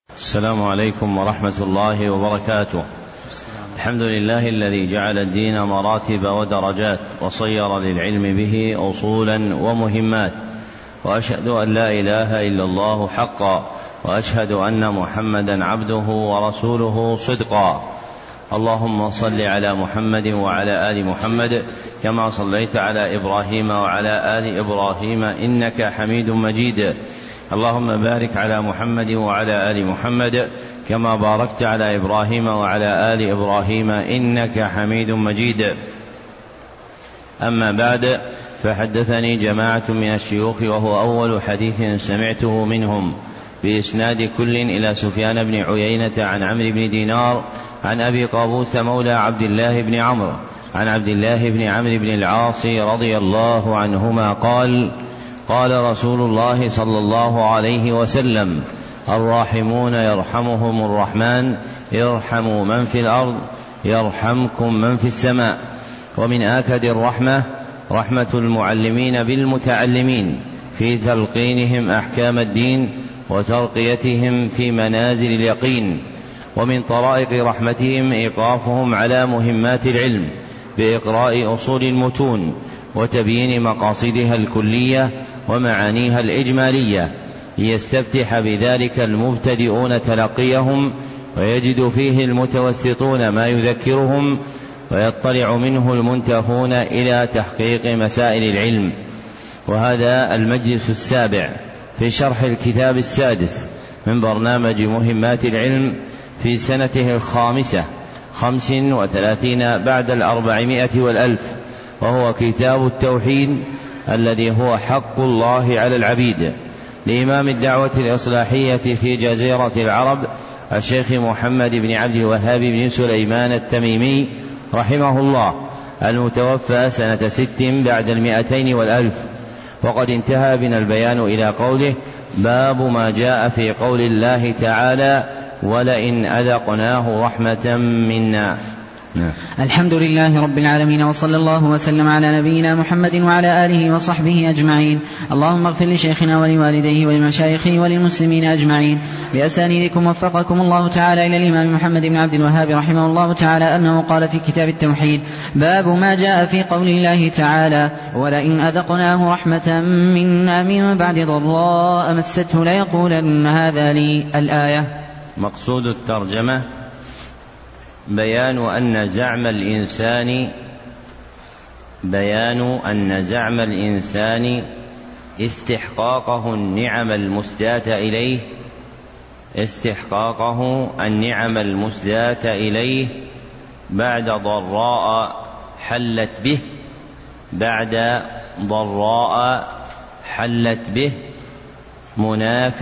السلام عليكم ورحمة الله وبركاته. الحمد لله الذي جعل الدين مراتب ودرجات وصير للعلم به أصولا ومهمات، وأشهد أن لا إله إلا الله حقا، وأشهد أن محمدا عبده ورسوله صدقا. اللهم صل على محمد وعلى آل محمد كما صليت على إبراهيم وعلى آل إبراهيم إنك حميد مجيد. اللهم بارك على محمد وعلى آل محمد كما باركت على إبراهيم وعلى آل إبراهيم إنك حميد مجيد. أما بعد، فحدثني جماعة من الشيوخ وهو أول حديث سمعته منهم بإسناد كل إلى سفيان بن عيينة عن عمرو بن دينار عن أبي قابوس مولى عبد الله بن عمرو عن عبد الله بن عمرو بن العاص رضي الله عنهما قال: قال رسول الله صلى الله عليه وسلم: الراحمون يرحمهم الرحمن، ارحموا من في الأرض يرحمكم من في السماء. ومن آكد الرحمة رحمة المعلمين بالمتعلمين في تلقينهم أحكام الدين وترقيتهم في منازل اليقين. ومن طرائق رحمتهم إيقافهم على مهمات العلم بإقراء أصول المتون وتبيين مقاصدها الكلية ومعانيها الإجمالية، ليستفتح بذلك المبتدئون تلقيهم ويجد فيه المتوسطون ما يذكرهم، ويطلع منه المنتهون إلى تحقيق مسائل العلم. وهذا المجلس السابع في شرح الكتاب السادس من برنامج مهمات العلم في سنته 35 بعد 400 والألف، وهو كتاب التوحيد الذي هو حق الله على العبيد، لإمام الدعوة الإصلاحية في جزيرة العرب الشيخ محمد بن عبد الوهاب بن سليمان التميمي رحمه الله، المتوفى سنة 6 بعد 200 والألف. وقد انتهى بنا البيان إلى قوله: باب ما جاء في قول الله تعالى: ولئن أذقناه رحمة منا. الحمد لله رب العالمين، وصلى الله وسلم على نبينا محمد وعلى آله وصحبه أجمعين. اللهم اغفر لشيخنا ولوالديه ولمشايخه وللمسلمين أجمعين. بأسانيدكم وفقكم الله تعالى إلى الإمام محمد بن عبد الوهاب رحمه الله تعالى أنه قال في كتاب التوحيد: باب ما جاء في قول الله تعالى: ولئن أذقناه رحمة منا من بعد ضراء مسته ليقولن هذا لي. الآية. مقصود الترجمة بيان أن زعم الإنسان استحقاقه النعم المسداة إليه بعد ضراء حلت به مناف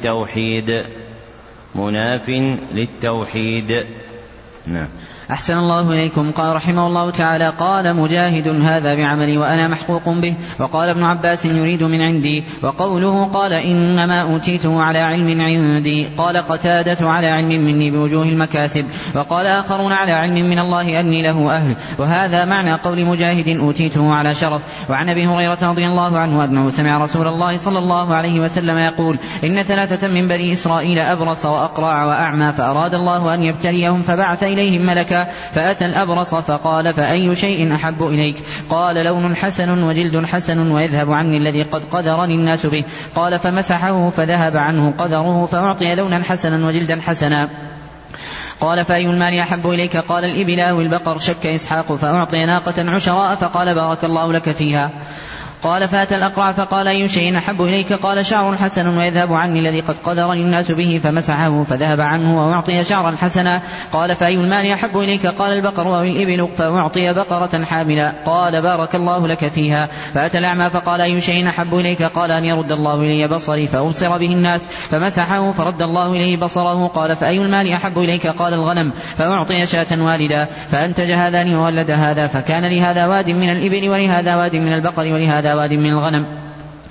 للتوحيد. نعم. أحسن الله إليكم. قال رحمه الله تعالى: قال مجاهد: هذا بعملي وأنا محقوق به. وقال ابن عباس: يريد من عندي. وقوله قال إنما أوتيته على علم عندي، قال قتادة: على علم مني بوجوه المكاسب. وقال آخرون: على علم من الله أني له أهل. وهذا معنى قول مجاهد: أوتيته على شرف. وعن أبي هريرة رضي الله عنه أنه سمع رسول الله صلى الله عليه وسلم يقول: إن 3 من بني إسرائيل أبرص وأقرع وأعمى، فأراد الله أن يبتليهم فبعث إليهم ملكا، فأتى الأبرص فقال: فأي شيء أحب إليك؟ قال: لون حسن وجلد حسن ويذهب عني الذي قد قدرني الناس به. قال: فمسحه فذهب عنه قدره، فأعطي لونا حسنا وجلدا حسنا. قال: فأي المال أحب إليك؟ قال: الإبل أو البقر. شك إسحاق، فأعطي ناقة عشراء، فقال: بارك الله لك فيها. قال: فأتى الأقرع فقال: أي شيء أحب إليك؟ قال: شعر حسن ويذهب عني الذي قد قدرني الناس به، فمسحه فذهب عنه وأعطي شعرا حسنا. قال: فأي المال أحب إليك؟ قال: البقر أو الإبل، فأعطي بقرة حاملا. قال: بارك الله لك فيها. فأتى الأعمى فقال: أي شيء أحب إليك؟ قال: أن يرد الله إلي بصري فأبصر به الناس، فمسحه فرد الله إليه بصره. قال: فأي المال أحب إليك؟ قال: الغنم، فأعطي شاة والدا، فأنتج هذان وولد هذا، فكان لهذا واد من الإبل ولهذا واد من البقر ولهذا واد من الغنم.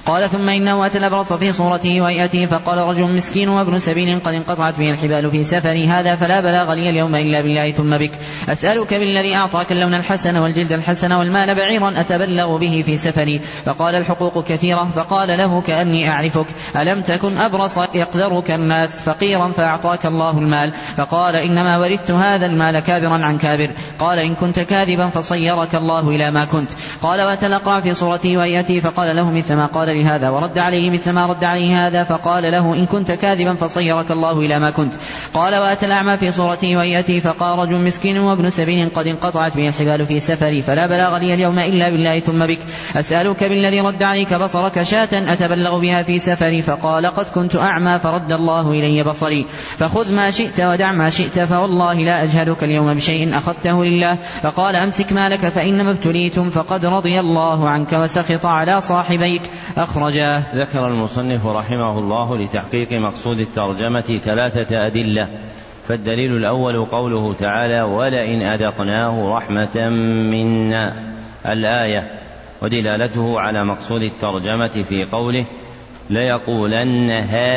قال ثم إنه أتى الأبرص في صورته وهيئته فقال رجل مسكين وابن سبيل قد انقطعت به الحبال في سفري هذا فلا بلاغ لي اليوم إلا بالله ثم بك أسألك بالذي أعطاك اللون الحسن والجلد الحسن والمال بعيرا أتبلغ به في سفري. فقال الحقوق كثيرة. فقال له كأني أعرفك ألم تكن أبرص يقدرك الناس فقيرا فأعطاك الله المال. فقال إنما ورثت هذا المال كابرا عن كابر. قال إن كنت كاذبا فصيرك الله إلى ما كنت. قال وأتى الأقرع في صورته وهيئته فقال له مثل ما قال لهذا ورد عليه مثل ما رد عليه هذا. فقال له إن كنت كاذبا فصيرك الله إلى ما كنت. قال وأتى الأعمى في صورته وهيئته فقال رجل مسكين وابن سبيل قد انقطعت به الحبال في سفري فلا بلاغ لي اليوم إلا بالله ثم بك أسألك بالذي رد عليك بصرك شاة أتبلغ بها في سفري. فقال قد كنت أعمى فرد الله إلي بصري فخذ ما شئت ودع ما شئت فوالله لا أجهلك اليوم بشيء أخذته لله. فقال أمسك مالك فإنما ابتليتم فقد رضي الله عنك وسخط على صاحبيك. أخرجاه. ذكر المصنف رحمه الله لتحقيق مقصود الترجمة 3 أدلة. فالدليل الأول قوله تعالى ولئن أذقناه رحمة منا الآية ودلالته على مقصود الترجمة في قوله ليقولن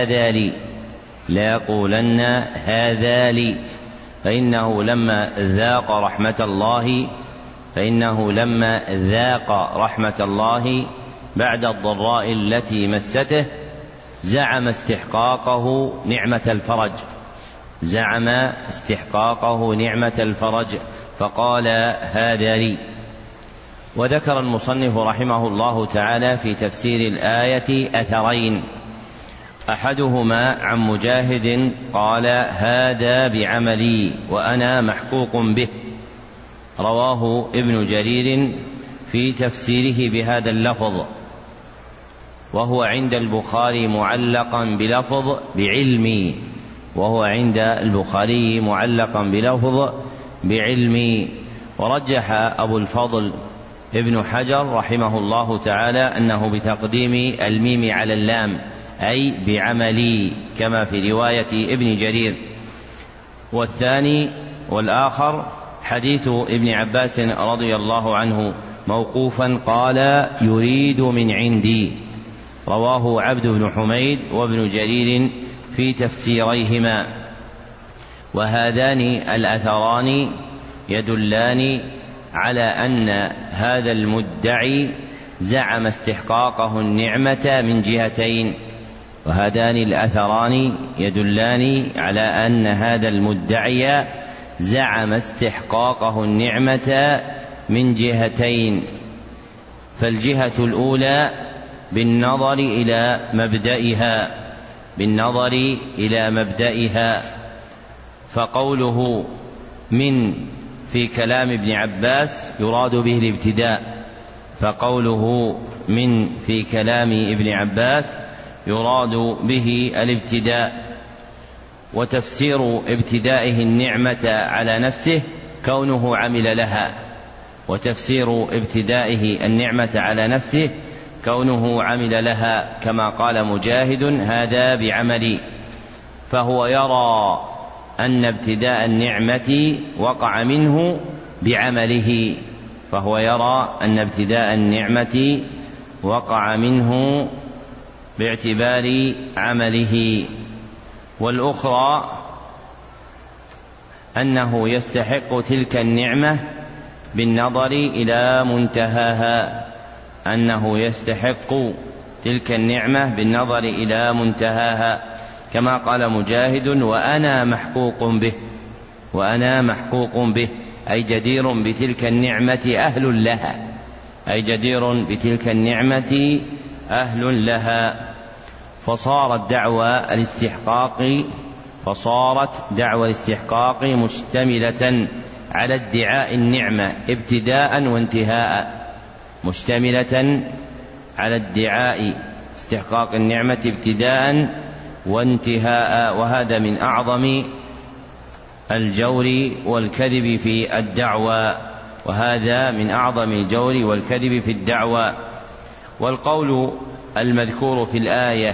هذا لي فإنه لما ذاق رحمة الله بعد الضراء التي مسته زعم استحقاقه نعمة الفرج فقال هذا لي. وذكر المصنف رحمه الله تعالى في تفسير الآية أثرين أحدهما عن مجاهد قال هذا بعملي وأنا محقوق به رواه ابن جرير في تفسيره بهذا اللفظ وهو عند البخاري معلقا بلفظ بعلمي. ورجح أبو الفضل ابن حجر رحمه الله تعالى أنه بتقديم الميم على اللام أي بعملي كما في رواية ابن جرير. والثاني والآخر حديث ابن عباس رضي الله عنه موقوفا قال يريد من عندي رواه عبد بن حميد وابن جرير في تفسيريهما. وهذان الأثران يدلان على أن هذا المدعي زعم استحقاقه النعمة من جهتين. فالجهة الأولى بالنظر إلى مبدئها فقوله من في كلام ابن عباس يراد به الابتداء. وتفسير ابتدائه النعمة على نفسه كونه عمل لها كما قال مجاهد هذا بعملي. فهو يرى أن ابتداء النعمة وقع منه باعتبار عمله. والأخرى أنه يستحق تلك النعمة بالنظر إلى منتهاها كما قال مجاهد وأنا محقوق به أي جدير بتلك النعمة أهل لها. فصارت دعوى الاستحقاق مشتملة على ادعاء النعمة ابتداء وانتهاء وهذا من أعظم الجور والكذب في الدعوى. والقول المذكور في الآية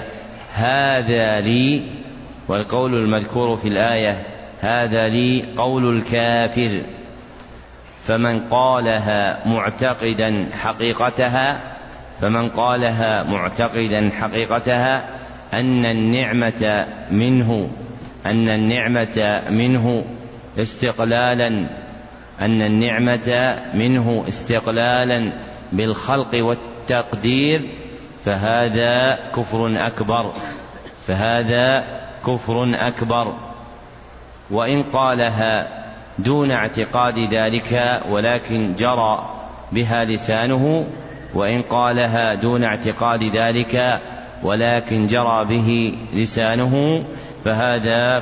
هذا لي قول الكافر. فمن قالها معتقدا حقيقتها فمن قالها معتقدا حقيقتها أن النعمة منه استقلالا بالخلق والتقدير فهذا كفر أكبر. وإن قالها دون اعتقاد ذلك ولكن جرى بها لسانه فهذا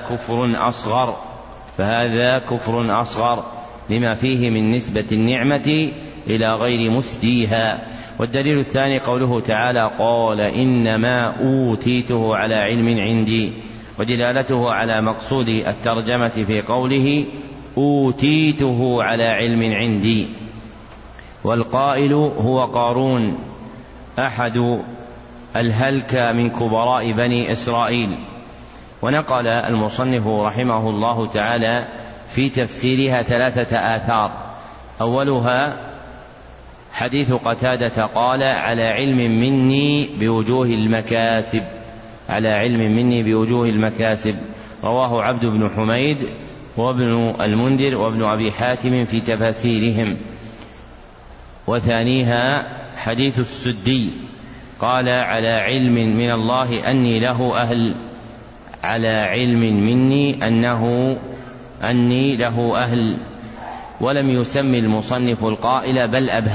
كفر أصغر لما فيه من نسبة النعمة إلى غير مسديها. والدليل الثاني قوله تعالى قال إنما أوتيته على علم عندي، ودلالته على مقصود الترجمة في قوله أوتيته على علم عندي. والقائل هو قارون أحد الهلكة من كبراء بني إسرائيل. ونقل المصنف رحمه الله تعالى في تفسيرها 3 آثار. أولها حديث قتادة قال على علم مني بوجوه المكاسب، رواه عبد بن حميد وابن المنذر وابن أبي حاتم في تفاسيرهم. وثانيها حديث السدي قال على علم من الله أني له أهل، ولم يسمي المصنف القائل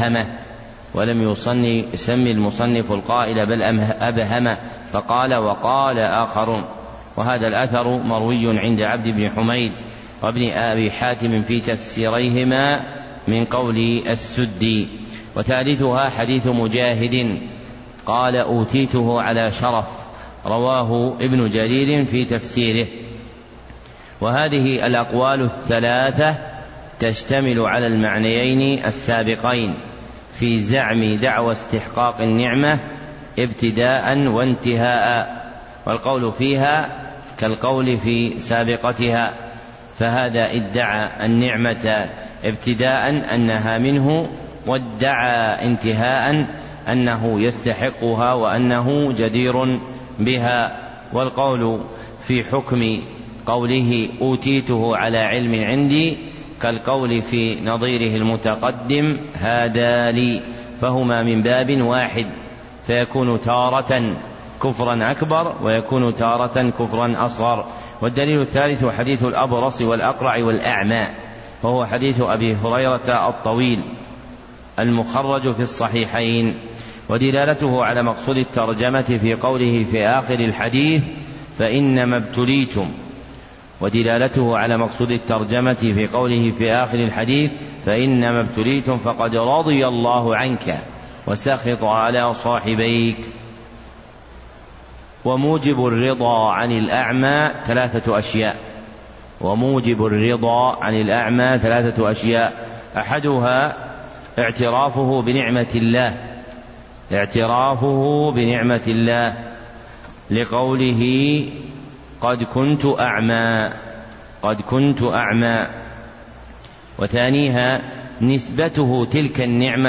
بل أبهمه فقال وقال آخرون. وهذا الأثر مروي عند عبد بن حميد وابن أبي حاتم في تفسيريهما من قول السدي. وثالثها حديث مجاهد قال أوتيته على شرف، رواه ابن جرير في تفسيره. وهذه الأقوال الثلاثة تشتمل على المعنيين السابقين في زعم دعوى استحقاق النعمة ابتداء وانتهاء، والقول فيها كالقول في سابقتها، فهذا ادعى النعمة ابتداء أنها منه، وادعى انتهاء أنه يستحقها وأنه جدير بها. والقول في حكم قوله أوتيته على علم عندي كالقول في نظيره المتقدم هذا لي، فهما من باب واحد، فيكون تارة كفرا أكبر ويكون تارة كفرا أصغر. والدليل الثالث حديث الأبرص والأقرع والأعمى، وهو حديث أبي هريرة الطويل المخرج في الصحيحين، ودلالته على مقصود الترجمة في قوله في آخر الحديث فإنما ابتليتم فقد رضي الله عنك وسخط على صاحبيك. وموجب الرضا عن الأعمى 3 أشياء. أحدها اعترافه بنعمة الله لقوله قد كنت أعمى. وثانيها نسبته تلك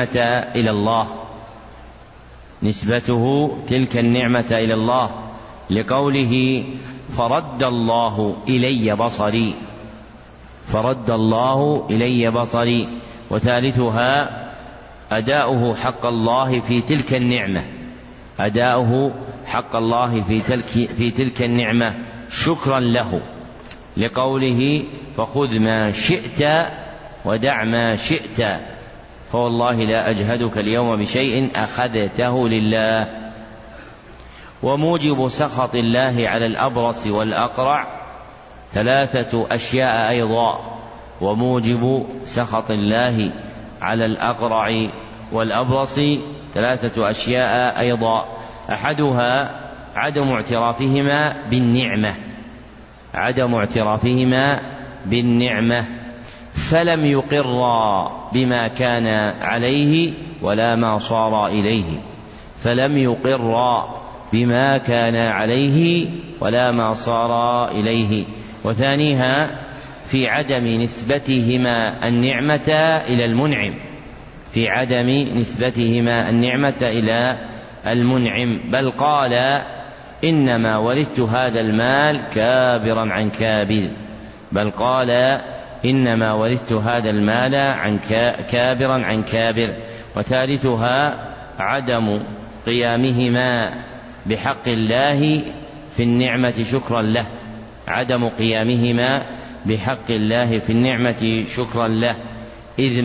النعمة إلى الله لقوله فرد الله إلي بصري. وثالثها أداؤه حق الله في تلك النعمة شكرا له لقوله فخذ ما شئت ودع ما شئت فوالله لا أجهدك اليوم بشيء أخذته لله. وموجب سخط الله على الأبرص والأقرع 3 أشياء أيضا. وموجب سخط الله على الأقرع والأبرص 3 أشياء أيضا. أحدها عدم اعترافهما بالنعمة فلم يقرا بما كان عليه ولا ما صار إليه. وثانيها في عدم نسبتهما النعمة إلى المنعم في عدم نسبتهما النعمة إلى المنعم، بل قال إنما ورثت هذا المال كابرا عن كابر، بل قال إنما ورثت هذا المال كابرا عن كابر. وثالثها عدم قيامهما بحق الله في النعمة شكرا له، عدم قيامهما بحق الله في النعمة شكرا له، إذ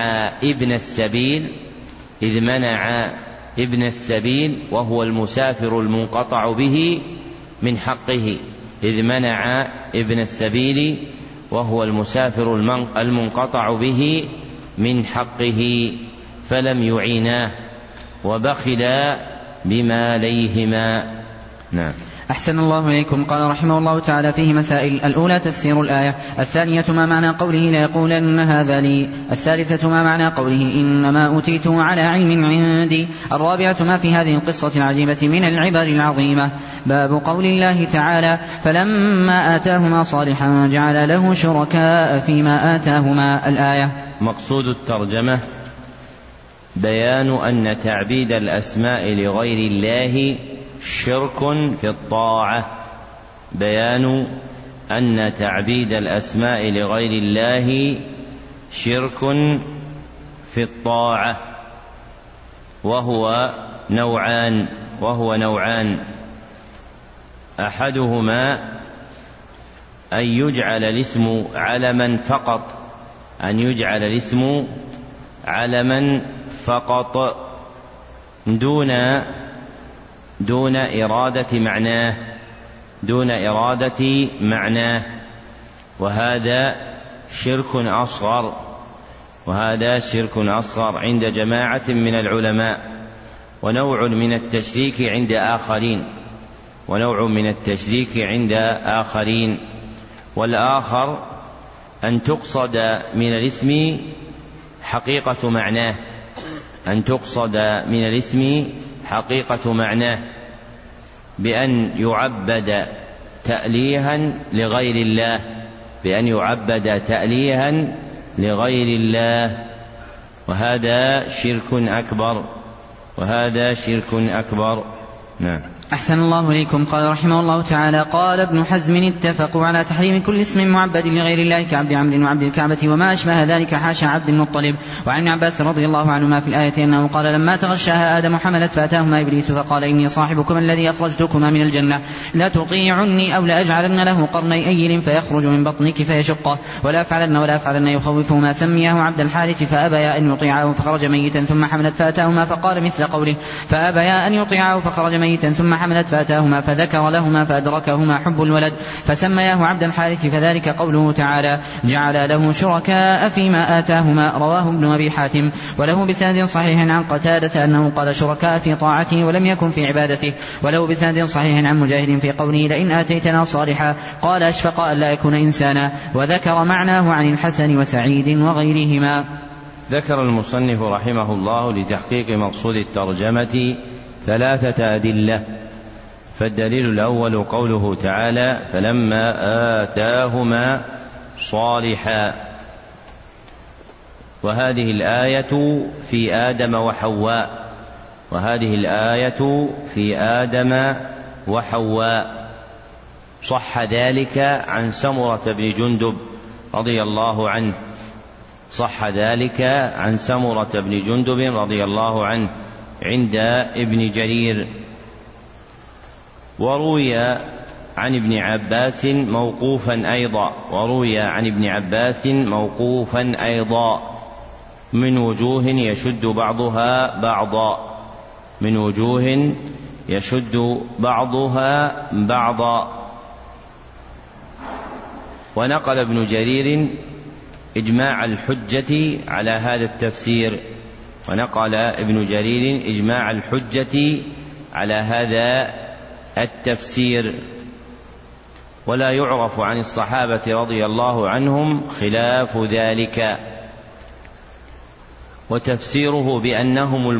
منع ابن السبيل وهو المسافر المنقطع به من حقه، إذ منع ابن السبيل وهو المسافر المنقطع به من حقه فلم يعيناه وبخلا بماليهما. نعم. أحسن الله إليكم. قال رحمه الله تعالى فيه مسائل: الأولى تفسير الآية، الثانية ما معنى قوله ليقولن هذا لي، الثالثة ما معنى قوله إنما أوتيته على علم عندي، الرابعة ما في هذه القصة العجيبة من العبر العظيمة. باب قول الله تعالى: فلما آتاهما صالحا جعل له شركاء فيما آتاهما، الآية. مقصود الترجمة بيان أن تعبيد الأسماء لغير الله شرك في الطاعة، بيان أن تعبيد الأسماء لغير الله شرك في الطاعة، وهو نوعان، أحدهما أن يجعل الاسم علما فقط، أن يجعل الاسم علما فقط دون إرادة معناه، وهذا شرك أصغر عند جماعة من العلماء، ونوع من التشريك عند آخرين، والآخر أن تقصد من الاسم حقيقة معناه بأن يعبد تأليها لغير الله، وهذا شرك أكبر. نعم. أحسن الله إليكم. قال رحمه الله تعالى: قال ابن حزم: اتفقوا على تحريم كل اسم معبد لغير الله كعبد عمرو وعبد الكعبة وما أشبه ذلك حاشا عبد المطلب. وعن ابن عباس رضي الله عنهما في الآية أنه قال: لما تغشاها آدم حملت فأتاهما إبليس فقال: إني صاحبكما الذي أخرجتكما من الجنة، لا تطيعني أو لأجعلن له قرني أيل فيخرج من بطنك فيشقه، ولا أفعلن يخوفهما. سمياه عبد الحارث فأبيا أن يطيعه فخرج ميتا، ثم حملت فأتاهما فقال مثل قوله: فأبيا أن يطيعه فخرج ميتا، ثم حملت فأتاهما فذكر لهما فأدركهما حب الولد فسمياه عبد الحارث، فذلك قوله تعالى: جعل له شركاء فيما آتاهما. رواه ابن أبي حاتم وله بسند صحيح عن قتادة أنه قال: شركاء في طاعته ولم يكن في عبادته. وله بسند صحيح عن مجاهد في قوله: لئن آتيتنا صالحا قال: أشفق أن لا يكون إنسانا. وذكر معناه عن الحسن وسعيد وغيرهما. ذكر المصنف رحمه الله لتحقيق مقصود الترجمة 3 أدلة. فالدليل الأول قوله تعالى: فلما آتاهما صالحا، وهذه الآية في آدم وحواء. صح ذلك عن سمرة بن جندب رضي الله عنه عند ابن جرير. وروي عن ابن عباس موقوفا أيضا من وجوه يشد بعضها بعضا. ونقل ابن جرير إجماع الحجة على هذا التفسير، ولا يعرف عن الصحابة رضي الله عنهم خلاف ذلك. وتفسيره بأنهم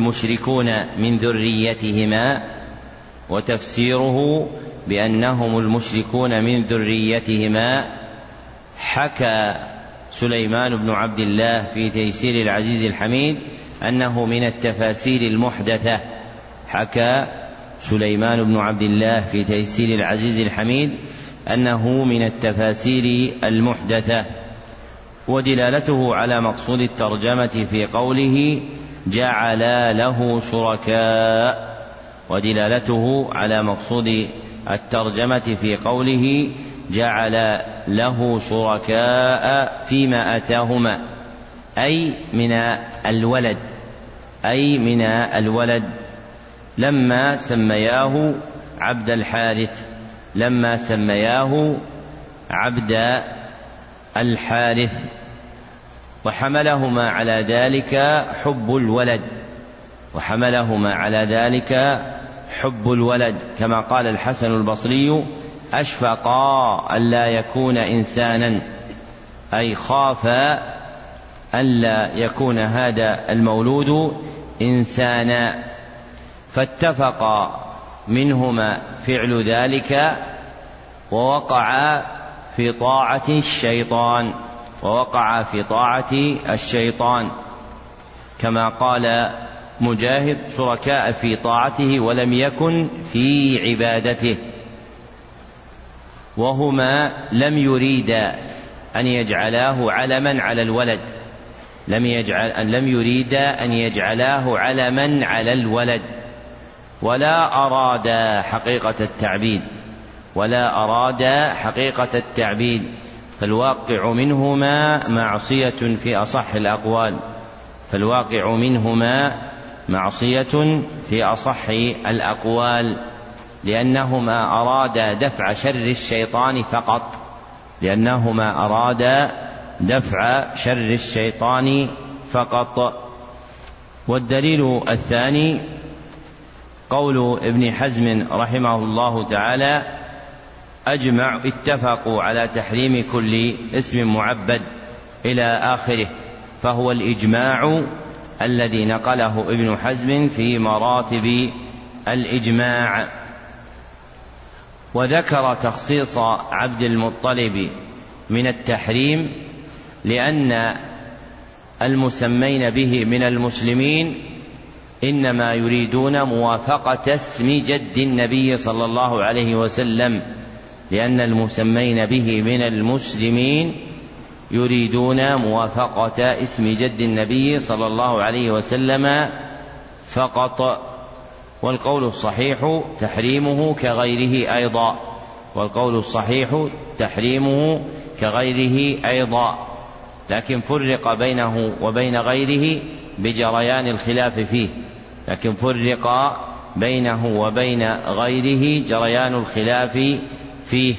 المشركون من ذريتهما حكى سليمان بن عبد الله في تيسير العزيز الحميد أنه من التفاسير المحدثة. حكى سليمان بن عبد الله في تيسير العزيز الحميد أنه من التفاسير المحدثة. ودلالته على مقصود الترجمة في قوله جعل له شركاء، ودلالته على مقصود الترجمة في قوله جعل له شركاء فيما آتاهما، أي من الولد لما سمياه عبد الحارث، لما سمياه عبد الحارث. وحملهما على ذلك حب الولد، وحملهما على ذلك حب الولد، كما قال الحسن البصري أشفقا ألا يكون إنسانا، أي خاف ألا يكون هذا المولود إنسانا، فاتفق منهما فعل ذلك ووقع في طاعة الشيطان، ووقع في طاعة الشيطان، كما قال مجاهد شركاء في طاعته ولم يكن في عبادته. وهما لم يريدا أن يجعلاه علما على الولد، لم يريدا أن يجعلاه علما على الولد، ولا أرادا حقيقة التعبيد، ولا أرادا حقيقة التعبيد، فالواقع منهما معصية في أصح الأقوال، فالواقع منهما معصية في أصح الأقوال، لأنهما أرادا دفع شر الشيطان فقط، لأنهما أرادا دفع شر الشيطان فقط. والدليل الثاني قول ابن حزم رحمه الله تعالى اتفقوا على تحريم كل اسم معبد إلى آخره، فهو الإجماع الذي نقله ابن حزم في مراتب الإجماع. وذكر تخصيص عبد المطلب من التحريم لأن المسمين به من المسلمين إنما يريدون موافقة اسم جد النبي صلى الله عليه وسلم، لأن المسمين به من المسلمين يريدون موافقة اسم جد النبي صلى الله عليه وسلم فقط. والقول الصحيح تحريمه كغيره أيضا، والقول الصحيح تحريمه كغيره أيضا، لكن فرق بينه وبين غيره بجريان الخلاف فيه، لكن فرق بينه وبين غيره جريان الخلاف فيه.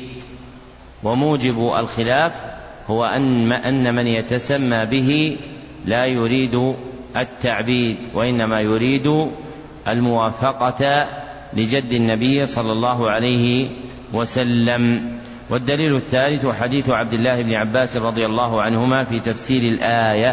وموجب الخلاف هو أن من يتسمى به لا يريد التعبيد، وإنما يريد الموافقة لجد النبي صلى الله عليه وسلم. والدليل الثالث حديث عبد الله بن عباس رضي الله عنهما في تفسير الآية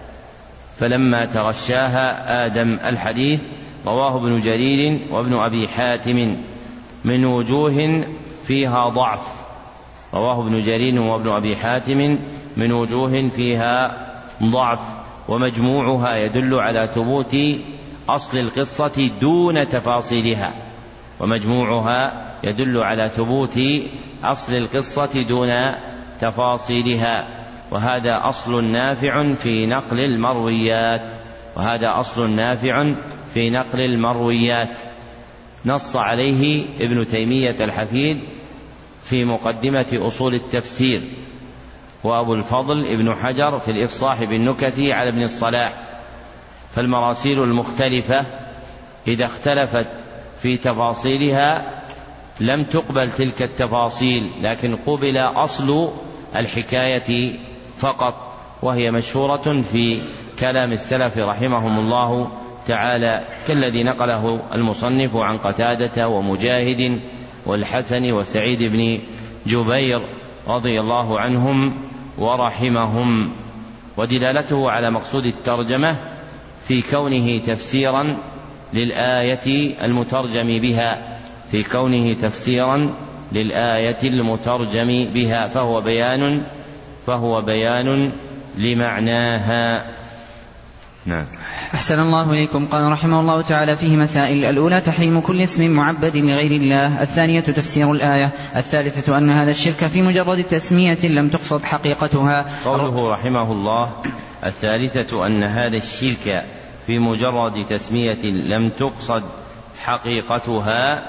فلما تغشاها آدم، الحديث رواه ابن جرير وابن أبي حاتم من وجوه فيها ضعف، رواه ابن جرير وابن أبي حاتم من وجوه فيها ضعف، ومجموعها يدل على ثبوت أصل القصة دون تفاصيلها، ومجموعها يدل على ثبوت أصل القصة دون تفاصيلها، وهذا أصل نافع في نقل المرويات، وهذا أصل نافع في نقل المرويات نص عليه ابن تيمية الحفيد في مقدمة أصول التفسير، وأبو الفضل ابن حجر في الإفصاح بالنكت على ابن الصلاح. فالمراسيل المختلفة إذا اختلفت في تفاصيلها لم تقبل تلك التفاصيل، لكن قبل أصل الحكاية فقط، وهي مشهورة في كلام السلف رحمهم الله تعالى، كالذي نقله المصنف عن قتادة ومجاهد والحسن وسعيد بن جبير رضي الله عنهم ورحمهم. ودلالته على مقصود الترجمة في كونه تفسيرا للآية المترجم بها، في كونه تفسيرا للآية المترجم بها، فهو بيان فهو بيان لمعناها. نعم. أحسن الله إليكم. قال رحمه الله تعالى فيه مسائل: الأولى تحريم كل اسم معبد لغير الله، الثانية تفسير الآية، الثالثة أن هذا الشرك في مجرد تسمية لم تقصد حقيقتها. قوله رحمه الله الثالثة أن هذا الشرك في مجرد تسمية لم تقصد حقيقتها،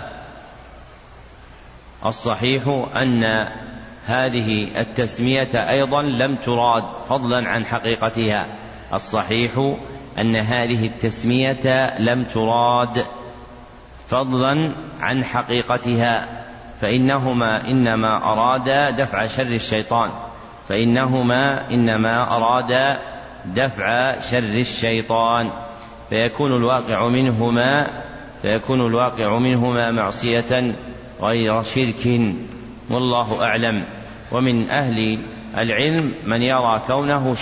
الصحيح أن هذه التسمية أيضا لم تراد فضلا عن حقيقتها، الصحيح أن هذه التسمية لم تراد فضلا عن حقيقتها، فإنهما إنما أرادا دفع شر الشيطان، فيكون الواقع منهما معصية غير شرك، والله أعلم. ومن أهل العلم من يرى كونه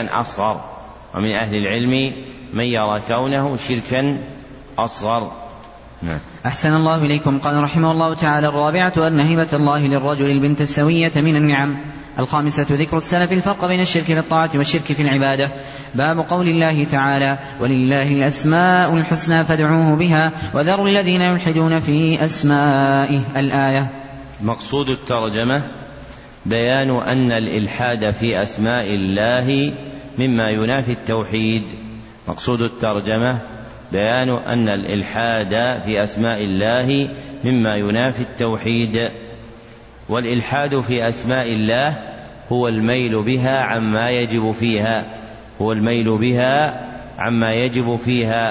شركا أصغر. نعم. أحسن الله إليكم. قال رحمه الله تعالى: الرابعة أن هبة الله للرجل البنت السوية من النعم. الخامسة ذكر السلف الفرق بين الشرك في الطاعة والشرك في العبادة. باب قول الله تعالى: ولله الأسماء الحسنى فادعوه بها وذروا الذين يلحدون في أسمائه، الآية. مقصود الترجمة بيان أن الإلحاد في أسماء الله مما ينافي التوحيد. مقصود الترجمة بيان أن الإلحاد في أسماء الله مما ينافي التوحيد. والإلحاد في أسماء الله هو الميل بها عما يجب فيها،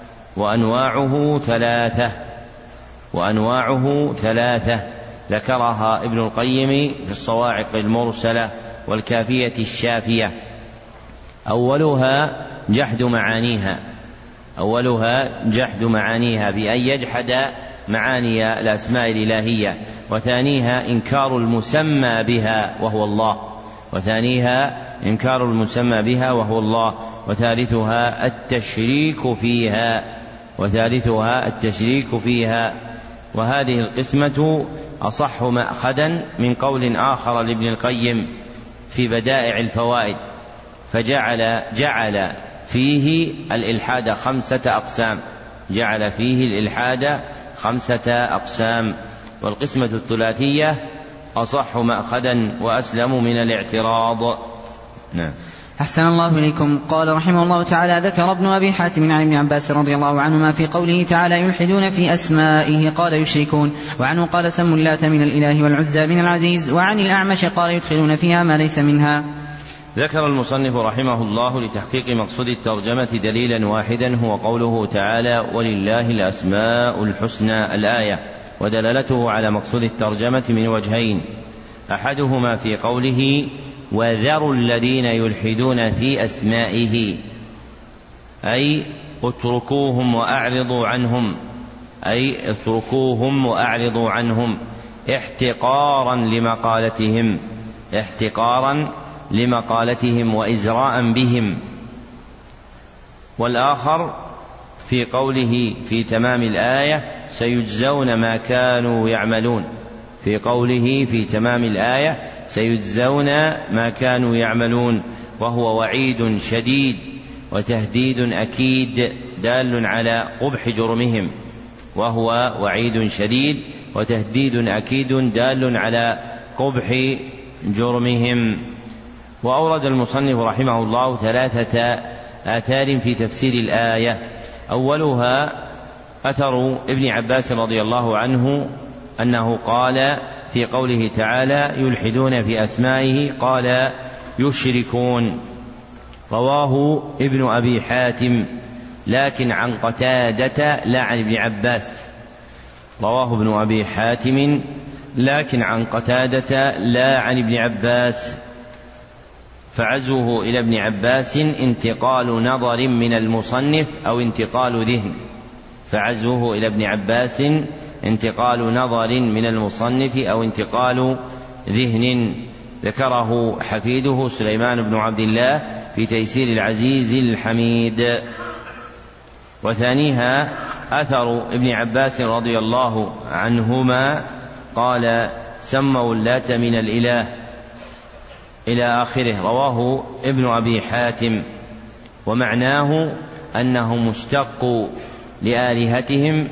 وأنواعه ثلاثة ذكرها ابن القيم في الصواعق المرسلة والكافية الشافية. أولها جحد معانيها بأن يجحد معاني الأسماء الإلهية، وثانيها إنكار المسمى بها وهو الله، وثالثها التشريك فيها. وهذه القسمة أصح مأخذا من قول آخر لابن القيم في بدائع الفوائد، جعل فيه الإلحاد 5 أقسام، والقسمة الثلاثية أصح مأخذا وأسلم من الاعتراض. نعم. أحسن الله إليكم. قال رحمه الله تعالى: ذكر ابن أبي حاتم عن ابن عباس رضي الله عنهما في قوله تعالى: يلحدون في أسمائه، قال يشركون، وعنه قال: سموا اللات من الإله والعزى من العزيز، وعن الأعمش قال: يدخلون فيها ما ليس منها. ذكر المصنف رحمه الله لتحقيق مقصود الترجمة دليلا واحدا، هو قوله تعالى: ولله الأسماء الحسنى، الآية، ودلالته على مقصود الترجمة من وجهين: أحدهما في قوله: وذروا الذين يلحدون في أسمائه، أي اتركوهم وأعرضوا عنهم احتقارا لمقالتهم وإزراء بهم. والآخر في قوله في تمام الآية: سيجزون ما كانوا يعملون، وهو وعيد شديد وتهديد أكيد دال على قبح جرمهم. وأورد المصنف رحمه الله 3 آثار في تفسير الآية. أولها أثر ابن عباس رضي الله عنه أنه قال في قوله تعالى: يلحدون في أسمائه، قال: يشركون. رواه ابن أبي حاتم لكن عن قتادة لا عن ابن عباس، فعزوه إلى ابن عباس انتقال نظر من المصنف أو انتقال ذهن، ذكره حفيده سليمان بن عبد الله في تيسير العزيز الحميد. وثانيها أثر ابن عباس رضي الله عنهما قال: سموا اللات من الإله، إلى آخره. رواه ابن أبي حاتم. ومعناه أنهم اشتقوا لآلهتهم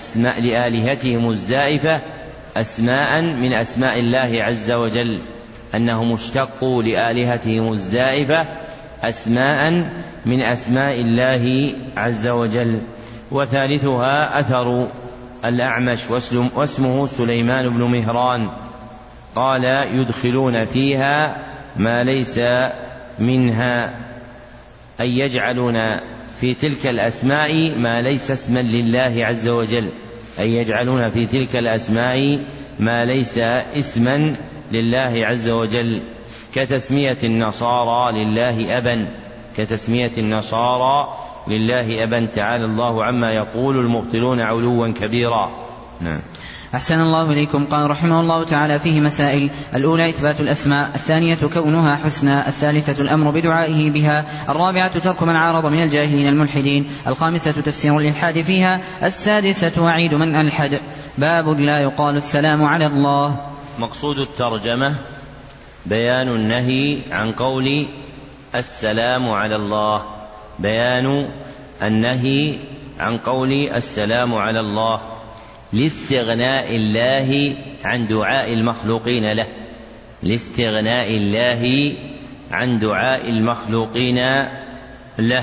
الزائفة أسماء من أسماء الله عز وجل، أنهم اشتقوا لآلهتهم الزائفة أسماء من أسماء الله عز وجل. وثالثها أثر الأعمش واسمه سليمان بن مهران قال: يدخلون فيها ما ليس منها، أي يجعلون في تلك الأسماء ما ليس اسما لله عز وجل، أي يجعلون في تلك الأسماء ما ليس اسما لله عز وجل، كتسمية النصارى لله أبا تعالى الله عما يقول المبطلون علوا كبيرا. نعم. أحسن الله إليكم. قال رحمه الله تعالى: فيه مسائل: الأولى إثبات الأسماء، الثانية كونها حسنى، الثالثة الأمر بدعائه بها، الرابعة ترك من عارض من الجاهلين الملحدين، الخامسة تفسير الإلحاد فيها، السادسة وعيد من ألحد. باب لا يقال السلام على الله. مقصود الترجمة بيان النهي عن قول السلام على الله، بيان النهي عن قول السلام على الله لاستغناء الله عن دعاء المخلوقين له، لاستغناء الله عن دعاء المخلوقين له.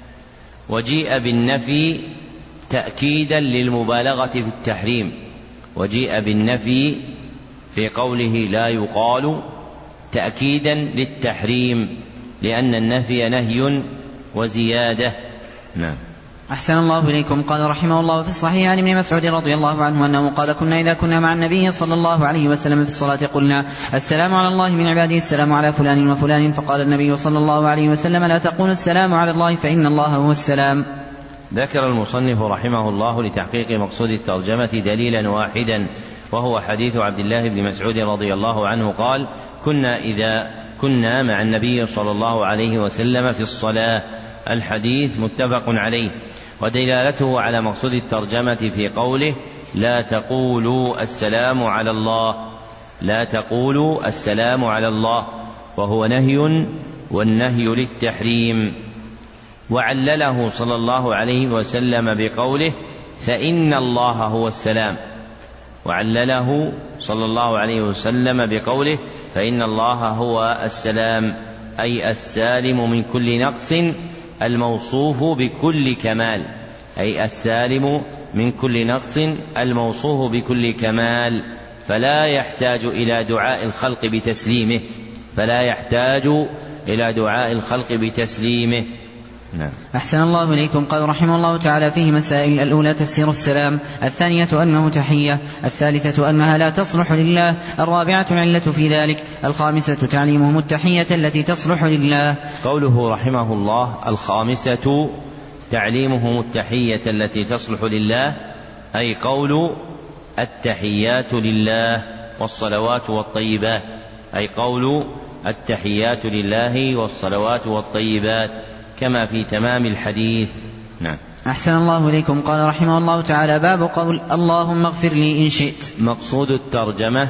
وجيء بالنفي تأكيدا للمبالغة في التحريم، وجيء بالنفي في قوله لا يقال تأكيدا للتحريم، لأن النفي نهي وزيادة. نعم. أحسن الله إليكم. قال رحمه الله: في الصحيح عن ابن مسعود رضي الله عنه أنه قال: كنا إذا كنا مع النبي صلى الله عليه وسلم في الصلاة قلنا: السلام على الله من عباده، السلام على فلان وفلان. فقال النبي صلى الله عليه وسلم: لا تقول السلام على الله فإن الله هو السلام. ذكر المصنف رحمه الله لتحقيق مقصود الترجمة دليلا واحدا، وهو حديث عبد الله بن مسعود رضي الله عنه قال: كنا إذا كنا مع النبي صلى الله عليه وسلم في الصلاة. الحديث متفق عليه. ودلالته على مقصود الترجمة في قوله: لا تقولوا السلام على الله، لا تقولوا السلام على الله، وهو نهي، والنهي للتحريم. وعلله صلى الله عليه وسلم بقوله: فإن الله هو السلام، وعلله صلى الله عليه وسلم بقوله: فإن الله هو السلام، أي السالم من كل نقص الموصوف بكل كمال، أي السالم من كل نقص الموصوف بكل كمال، فلا يحتاج إلى دعاء الخلق بتسليمه، فلا يحتاج إلى دعاء الخلق بتسليمه. نعم. أحسن الله إليكم. قال رحمه الله تعالى: فيه مسائل: الأولى تفسير السلام، الثانية أنه تحية، الثالثة أنها لا تصلح لله، الرابعة العلة في ذلك، الخامسة تعليمهم التحية التي تصلح لله. قوله رحمه الله: الخامسة تعليمهم التحية التي تصلح لله، أي قول التحيات لله والصلوات والطيبات، أي قول التحيات لله والصلوات والطيبات، كما في تمام الحديث. نعم. أحسن الله إليكم. قال رحمه الله تعالى: باب قول اللهم اغفر لي إن شئت. مقصود الترجمة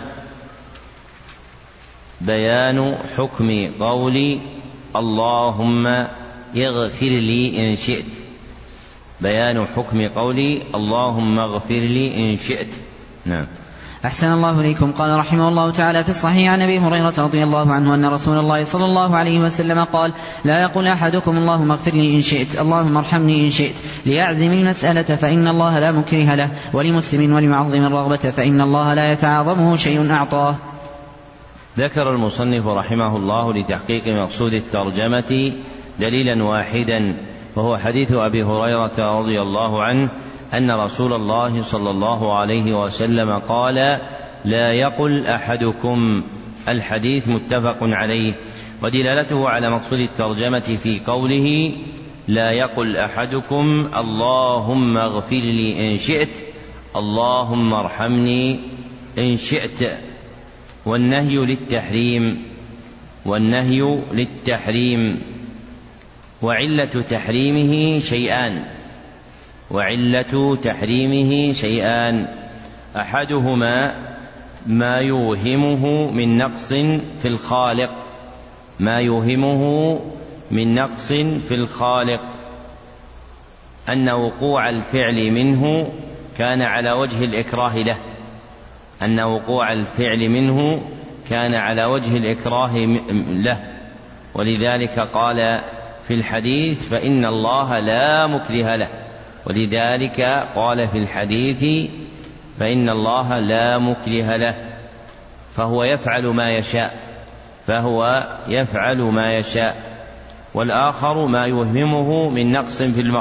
بيان حكم قول اللهم اغفر لي إن شئت، بيان حكم قولي اللهم اغفر لي إن شئت. نعم. أحسن الله إليكم. قال رحمه الله تعالى: في الصحيح عن أبي هريرة رضي الله عنه أن رسول الله صلى الله عليه وسلم قال: لا يقول أحدكم اللهم اغفر لي إن شئت، اللهم ارحمني إن شئت، ليعزم المسألة فإن الله لا مكره له، ولمسلم وليعظم الرغبة فإن الله لا يتعاظمه شيء أعطاه. ذكر المصنف رحمه الله لتحقيق مقصود الترجمة دليلا واحدا، وهو حديث أبي هريرة رضي الله عنه أن رسول الله صلى الله عليه وسلم قال: لا يقل أحدكم. الحديث متفق عليه. ودلالته على مقصود الترجمة في قوله: لا يقل أحدكم اللهم اغفر لي إن شئت، اللهم ارحمني إن شئت. والنهي للتحريم، والنهي للتحريم. وعلة تحريمه شيئان، وعلة تحريمه شيئان: أحدهما ما يوهمه من نقص في الخالق، ما يوهمه من نقص في الخالق، أن وقوع الفعل منه كان على وجه الإكراه له، أن وقوع الفعل منه كان على وجه الإكراه له، ولذلك قال في الحديث فإن الله لا مكره له، ولذلك قال في الحديث فإن الله لا مكره له، فهو يفعل ما يشاء. والآخر ما يوهمه من نقص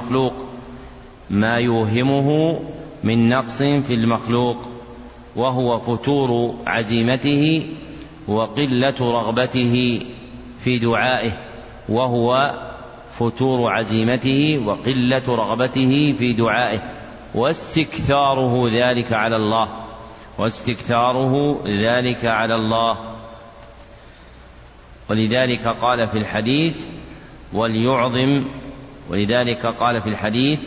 في المخلوق، وهو فتور عزيمته وقلة رغبته في دعائه واستكثاره ذلك على الله. ولذلك قال في الحديث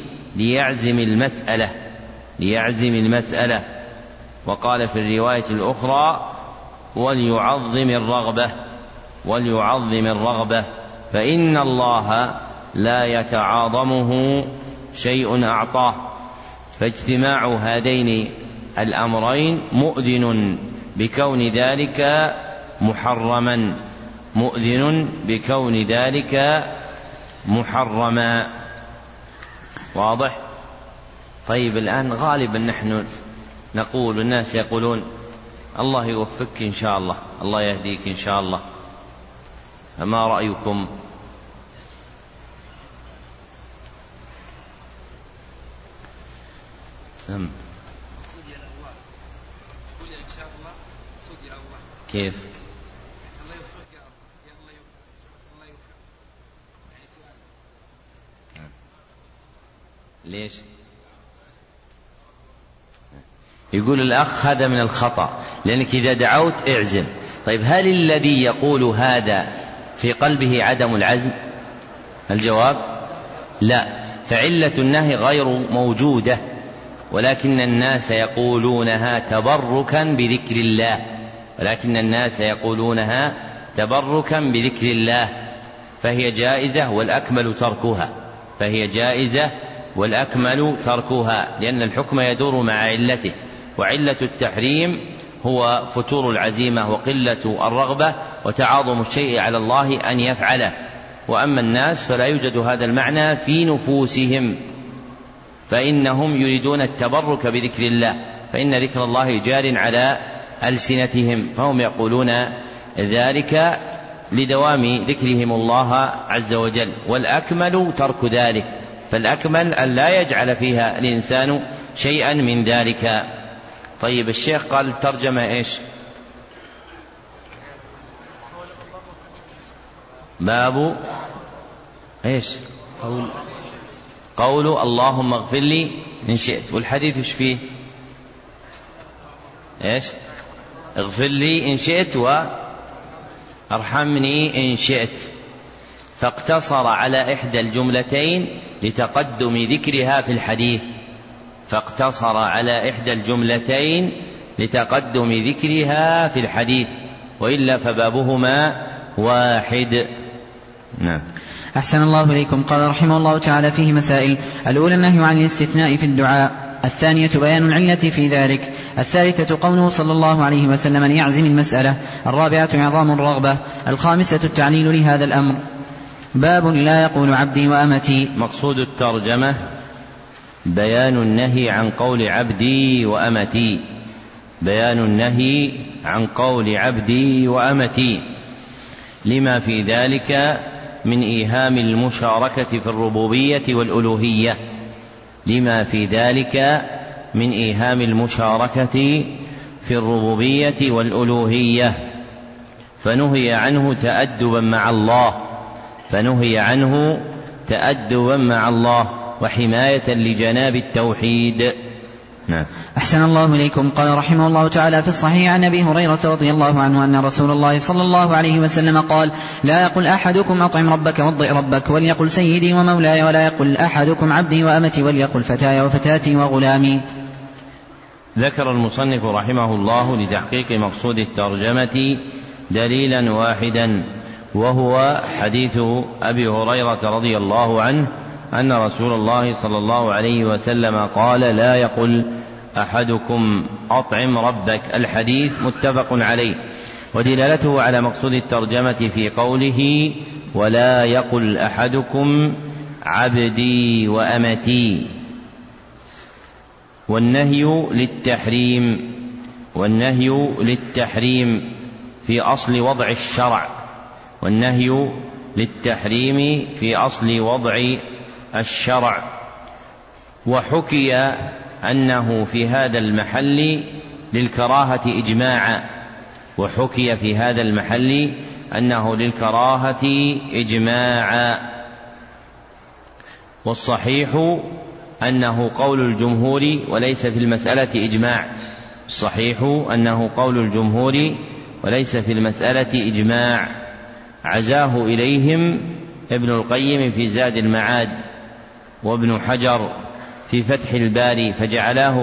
ليعزم المسألة، وقال في الرواية الأخرى وليعظم الرغبة، فإن الله لا يتعاظمه شيء أعطاه. فاجتماع هذين الأمرين مؤذن بكون ذلك محرما. واضح؟ طيب، الآن غالبا نحن نقول والناس يقولون الله يوفقك إن شاء الله، الله يهديك إن شاء الله، فما رأيكم؟ كيف؟ ليش؟ يقول الأخ هذا من الخطأ، لأنك إذا دعوت اعزم. طيب، هل الذي يقول هذا في قلبه عدم العزم؟ الجواب لا، فعلة النهي غير موجودة، ولكن الناس يقولونها تبركا بذكر الله، فهي جائزة والأكمل تركها، لأن الحكم يدور مع علته، وعلة التحريم هو فتور العزيمة وقلة الرغبة وتعاظم الشيء على الله أن يفعله. وأما الناس فلا يوجد هذا المعنى في نفوسهم، فإنهم يريدون التبرك بذكر الله، فإن ذكر الله جار على ألسنتهم، فهم يقولون ذلك لدوام ذكرهم الله عز وجل، والأكمل ترك ذلك، فالأكمل أن لا يجعل فيها الإنسان شيئا من ذلك. طيب، الشيخ قال الترجمة إيش؟ باب إيش؟ قول اللهم اغفر لي إن شئت، والحديث إيش فيه؟ إيش؟ اغفر لي إن شئت وارحمني إن شئت، فاقتصر على إحدى الجملتين لتقدم ذكرها في الحديث، وإلا فبابهما واحد. نعم. أحسن الله إليكم. قال رحمه الله تعالى فيه مسائل: الأولى النهي عن الاستثناء في الدعاء، الثانية بيان العلة في ذلك، الثالثة قوله صلى الله عليه وسلم ليعزم المسألة، الرابعة إعظام الرغبة، الخامسة التعليل لهذا الأمر. باب للا يقول عبدي وأمتي. مقصود الترجمة بيان النهي عن قول عبدي وأمتي، لما في ذلك من إيهام المشاركة في الربوبية والألوهية، فنهي عنه تأدبا مع الله وحماية لجناب التوحيد. نعم. أحسن الله إليكم. قال رحمه الله تعالى في الصحيح عن أبي هريرة رضي الله عنه أن رسول الله صلى الله عليه وسلم قال: لا يقل أحدكم أطعم ربك وضئ ربك، وليقل سيدي ومولاي، ولا يقل أحدكم عبدي وأمتي، وليقل فتاي وفتاتي وغلامي. ذكر المصنف رحمه الله لتحقيق مقصود الترجمة دليلا واحدا، وهو حديث أبي هريرة رضي الله عنه أن رسول الله صلى الله عليه وسلم قال: لا يقل أحدكم أطعم ربك. الحديث متفق عليه، ودلالته على مقصود الترجمة في قوله: ولا يقل أحدكم عبدي وأمتي. والنهي للتحريم في أصل وضع الشرع، والنهي للتحريم في أصل وضع الشرع. وحكي أنه في هذا المحل للكراهة إجماعا، وحكي في هذا المحل أنه للكراهة إجماعا. والصحيح أنه قول الجمهور وليس في المسألة إجماع، الصحيح أنه قول الجمهور وليس في المسألة إجماع. عزاه إليهم ابن القيم في زاد المعاد، وابن حجر في فتح الباري، فجعلاه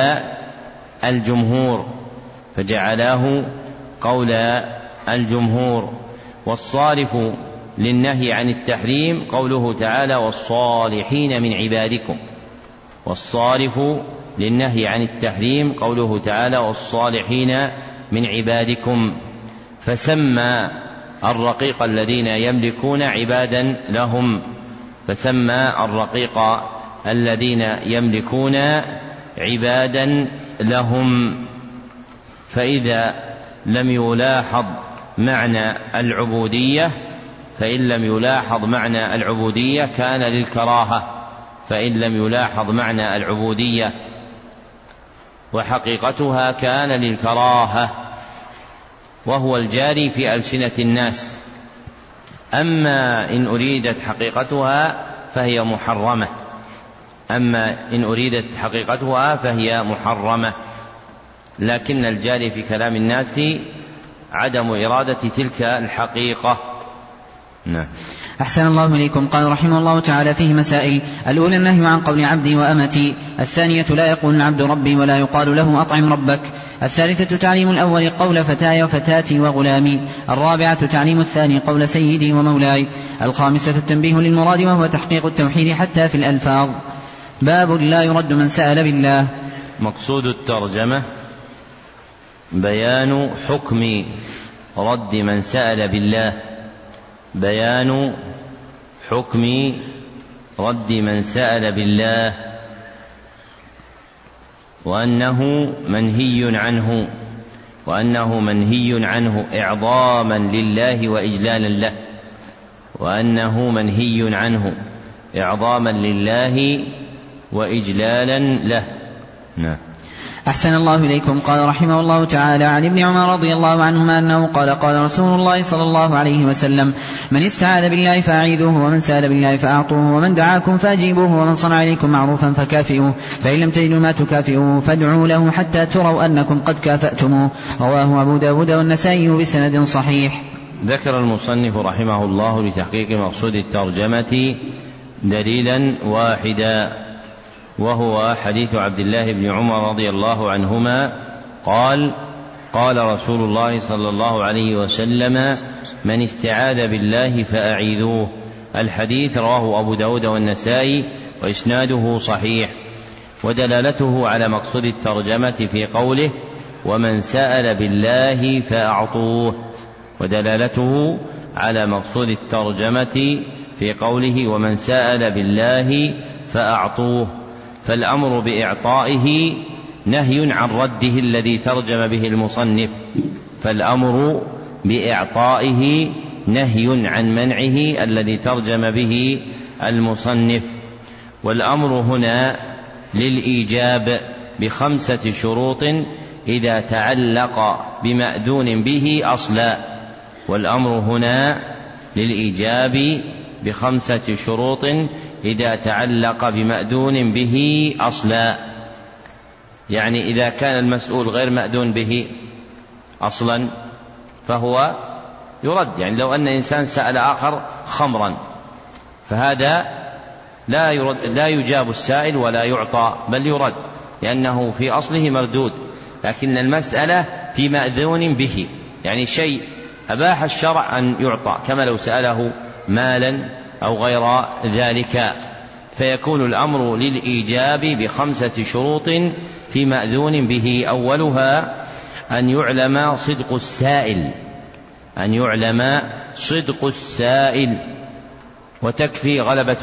قول الجمهور. والصارف للنهي عن التحريم قوله تعالى: والصالحين من عبادكم. والصارف للنهي عن التحريم قوله تعالى: والصالحين من عبادكم. فسمى الرقيق الذين يملكون عبادا لهم، فسمى الرقيق الذين يملكون عبادا لهم. فإذا لم يلاحظ معنى العبودية، فإن لم يلاحظ معنى العبودية كان للكراهة، فإن لم يلاحظ معنى العبودية وحقيقتها كان للكراهة، وهو الجاري في ألسنة الناس. أما إن أريدت حقيقتها فهي محرمة، لكن الجاري في كلام الناس عدم إرادة تلك الحقيقة. نعم. أحسن الله إليكم. قال رحمه الله تعالى: فيه مسائل: الأولى النهي عن قول عبدي وأمتي، الثانية لا يقول العبد ربي ولا يقال له أطعم ربك، الثالثة تعليم الأول قول فتاي وفتاتي وغلامي، الرابعة تعليم الثاني قول سيدي ومولاي، الخامسة التنبيه للمراد وهو تحقيق التوحيد حتى في الألفاظ. باب لا يرد من سأل بالله. مقصود الترجمة بيان حكم رد من سأل بالله، بيان حكم رد من سأل بالله، وأنه منهي عنه إعظاما لله وإجلالا له، وأنه منهي عنه إعظاما لله وإجلالا له. نعم. أحسن الله إليكم. قال رحمه الله تعالى: عن ابن عمر رضي الله عنهما أنه قال: قال رسول الله صلى الله عليه وسلم: من استعاذ بالله فأعيذوه، ومن سأل بالله فأعطوه، ومن دعاكم فأجيبوه، ومن صنع إليكم معروفا فكافئوه، فإن لم تجدوا ما تكافئوه فادعوا له حتى تروا أنكم قد كافأتموه. رواه أبو داود والنسائي بسند صحيح. ذكر المصنف رحمه الله لتحقيق مقصود الترجمة دليلا واحدا، وهو حديث عبد الله بن عمر رضي الله عنهما قال: قال رسول الله صلى الله عليه وسلم: من استعاذ بالله فأعيذوه. الحديث رواه أبو داود والنسائي وإسناده صحيح. ودلالته على مقصود الترجمة في قوله: ومن سأل بالله فأعطوه، ودلالته على مقصود الترجمة في قوله: ومن سأل بالله فأعطوه. فالأمر بإعطائه نهي عن رده الذي ترجم به المصنف، فالأمر بإعطائه نهي عن منعه الذي ترجم به المصنف. والأمر هنا للإيجاب ب5 شروط إذا تعلق بمأذون به أصلا. والأمر هنا للإيجاب ب5 شروط إذا تعلق بمأذون به أصلا، يعني إذا كان المسؤول غير مأذون به أصلا فهو يرد. يعني لو أن إنسان سأل آخر خمرا فهذا لا يجاب السائل ولا يعطى، بل يرد لأنه في أصله مردود. لكن المسألة في مأذون به، يعني شيء أباح الشرع أن يعطى كما لو سأله مالا أو غير ذلك، فيكون الأمر للإيجاب ب5 شروط في مأذون به. أولها أن يعلم صدق السائل وتكفي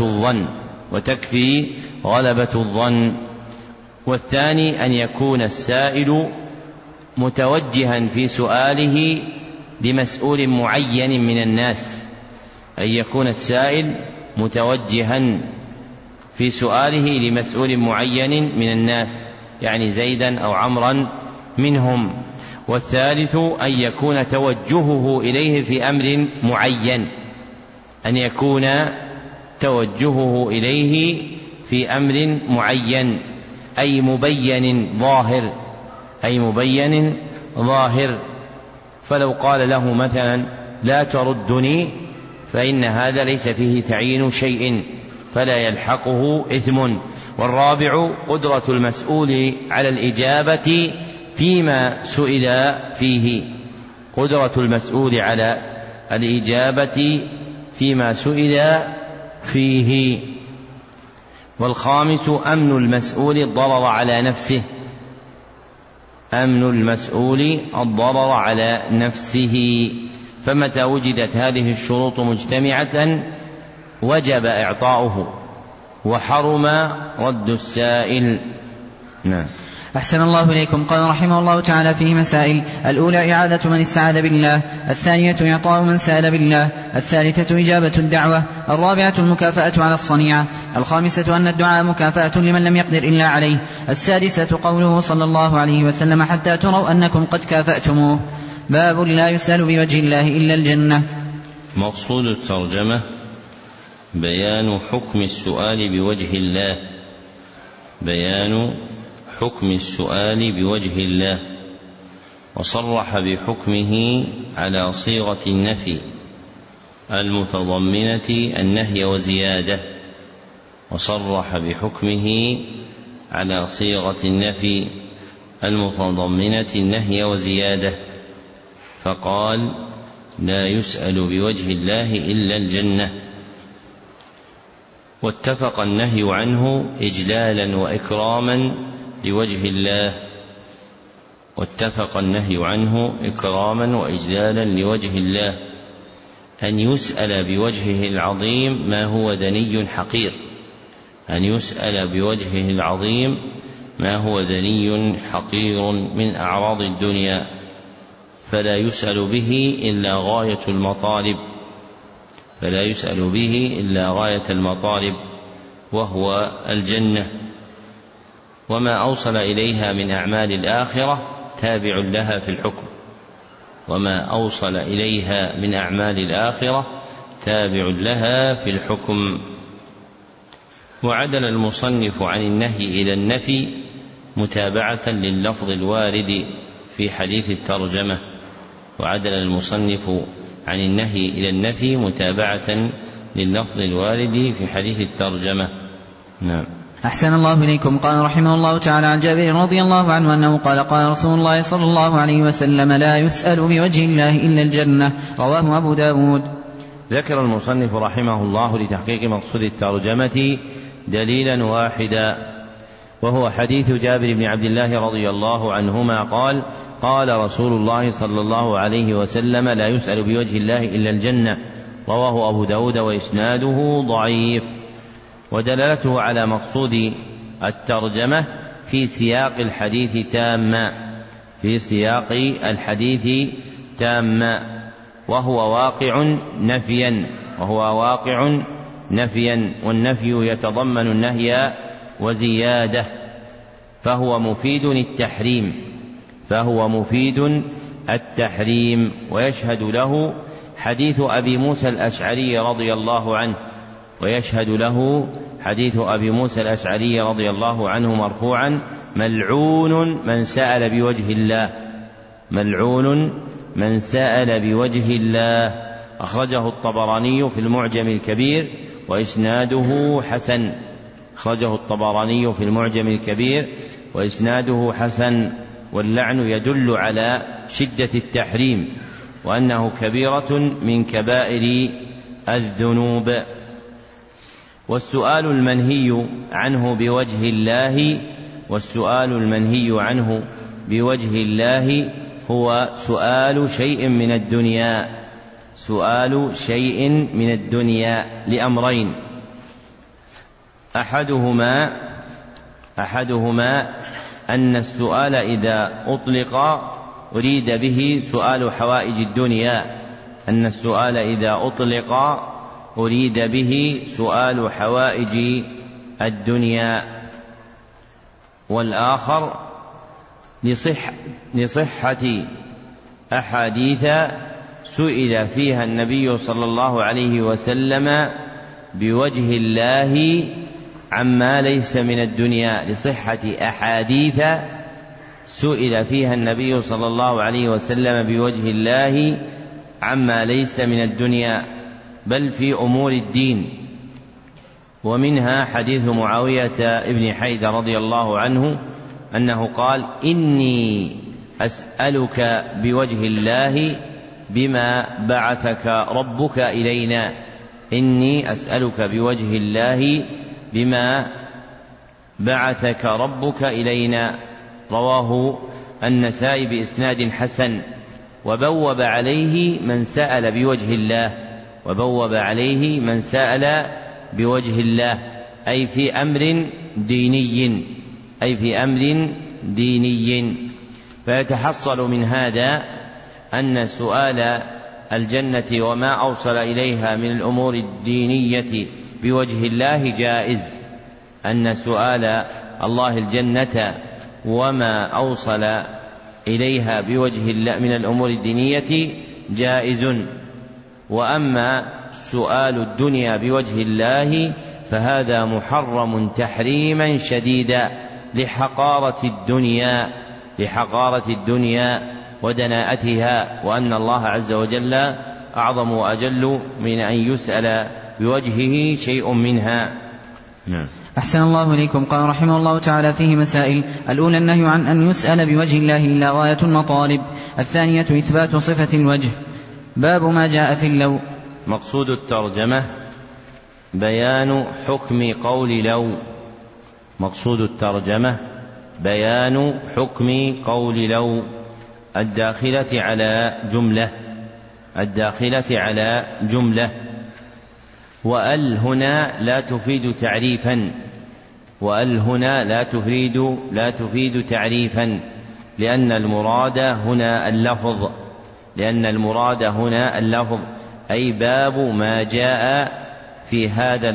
غلبة الظن. والثاني أن يكون السائل متوجها في سؤاله لمسؤول معين من الناس، أن يكون السائل متوجها في سؤاله لمسؤول معين من الناس، يعني زيدا أو عمرا منهم. والثالث أن يكون توجهه إليه في أمر معين، أن يكون توجهه إليه في أمر معين أي مبين ظاهر. فلو قال له مثلا لا تردني، فإن هذا ليس فيه تعيين شيء فلا يلحقه إثم. والرابع قدرة المسؤول على الإجابة فيما سئل فيه، قدرة المسؤول على الإجابة فيما سئل فيه. والخامس أمن المسؤول الضرر على نفسه، فمتى وجدت هذه الشروط مجتمعة وجب إعطاؤه وحرم رد السائل. نعم. أحسن الله إليكم. قال رحمه الله تعالى فيه مسائل: الأولى إعادة من استعاذ بالله، الثانية إعطاء من سأل بالله، الثالثة إجابة الدعوة، الرابعة المكافأة على الصنيعة، الخامسة أن الدعاء مكافأة لمن لم يقدر إلا عليه، السادسة قوله صلى الله عليه وسلم: حتى تروا أنكم قد كافأتموه. باب لا يسأل بوجه الله إلا الجنة. مقصود الترجمة بيان حكم السؤال بوجه الله، وصرح بحكمه على صيغة النفي المتضمنة النهي وزيادة، فقال: لا يسأل بوجه الله إلا الجنة. واتفق النهي عنه إجلالا وإكراما لوجه الله، أن يسأل بوجهه العظيم ما هو دني حقير من أعراض الدنيا، فلا يسأل به إلا غاية المطالب وهو الجنة. وما أوصل إليها من أعمال الآخرة تابع لها في الحكم. وعدل المصنف عن النهي إلى النفي متابعة لللفظ الوارد في حديث الترجمة. نعم. أحسن الله إليكم. قال رحمه الله تعالى عن جابر رضي الله عنه أنه قال: قال رسول الله صلى الله عليه وسلم: لا يسأل بوجه الله إلا الجنة. رواه أبو داود. ذكر المصنف رحمه الله لتحقيق مقصود الترجمة دليلا واحدا، وهو حديث جابر بن عبد الله رضي الله عنهما قال: قال رسول الله صلى الله عليه وسلم: لا يسأل بوجه الله إلا الجنة. رواه أبو داود وإسناده ضعيف. ودلالته على مقصود الترجمة في سياق الحديث تاما، وهو واقع نفيا، والنفي يتضمن النهي وزيادة، فهو مفيد التحريم. ويشهد له حديث أبي موسى الأشعري رضي الله عنه مرفوعا: ملعون من سأل بوجه الله. أخرجه الطبراني في المعجم الكبير وإسناده حسن. واللعن يدل على شدة التحريم، وأنه كبيرة من كبائر الذنوب. والسؤال المنهي عنه بوجه الله هو سؤال شيء من الدنيا لأمرين: أحدهما أن السؤال إذا أطلق أريد به سؤال حوائج الدنيا، والآخر لصحة أحاديث سئل فيها النبي صلى الله عليه وسلم بوجه الله عما ليس من الدنيا، لصحة أحاديث سئل فيها النبي صلى الله عليه وسلم بوجه الله عما ليس من الدنيا بل في أمور الدين. ومنها حديث معاوية ابن حيدر رضي الله عنه أنه قال: إني أسألك بوجه الله بما بعثك ربك إلينا، إني أسألك بوجه الله بما بعثك ربك إلينا. رواه النسائي بإسناد حسن. وبوب عليه من سأل بوجه الله أي في أمر ديني. فيتحصل من هذا أن سؤال الجنة وما أوصل إليها من الأمور الدينية بوجه الله جائز، أن سؤال الله الجنة وما أوصل إليها بوجه الله من الأمور الدينية جائز. وأما سؤال الدنيا بوجه الله فهذا محرم تحريما شديدا لحقارة الدنيا ودناءتها، وأن الله عز وجل أعظم وأجل من أن يسأل بوجهه شيء منها. نعم. أحسن الله إليكم. قال رحمه الله تعالى فيه مسائل: الأولى النهي عن أن يسأل بوجه الله إلا غاية المطالب. الثانية إثبات صفة الوجه. باب ما جاء في اللو. مقصود الترجمة بيان حكم قول لو الداخلة على جملة. وأل هنا لا تفيد تعريفا لأن المراد هنا اللفظ أي باب ما جاء في هذا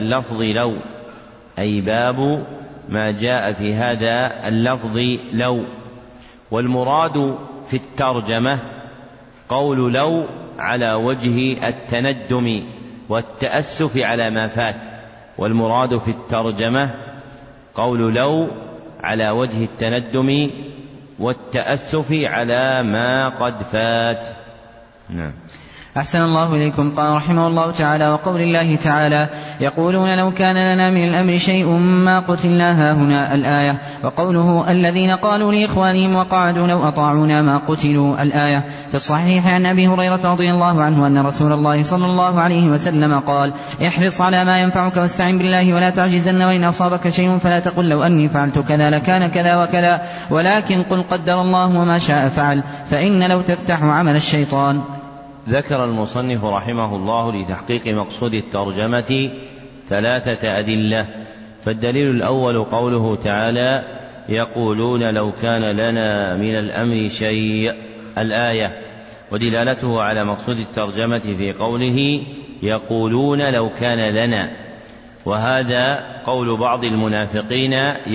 اللفظ لو. والمراد في الترجمة قول لو على وجه التندم والتأسف على ما فات. والمراد في الترجمة قول لو على وجه التندم والتأسف على ما قد فات. نعم. أحسن الله إليكم. قال رحمه الله تعالى: وقول الله تعالى: يقولون لو كان لنا من الأمر شيء ما قتلنا هاهنا، الآية. وقوله: الذين قالوا لإخوانهم وقعدوا لو أطاعونا ما قتلوا، الآية. في الصحيح عن أبي هريرة رضي الله عنه أن رسول الله صلى الله عليه وسلم قال: احرص على ما ينفعك واستعن بالله ولا تعجزن، وإن أصابك شيء فلا تقل لو أني فعلت كذا لكان كذا وكذا، ولكن قل قدر الله وما شاء فعل، فإن لو تفتح عمل الشيطان. ذكر المصنف رحمه الله لتحقيق مقصود الترجمة 3 أدلة. فالدليل الأول قوله تعالى: يقولون لو كان لنا من الأمر شيء، الآية. ودلالته على مقصود الترجمة في قوله: يقولون لو كان لنا، وهذا قول بعض المنافقين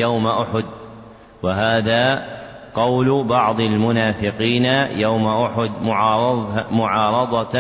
يوم أحد معارضة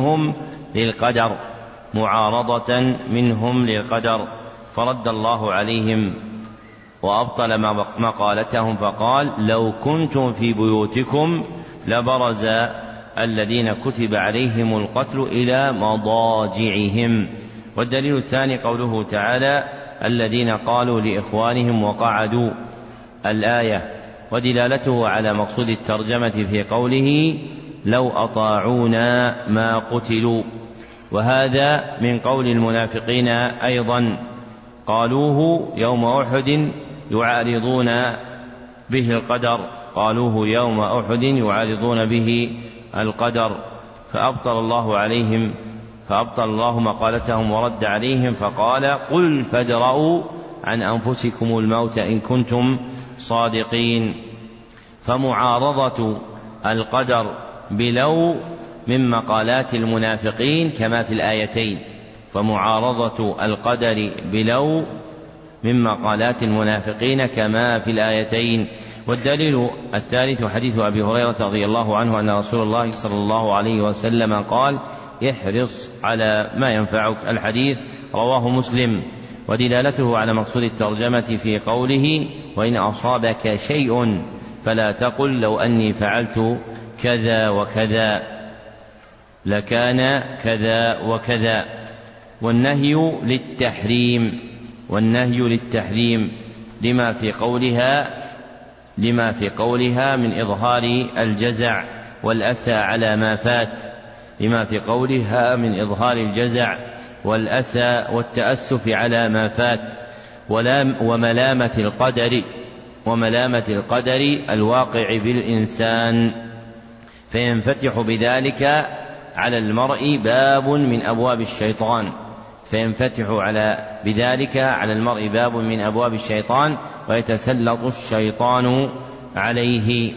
منهم للقدر، فرد الله عليهم وأبطل مقالتهم فقال: لو كنتم في بيوتكم لبرز الذين كتب عليهم القتل إلى مضاجعهم. والدليل الثاني قوله تعالى: الذين قالوا لإخوانهم وقعدوا، الآية. ودلالته على مقصود الترجمة في قوله: لو أطاعونا ما قتلوا. وهذا من قول المنافقين أيضا، قالوه يوم أحد يعارضون به القدر، قالوه يوم أحد يعارضون به القدر، فأبطل الله مقالتهم ورد عليهم فقال: قل فادرءوا عن أنفسكم الموت إن كنتم صادقين. فمعارضة القدر بلو من مقالات المنافقين كما في الآيتين، فمعارضة القدر بلو من مقالات المنافقين كما في الآيتين. والدليل الثالث حديث أبي هريرة رضي الله عنه أن رسول الله صلى الله عليه وسلم قال: احرص على ما ينفعك. الحديث رواه مسلم. ودلالته على مقصود الترجمة في قوله: وإن أصابك شيء فلا تقل لو أني فعلت كذا وكذا لكان كذا وكذا. والنهي للتحريم لما في قولها من إظهار الجزع والأسى على ما فات، لما في قولها من إظهار الجزع والأسى والتأسف على ما فات، وملامة القدر الواقع بالإنسان، فينفتح بذلك على المرء باب من أبواب الشيطان ويتسلط الشيطان عليه.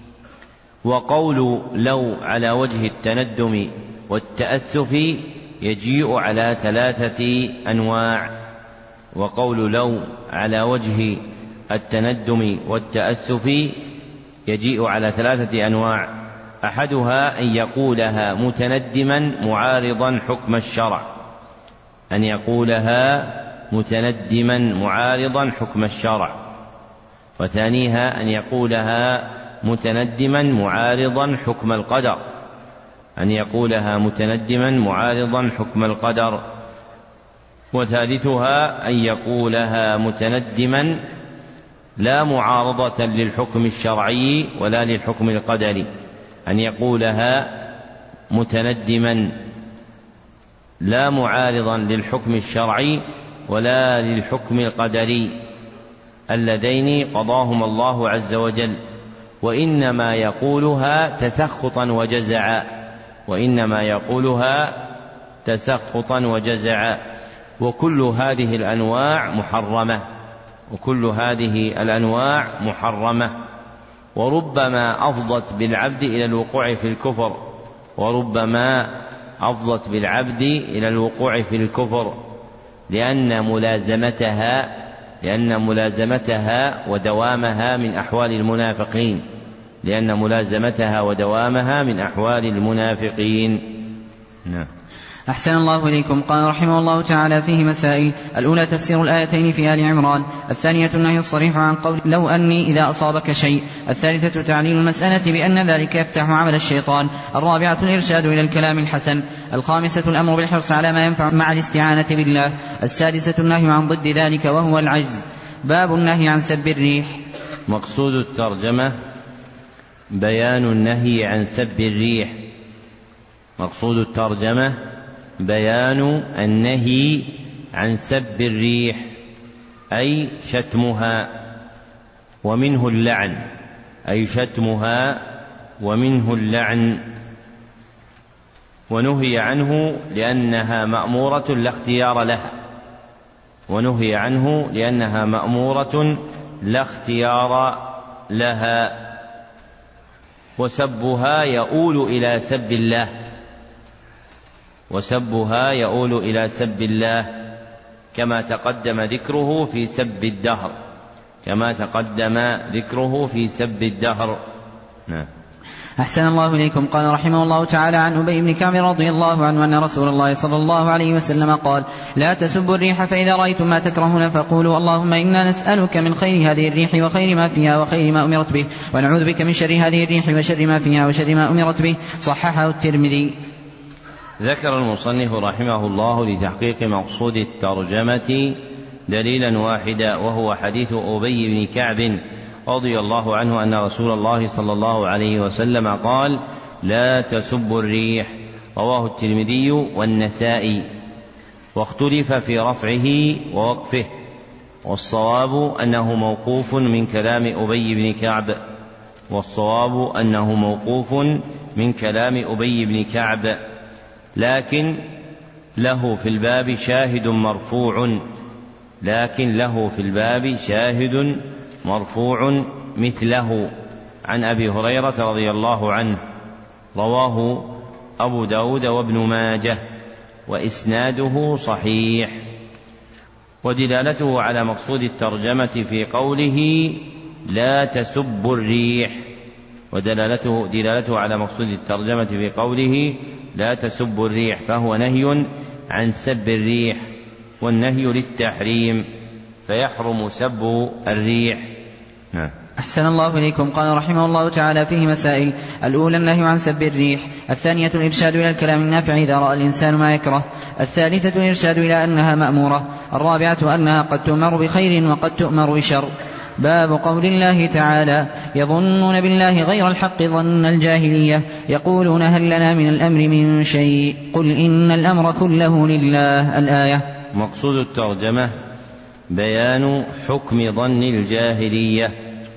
وقول لو على وجه التندم والتأسف يجيء على 3 أنواع. وقول لو على وجه التندم والتأسف يجيء على 3 أنواع: أحدها أن يقولها متندما معارضا حكم الشرع، وثانيها أن يقولها متندما معارضا حكم القدر، وثالثها أن يقولها متندما لا معارضة للحكم الشرعي ولا للحكم القدري، أن يقولها متندما لا معارضا للحكم الشرعي ولا للحكم القدري اللذين قضاهما الله عز وجل، وإنما يقولها تسخطا وجزعا. وكل هذه الأنواع محرمة، وربما أفضت بالعبد إلى الوقوع في الكفر، لأن ملازمتها ودوامها من أحوال المنافقين. نعم. أحسن الله إليكم. قال رحمه الله تعالى: فيه مسائل: الأولى تفسير الآيتين في آل عمران، الثانية النهي الصريح عن قول لو أني إذا أصابك شيء، الثالثة تعليل المسألة بأن ذلك يفتح عمل الشيطان، الرابعة الإرشاد إلى الكلام الحسن، الخامسة الأمر بالحرص على ما ينفع مع الاستعانة بالله، السادسة النهي عن ضد ذلك وهو العجز. باب النهي عن سب الريح. مقصود الترجمة بيان النهي عن سب الريح. مقصود الترجمة بيان النهي عن سب الريح، أي شتمها ومنه اللعن، ونهي عنه لأنها مأمورة لا اختيار لها، وسبها يؤول إلى سب الله كما تقدم ذكره في سب الدهر. نعم. أحسن الله إليكم. قال رحمه الله تعالى: عن أبي بن كعب رضي الله عنه أن رسول الله صلى الله عليه وسلم قال: لا تسبوا الريح، فإذا رأيتم ما تكرهون فقولوا اللهم إنا نسألك من خير هذه الريح وخير ما فيها وخير ما أمرت به، ونعوذ بك من شر هذه الريح وشر ما فيها وشر ما أمرت به. صححه الترمذي. ذكر المصنف رحمه الله لتحقيق مقصود الترجمة دليلا واحدا، وهو حديث أبي بن كعب رضي الله عنه أن رسول الله صلى الله عليه وسلم قال: لا تسبوا الريح، رواه الترمذي والنسائي، واختلف في رفعه ووقفه، والصواب أنه موقوف من كلام أبي بن كعب، لكن له في الباب شاهد مرفوع مثله عن أبي هريرة رضي الله عنه، رواه أبو داود وابن ماجه، وإسناده صحيح. ودلالته على مقصود الترجمة في قوله لا تسبوا الريح، فهو نهي عن سب الريح، والنهي للتحريم، فيحرم سب الريح. أحسن الله إليكم. قال رحمه الله تعالى فيه مسائل: الأولى النهي عن سب الريح، الثانية الإرشاد إلى الكلام النافع إذا رأى الإنسان ما يكره، الثالثة الإرشاد إلى أنها مأمورة، الرابعة أنها قد تؤمر بخير وقد تؤمر بشر. باب قول الله تعالى: يظنون بالله غير الحق ظن الجاهلية، يقولون هل لنا من الأمر من شيء، قل إن الأمر كله لله. الآية. مقصود الترجمة بيان حكم ظن الجاهلية.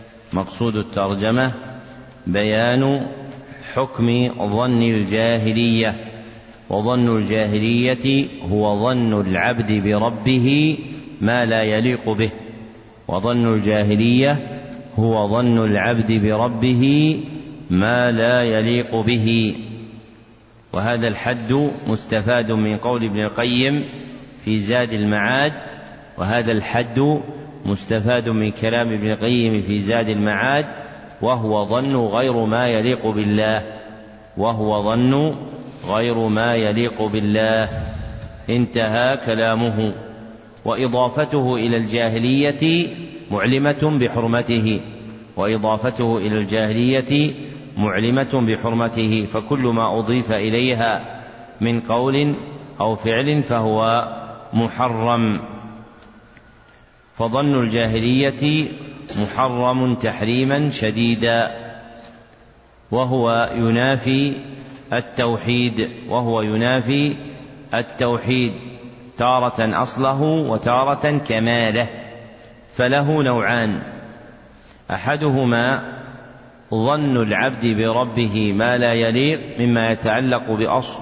وظن الجاهلية هو ظن العبد بربه ما لا يليق به، وهذا الحد مستفاد من قول ابن القيم في زاد المعاد، كلام ابن القيم في زاد المعاد، وهو ظن غير ما يليق بالله. انتهى كلامه. وإضافته إلى الجاهلية معلمة بحرمته، فكل ما أضيف إليها من قول أو فعل فهو محرم. فظن الجاهلية محرم تحريما شديدا، وهو ينافي التوحيد تارة أصله وتارة كماله، فله نوعان: أحدهما ظن العبد بربه ما لا يليق مما يتعلق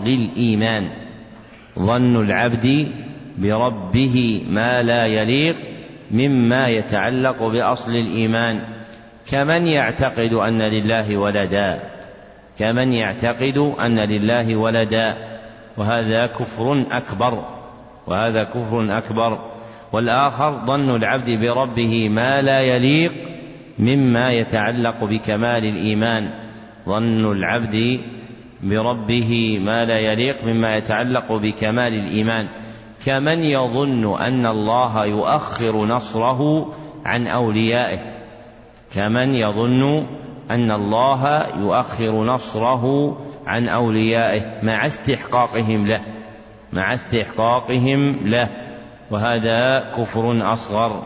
بأصل الإيمان، كمن يعتقد أن لله ولدا، وهذا كفر أكبر. والآخر ظن العبد بربه ما لا يليق مما يتعلق بكمال الإيمان، كمن يظن أن الله يؤخر نصره عن أوليائه مع استحقاقهم له، وهذا كفر أصغر.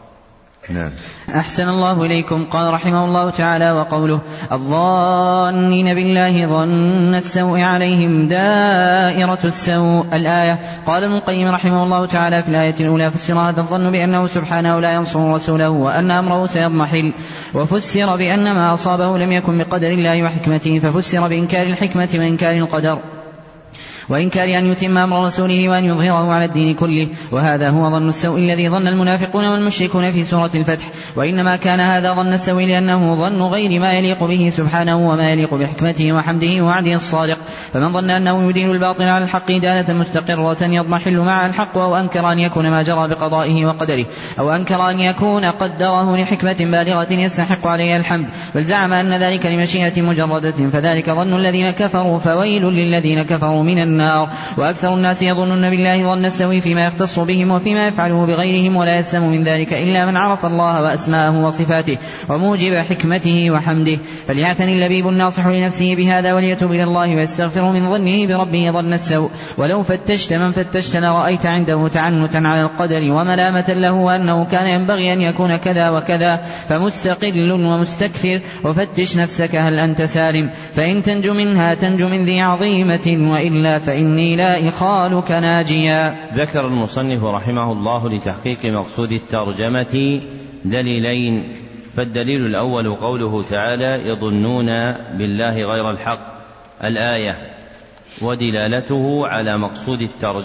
أحسن الله إليكم. قال رحمه الله تعالى: وقوله الظانين بالله ظن السوء عليهم دائرة السوء. الآية. قال ابن القيم رحمه الله تعالى في الآية الأولى: فسر هذا الظن بأنه سبحانه لا ينصر رسوله وأن أمره سيضمحل، وفسر بأن ما أصابه لم يكن بقدر الله وحكمته، ففسر بإنكار الحكمة وإنكار القدر، وإنكار أن يتم أمر رسوله وأن يظهره على الدين كله، وهذا هو ظن السوء الذي ظن المنافقون والمشركون في سورة الفتح. وإنما كان هذا ظن السوء لأنه ظن غير ما يليق به سبحانه وما يليق بحكمته وحمده ووعده الصادق. فمن ظن أنه يدين الباطل على الحق دالة مستقرة يضمحل مع الحق، أو أنكر أن يكون ما جرى بقضائه وقدره، أو أنكر أن يكون قدره لحكمة بالغة يستحق عليها الحمد، بل زعم أن ذلك لمشيئة مجردة، فذلك ظن الذين كفروا، فويل للذين كفروا من النار. وأكثر الناس يظنون بالله ظن السوء فيما يختص بهم وفيما يفعله بغيرهم، ولا يسلم من ذلك إلا من عرف الله وأسماءه وصفاته وموجب حكمته وحمده. فليعتني اللبيب الناصح لنفسه بهذا وليتوب إلى الله ويستغفر من ظنه بربه ظن السوء. ولو فتشت من فتشت لرأيت عنده تعنتا على القدر وملامة له وأنه كان ينبغي أن يكون كذا وكذا، فمستقل ومستكثر. وفتش نفسك هل أنت سالم، فإن تنجو منها تنجو من ذي عظيمة، وإلا فإني لا إخالك ناجيا. ذكر المصنف رحمه الله لتحقيق مقصود الترجمة دليلين. فالدليل الأول قوله تعالى يظنون بالله غير الحق الآية، ودلالته على مقصود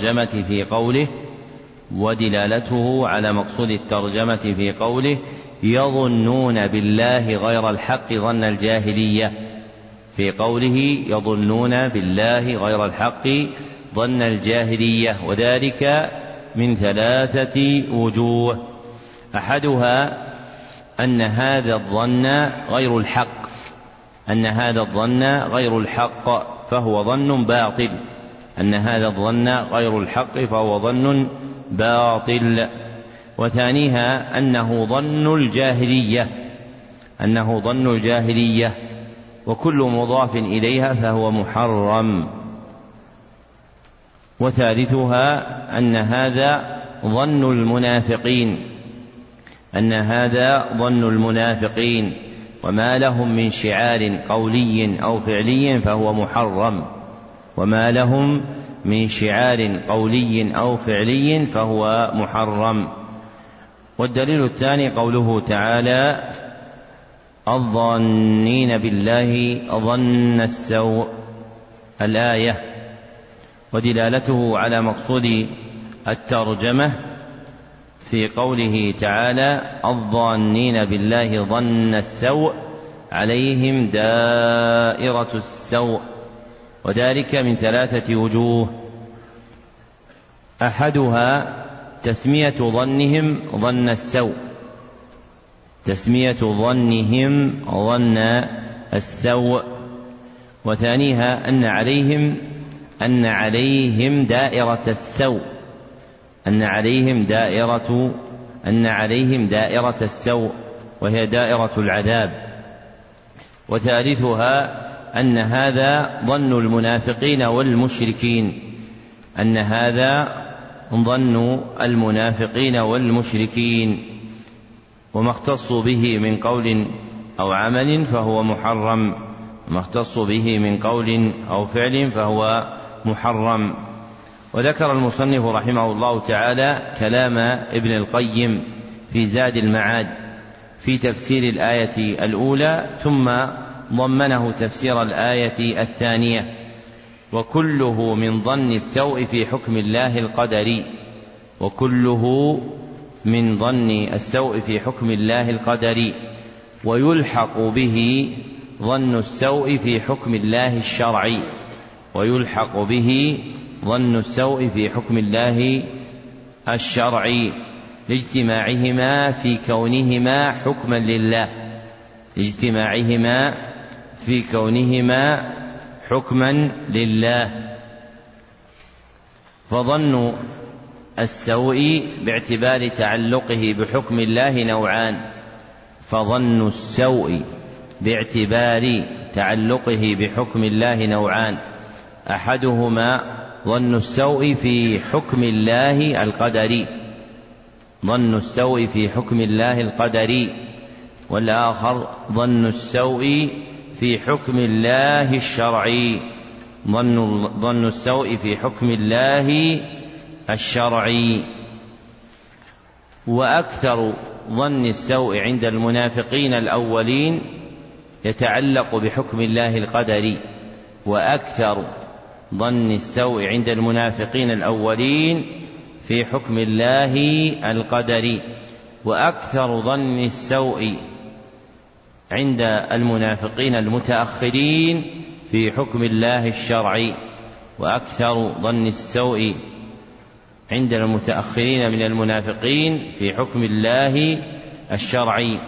الترجمة في قوله يظنون بالله غير الحق ظن الجاهلية، في قوله يظنون بالله غير الحق ظن الجاهلية، وذلك من 3 وجوه. أحدها أن هذا الظن غير الحق فهو ظن باطل. وثانيها أنه ظن الجاهلية، وكل مضاف إليها فهو محرم. وثالثها أن هذا ظن المنافقين، وما لهم من شعار قولي أو فعلي فهو محرم. والدليل الثاني قوله تعالى الظانين بالله ظن السوء الآية، ودلالته على مقصود الترجمة في قوله تعالى الظانين بالله ظن السوء عليهم دائرة السوء، وذلك من 3 وجوه. أحدها تسمية ظنهم ظن السوء. وثانيها أن عليهم دائرة السوء وهي دائرة العذاب. وثالثها أن هذا ظن المنافقين والمشركين، وما اختصوا به من قول أو عمل فهو محرم، وما اختصوا به من قول أو فعل فهو محرم. وذكر المصنف رحمه الله تعالى كلام ابن القيم في زاد المعاد في تفسير الآية الأولى، ثم ضمنه تفسير الآية الثانية. وكله من ظن السوء في حكم الله القدري، ويلحق به ظن السوء في حكم الله الشرعي لاجتماعهما في كونهما حكما لله. فظن السوء باعتبار تعلقه بحكم الله نوعان، أحدهما ظن السوء في حكم الله القدري، والآخر ظن السوء في حكم الله الشرعي. وأكثر ظن السوء عند المنافقين الأولين يتعلق بحكم الله القدري، في حكم الله القدري. وأكثر ظن السوء عند المنافقين المتأخرين في حكم الله الشرعي، وأكثر ظن السوء عند المتأخرين من المنافقين في حكم الله الشرعي.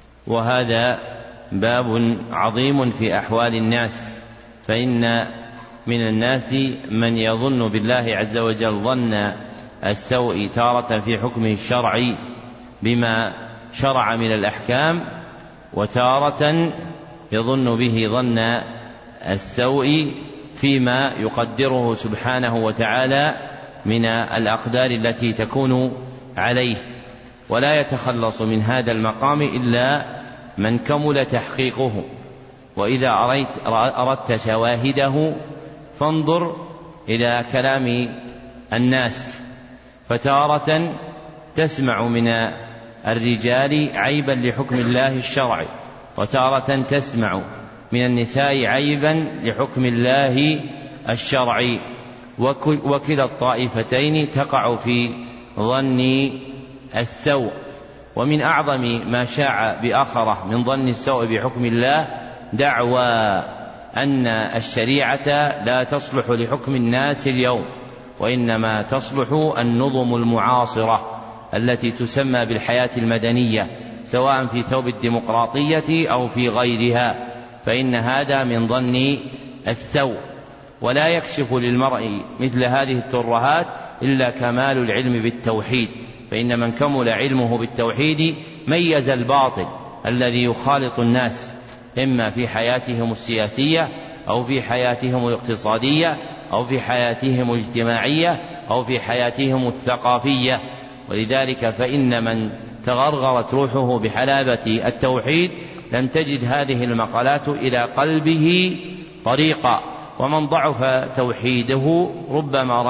وهذا باب عظيم في أحوال الناس، فإن من الناس من يظن بالله عز وجل ظن السوء تارة في حكمه الشرعي بما شرع من الأحكام، وتارة يظن به ظن السوء فيما يقدره سبحانه وتعالى من الأقدار التي تكون عليه. ولا يتخلص من هذا المقام إلا من كمل تحقيقه. وإذا أردت شواهده فانظر إلى كلام الناس، فتارة تسمع من الرجال عيبا لحكم الله الشرعي، وتارة تسمع من النساء عيبا لحكم الله الشرعي، وكلا الطائفتين تقع في ظن السوء. ومن أعظم ما شاع بآخرة من ظن السوء بحكم الله دعوى أن الشريعة لا تصلح لحكم الناس اليوم، وإنما تصلح النظم المعاصرة التي تسمى بالحياة المدنية، سواء في ثوب الديمقراطية أو في غيرها، فإن هذا من ظن السوء. ولا يكشف للمرء مثل هذه الترهات إلا كمال العلم بالتوحيد، فإن من كمل علمه بالتوحيد ميز الباطل الذي يخالط الناس إما في حياتهم السياسية أو في حياتهم الاقتصادية أو في حياتهم الاجتماعية أو في حياتهم الثقافية. ولذلك فإن من تغرغرت روحه بحلاوة التوحيد لم تجد هذه المقالات إلى قلبه طريقا، ومن ضعف توحيده ربما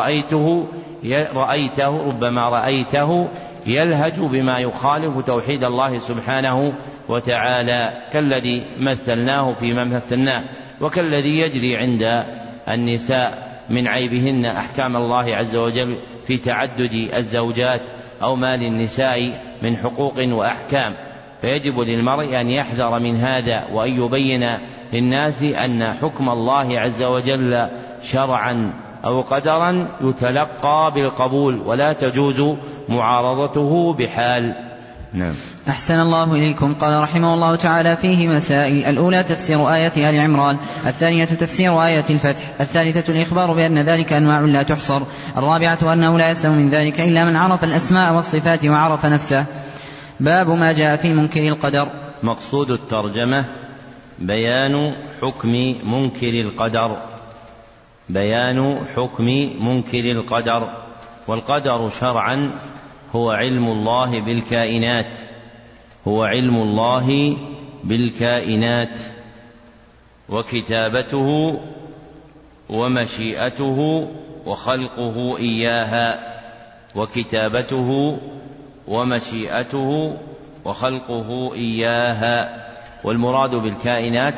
رأيته يلهج بما يخالف توحيد الله سبحانه وتعالى، كالذي مثلناه فيما مثلناه، وكالذي يجري عند النساء من عيبهن أحكام الله عز وجل في تعدد الزوجات أو ما للنساء من حقوق وأحكام. فيجب للمرء أن يحذر من هذا، وأن يبين للناس أن حكم الله عز وجل شرعا أو قدرا يتلقى بالقبول ولا تجوز معارضته بحال. نعم. أحسن الله إليكم. قال رحمه الله تعالى: فيه مسائل: الأولى تفسير آية آل عمران، الثانية تفسير آية الفتح، الثالثة الإخبار بأن ذلك أنواع لا تحصر، الرابعة أنه لا يسلم من ذلك إلا من عرف الأسماء والصفات وعرف نفسه. باب ما جاء في منكر القدر. مقصود الترجمة بيان حكم منكر القدر. والقدر شرعا هو علم الله بالكائنات وكتابته ومشيئته وخلقه إياها. والمراد بالكائنات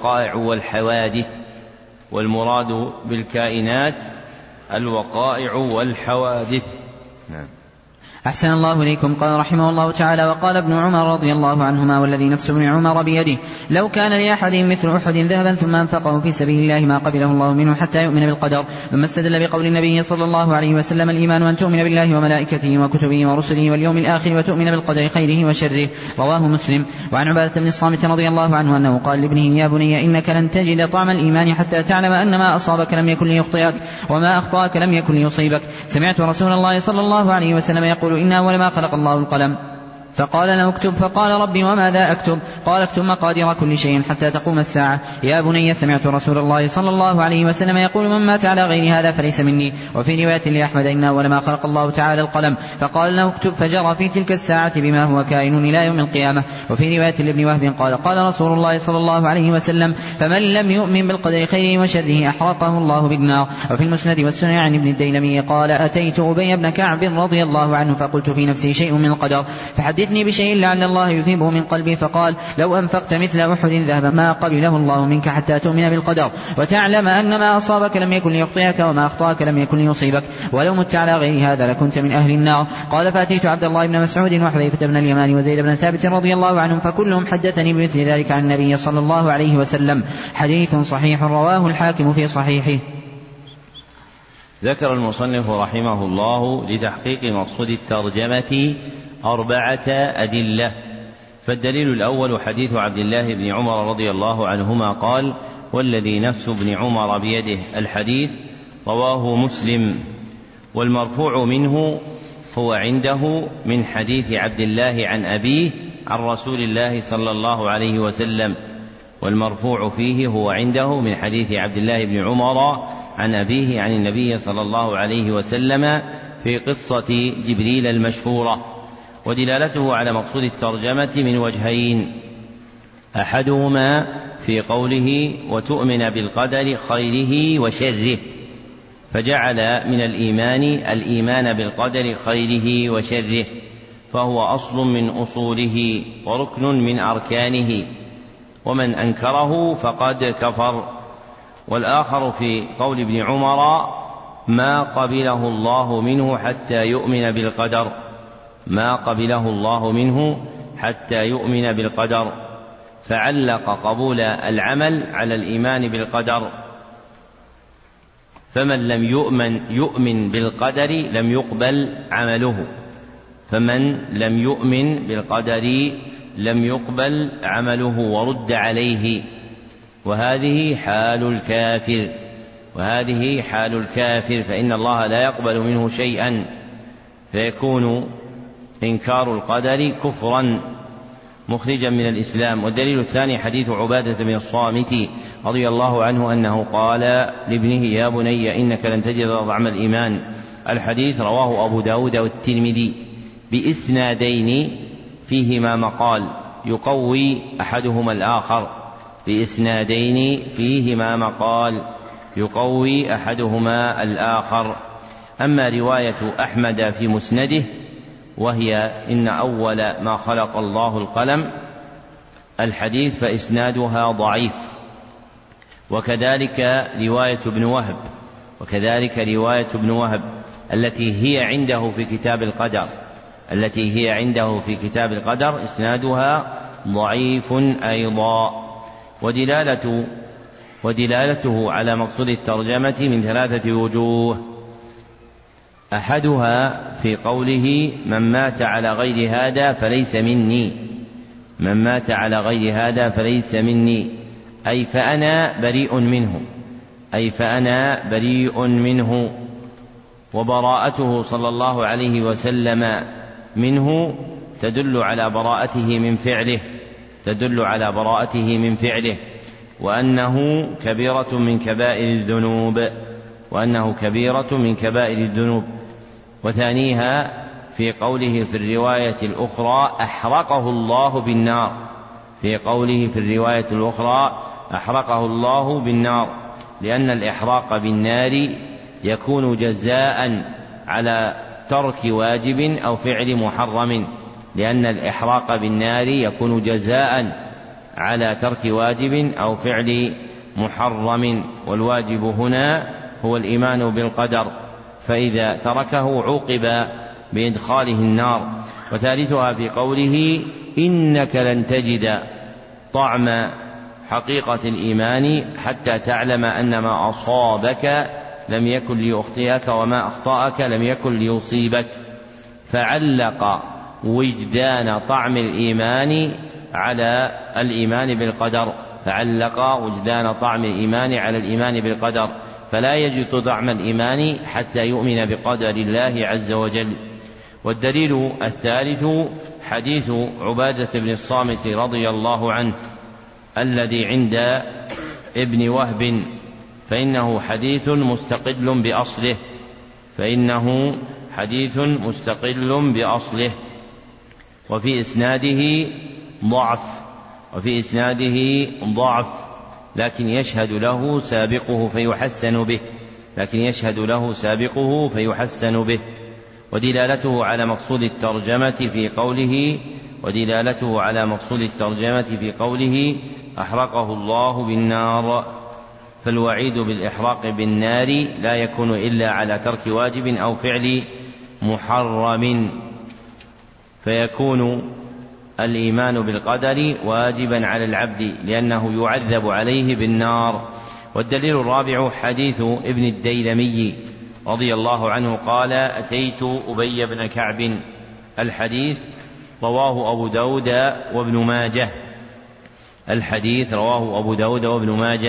الوقائع والحوادث. نعم. أحسن الله إليكم. قال رحمه الله تعالى: وقال ابن عمر رضي الله عنهما والذي نفس ابن عمر بيده: لو كان لأحد مثل أحد ذهبا ثم أنفقه في سبيل الله ما قبله الله منه حتى يؤمن بالقدر. ثم استدل بقول النبي صلى الله عليه وسلم: الإيمان أن تؤمن بالله وملائكته وكتبه ورسله واليوم الآخر وتؤمن بالقدر خيره وشره. رواه مسلم. وعن عبادة بن الصامت رضي الله عنه أنه قال لابنه: يا بني إنك لن تجد طعم الإيمان حتى تعلم أن ما أصابك لم يكن ليخطئك وما أخطأك لم يكن ليصيبك. سمعت رسول الله صلى الله عليه وسلم يقول: إن أول ما خلق الله القلم فقال له: اكتب. فقال: ربي وماذا أكتب؟ قال: اكتب مقادير كل شيء حتى تقوم الساعة. يا بني سمعت رسول الله صلى الله عليه وسلم يقول: من مات على غير هذا فليس مني. وفي رواية لأحمد: إن أول ما خلق الله تعالى القلم فقال له: اكتب. فجرى في تلك الساعة بما هو كائن إلى يوم القيامة. وفي رواية لابن وهب قال: قال رسول الله صلى الله عليه وسلم: فمن لم يؤمن بالقدر خيره وشره أحرقه الله بالنار. وفي المسند والسنن عن ابن الديلمي قال: أتيت أبي بن كعب رضي الله عنه فقلت في نفسي شيء من القدر فحدثني بشيء لعل الله يثيبه من قلبي. فقال: لو أنفقت مثل أحد ذهب ما قبله الله منك حتى تؤمن بالقدر وتعلم أن ما أصابك لم يكن ليخطئك وما أخطأك لم يكن ليصيبك ولو مت على غير هذا لكنت من أهل النار. قال: فأتيت عبد الله بن مسعود وحذيفة بن اليمان وزيد بن ثابت رضي الله عنهم فكلهم حدثني بمثل ذلك عن النبي صلى الله عليه وسلم. حديث صحيح رواه الحاكم في صحيحه. ذكر المصنف رحمه الله لتحقيق مقصود الترجمة 4 أدلة. فالدليل الأول حديث عبد الله بن عمر رضي الله عنهما قال: والذي نفس ابن عمر بيده. الحديث رواه مسلم. والمرفوع منه هو عنده من حديث عبد الله عن أبيه عن رسول الله صلى الله عليه وسلم. والمرفوع فيه هو عنده من حديث عبد الله بن عمر عن أبيه عن النبي صلى الله عليه وسلم في قصة جبريل المشهورة. ودلالته على مقصود الترجمة من وجهين: أحدهما في قوله وتؤمن بالقدر خيره وشره، فجعل من الإيمان بالقدر خيره وشره، فهو أصل من أصوله وركن من أركانه، ومن أنكره فقد كفر. والآخر في قول ابن عمر ما قبله الله منه حتى يؤمن بالقدر، ما قبله الله منه حتى يؤمن بالقدر، فعلق قبول العمل على الإيمان بالقدر، فمن لم يؤمن بالقدر لم يقبل عمله، فمن لم يؤمن بالقدر لم يقبل عمله ورد عليه. وهذه حال الكافر، فإن الله لا يقبل منه شيئا، فيكون إنكار القدر كفرا مخرجا من الإسلام. والدليل الثاني حديث عبادة بن الصامت رضي الله عنه أنه قال لابنه يا بني إنك لن تجد طعم الإيمان. الحديث رواه أبو داود والترمذي بإسنادين فيهما مقال يقوي أحدهما الآخر، بإسنادين فيهما مقال يقوي أحدهما الآخر. أما رواية أحمد في مسنده وهي إن أول ما خلق الله القلم الحديث فإسنادها ضعيف، وكذلك رواية ابن وهب التي هي عنده في كتاب القدر إسنادها ضعيف أيضا. ودلالته على مقصود الترجمة من 3 وجوه: أحدها في قوله من مات على غير هذا فليس مني، أي فأنا بريء منه. وبراءته صلى الله عليه وسلم منه تدل على براءته من فعله، وأنه كبيرة من كبائر الذنوب. وثانيها في قوله في الرواية الأخرى أحرقه الله بالنار، لأن الإحراق بالنار يكون جزاء على ترك واجب أو فعل محرم، والواجب هنا هو الإيمان بالقدر، فإذا تركه عوقب بإدخاله النار. وثالثها في قوله إنك لن تجد طعم حقيقة الإيمان حتى تعلم أن ما أصابك لم يكن ليخطئك وما أخطأك لم يكن ليصيبك، فعلق وجدان طعم الإيمان على الإيمان بالقدر، فلا يجد طعم الإيمان حتى يؤمن بقدر الله عز وجل. والدليل الثالث حديث عبادة بن الصامت رضي الله عنه الذي عند ابن وهب، فإنه حديث مستقل بأصله، وفي إسناده ضعف، لكن يشهد له سابقه به. ودلالته على مقصود الترجمة في قوله أحرقه الله بالنار، فالوعيد بالإحراق بالنار لا يكون إلا على ترك واجب أو فعل محرم، فيكون الإيمان بالقدر واجبا على العبد لأنه يعذب عليه بالنار. والدليل الرابع حديث ابن الديلمي رضي الله عنه قال أتيت أبي بن كعب. الحديث رواه أبو داود وابن ماجه.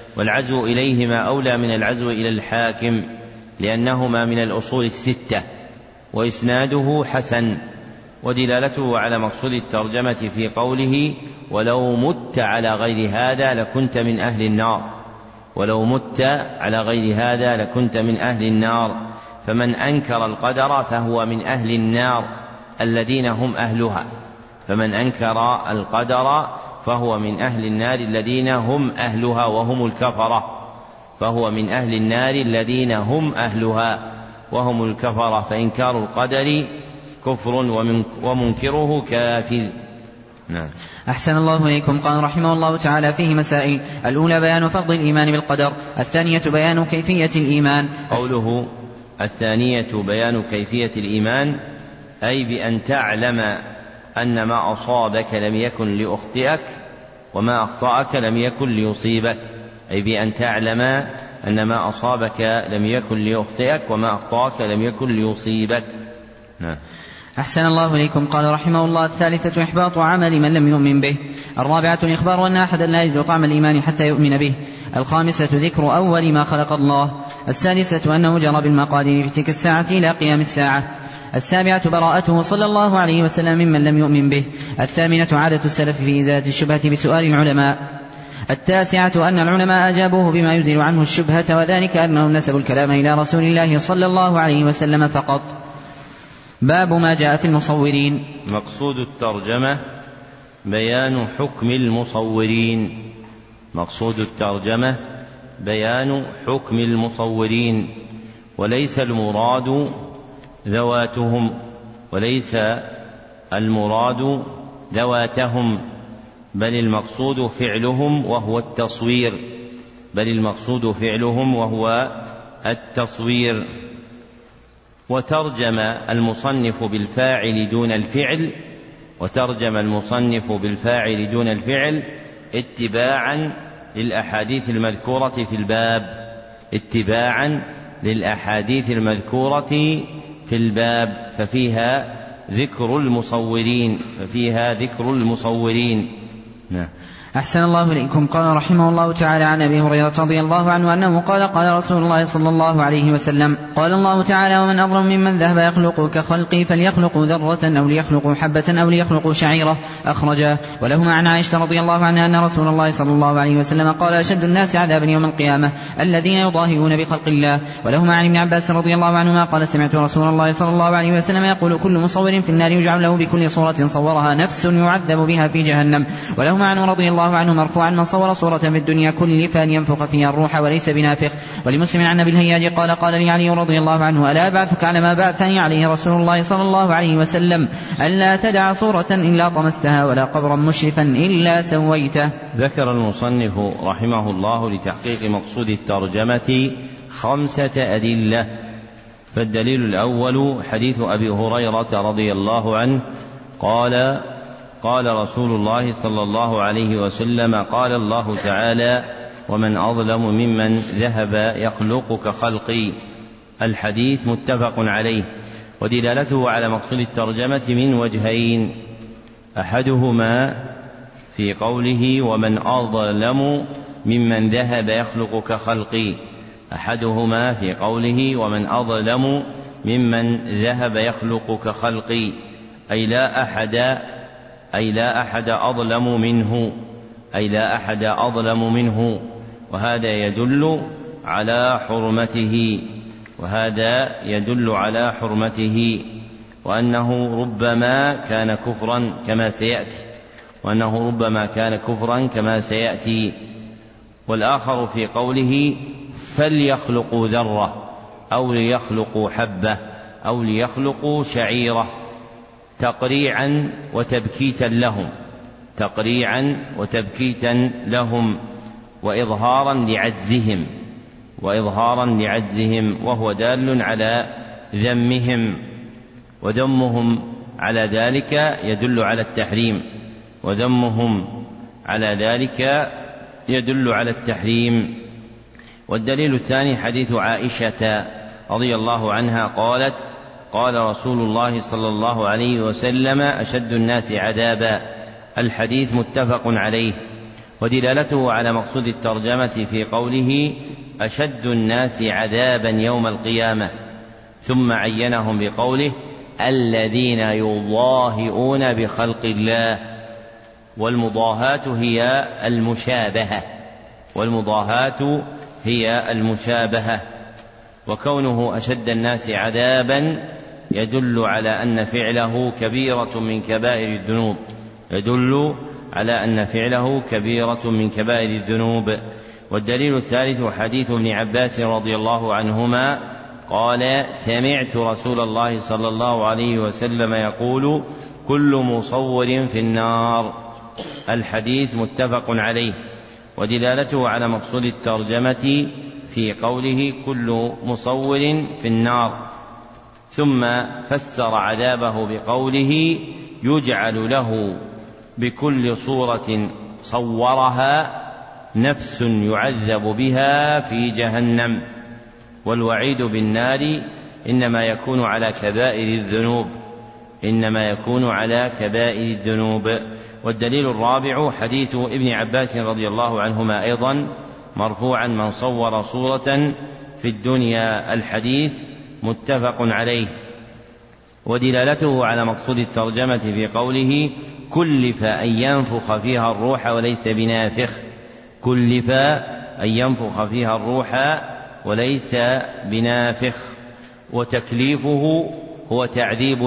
والعزو إليهما أولى من العزو إلى الحاكم لأنهما من الأصول الستة، وإسناده حسن. ودلالته على مقصود الترجمة في قوله ولو مت على غير هذا لكنت من أهل النار، ولو مت على غير هذا لكنت من أهل النار، فمن أنكر القدر فهو من أهل النار الذين هم أهلها، فمن أنكر القدر فهو من أهل النار الذين هم أهلها وهم الكفرة، فهو من أهل النار الذين هم أهلها وهم الكفرة، فإنكار القدر كفر ومنكره كافر. نعم. أحسن الله إليكم. قال رحمه الله تعالى فيه مسائل: الأولى بيان فرض الإيمان بالقدر، الثانية بيان كيفية الإيمان. قوله الثانية بيان كيفية الإيمان أي بأن تعلم أن ما أصابك لم يكن ليخطئك وما أخطأك لم يكن ليصيبك، أي بأن تعلم أن ما أصابك لم يكن ليخطئك وما أخطأك لم يكن ليصيبك. نعم. أحسن الله إليكم. قال رحمه الله: الثالثة إحباط عمل من لم يؤمن به، الرابعة الإخبار أن أحدا لا يجد طعم الإيمان حتى يؤمن به، الخامسة ذكر أول ما خلق الله، السادسة أنه جرى بالمقادير في تلك الساعة إلى قيام الساعة، السابعة براءته صلى الله عليه وسلم ممن لم يؤمن به، الثامنة عادة السلف في إزالة الشبهة بسؤال العلماء، التاسعة أن العلماء أجابوه بما يزيل عنه الشبهة، وذلك أنهم نسبوا الكلام إلى رسول الله صلى الله عليه وسلم فقط. باب ما جاء في المصورين. مقصود الترجمة بيان حكم المصورين. مقصود الترجمة بيان حكم المصورين، وليس المراد ذواتهم، وليس المراد ذواتهم، بل المقصود فعلهم وهو التصوير، بل المقصود فعلهم وهو التصوير. وترجم المصنف بالفاعل دون الفعل، وترجم المصنف بالفاعل دون الفعل اتباعا للأحاديث المذكورة في الباب، اتباعا للأحاديث المذكورة في الباب، ففيها ذكر المصورين، ففيها ذكر المصورين. نعم. أحسن الله إليكم. قال رحمه الله تعالى عن أبي هريرة رضي الله عنه أنه قال: قال رسول الله صلى الله عليه وسلم: قال الله تعالى: ومن أظلم ممن ذهب يخلق كخلقي، فليخلقوا ذرة أو ليخلقوا حبة أو ليخلقوا شعيرة. أخرجاه. ولهما عن عائشة رضي الله عنها أن رسول الله صلى الله عليه وسلم قال: أشد الناس عذابا يوم القيامة الذين يضاهئون بخلق الله. ولهما عن ابن عباس رضي الله عنهما قال: سمعت رسول الله صلى الله عليه وسلم يقول: كل مصور في النار يجعل له بكل صورة صورها نفس يعذب بها في جهنم. ولهما عنه رضي الله عنه مرفوعا: من صور صورة في الدنيا كلف أن ينفخ فيها الروح وليس بنافخ. ولمسلم عن ابي الهياج قال: قال لي علي رضي الله عنه: ألا أبعثك على ما بعثني عليه رسول الله صلى الله عليه وسلم: ألا تدع صورة إلا طمستها ولا قبرا مشرفا إلا سويته. ذكر المصنف رحمه الله لتحقيق مقصود الترجمة 5 أدلة. فالدليل الأول حديث أبي هريرة رضي الله عنه قال: قال رسول الله صلى الله عليه وسلم: قال الله تعالى: ومن أظلم ممن ذهب يخلق كخلقي. الحديث متفق عليه. ودلالته على مقصود الترجمة من وجهين: أحدهما في قوله: ومن أظلم ممن ذهب يخلق كخلقي، أحدهما في قوله: ومن أظلم ممن ذهب يخلق كخلقي، أي لا أحد أظلم منه، أي لا أحد أظلم منه. وهذا يدل على حرمته، وهذا يدل على حرمته، وأنه ربما كان كفرا كما سيأتي، وأنه ربما كان كفرا كما سيأتي. والآخر في قوله: فليخلقوا ذرة أو ليخلقوا حبة أو ليخلقوا شعيرة، تقريعا وتبكيتا لهم، تقريعا وتبكيتا لهم، وإظهارا لعجزهم، وهو دال على ذمهم، وذمهم على ذلك يدل على التحريم، وذمهم على ذلك يدل على التحريم. والدليل الثاني حديث عائشة رضي الله عنها قالت: قال رسول الله صلى الله عليه وسلم: أشد الناس عذابا. الحديث متفق عليه. ودلالته على مقصود الترجمة في قوله أشد الناس عذابا يوم القيامة، ثم عينهم بقوله الذين يضاهئون بخلق الله. والمضاهاة هي المشابهة، وكونه أشد الناس عذابا يدل على أن فعله كبيرة من كبائر الذنوب. والدليل الثالث حديث ابن عباس رضي الله عنهما قال سمعت رسول الله صلى الله عليه وسلم يقول كل مصور في النار. الحديث متفق عليه. ودلالته على مقصود الترجمة في قوله كل مصور في النار، ثم فسر عذابه بقوله يجعل له بكل صورة صورها نفس يعذب بها في جهنم. والوعيد بالنار إنما يكون على كبائر الذنوب. والدليل الرابع حديث ابن عباس رضي الله عنهما أيضا مرفوعا من صور صورة في الدنيا. الحديث متفق عليه. ودلالته على مقصود الترجمة في قوله كلف أن ينفخ فيها الروح وليس بنافخ. وتكليفه هو تعذيب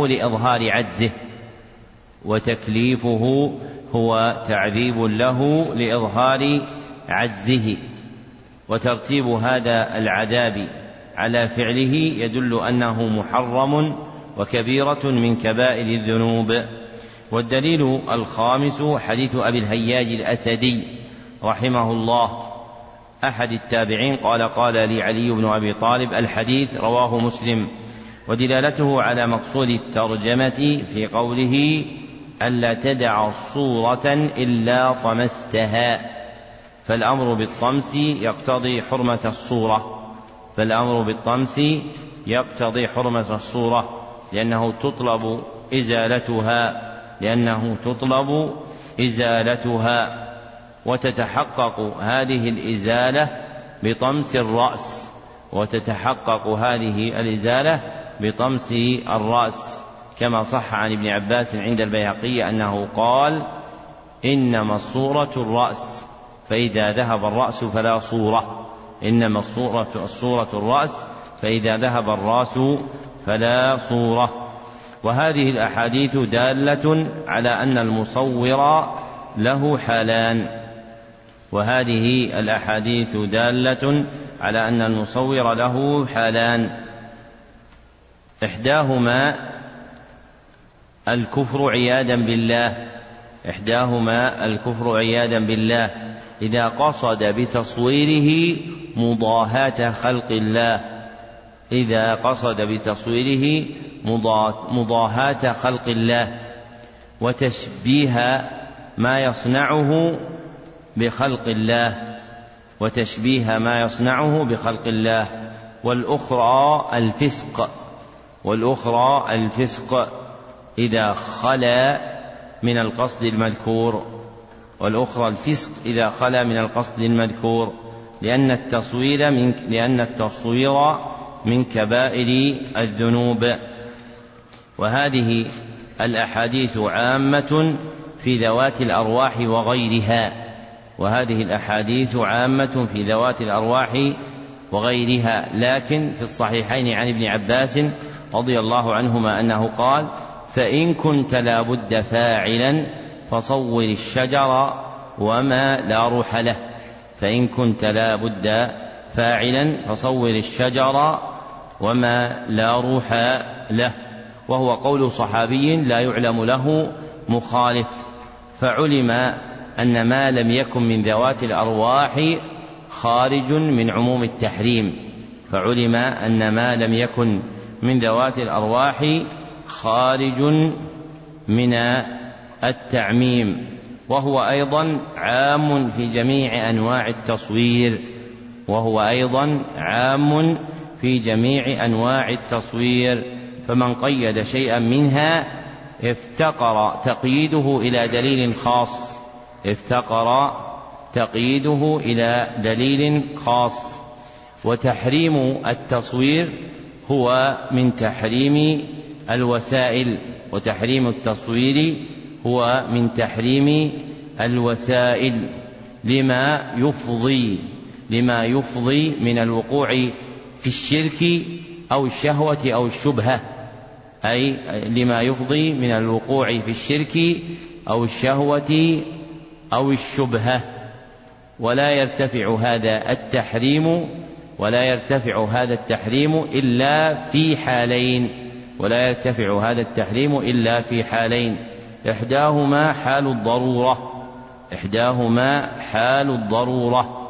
له لإظهار عجزه. وترتيب هذا العذاب على فعله يدل أنه محرم وكبيرة من كبائر الذنوب. والدليل الخامس حديث أبي الهياج الأسدي رحمه الله أحد التابعين قال لي علي بن أبي طالب. الحديث رواه مسلم. ودلالته على مقصود الترجمة في قوله ألا تدع صورة إلا طمستها، فالأمر بالطمس يقتضي حرمة الصورة لأنه تطلب إزالتها. وتتحقق هذه الإزالة بطمس الرأس كما صح عن ابن عباس عند البيهقي أنه قال إنما الصورة الرأس فإذا ذهب الرأس فلا صورة، فإذا ذهب الرأس فلا صورة. وهذه الأحاديث دالة على أن المصور له حالان إحداهما الكفر عياذا بالله إذا قصد بتصويره مضاهاة خلق الله وتشبيه ما يصنعه بخلق الله. والأخرى الفسق إذا خلا من القصد المذكور لأن التصوير من كبائر الذنوب. وهذه الأحاديث عامة في ذوات الأرواح وغيرها لكن في الصحيحين عن ابن عباس رضي الله عنهما أنه قال فإن كنت لا بد فاعلا فصور الشجر وما لا روح له. وهو قول صحابي لا يعلم له مخالف. فعلم أن ما لم يكن من ذوات الأرواح خارج من عموم التعميم. وهو أيضا عام في جميع أنواع التصوير فمن قيد شيئا منها افتقر تقييده إلى دليل خاص افتقر تقييده إلى دليل خاص. وتحريم التصوير هو من تحريم الوسائل، وتحريم التصوير هو من تحريم الوسائل لما يفضي من الوقوع في الشرك أو الشهوة أو الشبهة، أي لما يفضي من الوقوع في الشرك أو الشهوة أو الشبهة. ولا يرتفع هذا التحريم إلا في حالين، إحداهما حال الضرورة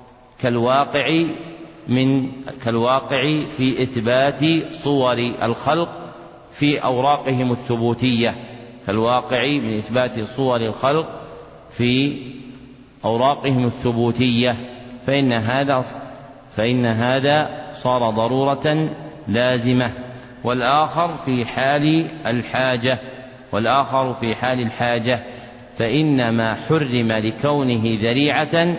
كالواقع في إثبات صور الخلق في أوراقهم الثبوتية، فإن هذا صار ضرورة لازمة. والآخر في حال الحاجة، فإنما حرم لكونه ذريعة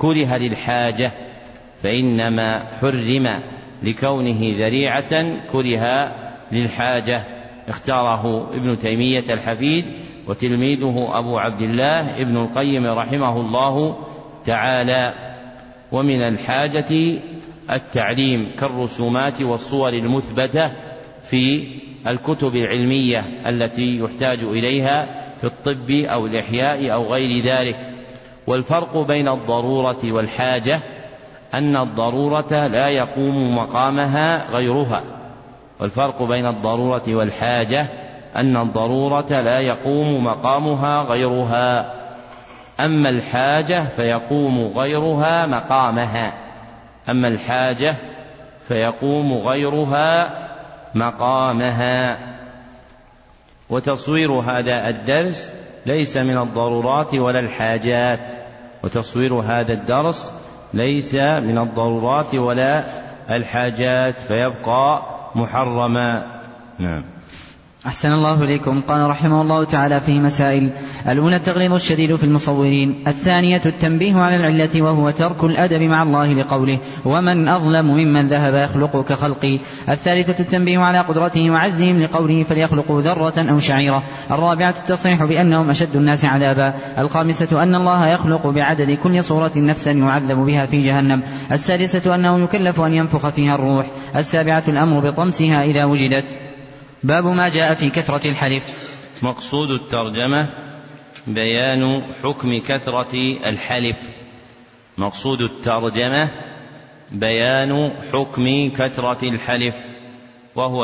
كره للحاجة. اختاره ابن تيمية الحفيد وتلميذه أبو عبد الله ابن القيم رحمه الله تعالى. ومن الحاجة التعليم كالرسومات والصور المثبتة في الكتب العلمية التي يحتاج إليها في الطب أو الإحياء أو غير ذلك. والفرق بين الضرورة والحاجة أن الضرورة لا يقوم مقامها غيرها، أما الحاجة فيقوم غيرها مقامها. وتصوير هذا الدرس ليس من الضرورات ولا الحاجات، فيبقى محرما. نعم. أحسن الله إليكم. قال رحمه الله تعالى فيه مسائل: الأولى التغليظ الشديد في المصورين، الثانية التنبيه على العلة وهو ترك الأدب مع الله لقوله: ومن أظلم ممن ذهب يخلق كخلقي، الثالثة التنبيه على قدرته وعجزهم لقوله: فليخلقوا ذرة أو شعيرة، الرابعة التصريح بأنهم أشد الناس عذابا، الخامسة أن الله يخلق بعدد كل صورة نفسا يعذب بها في جهنم، السادسة أنه يكلف أن ينفخ فيها الروح، السابعة الأمر بطمسها إذا وجدت. باب ما جاء في كثرة الحلف. مقصود الترجمة بيان حكم كثرة الحلف، وهو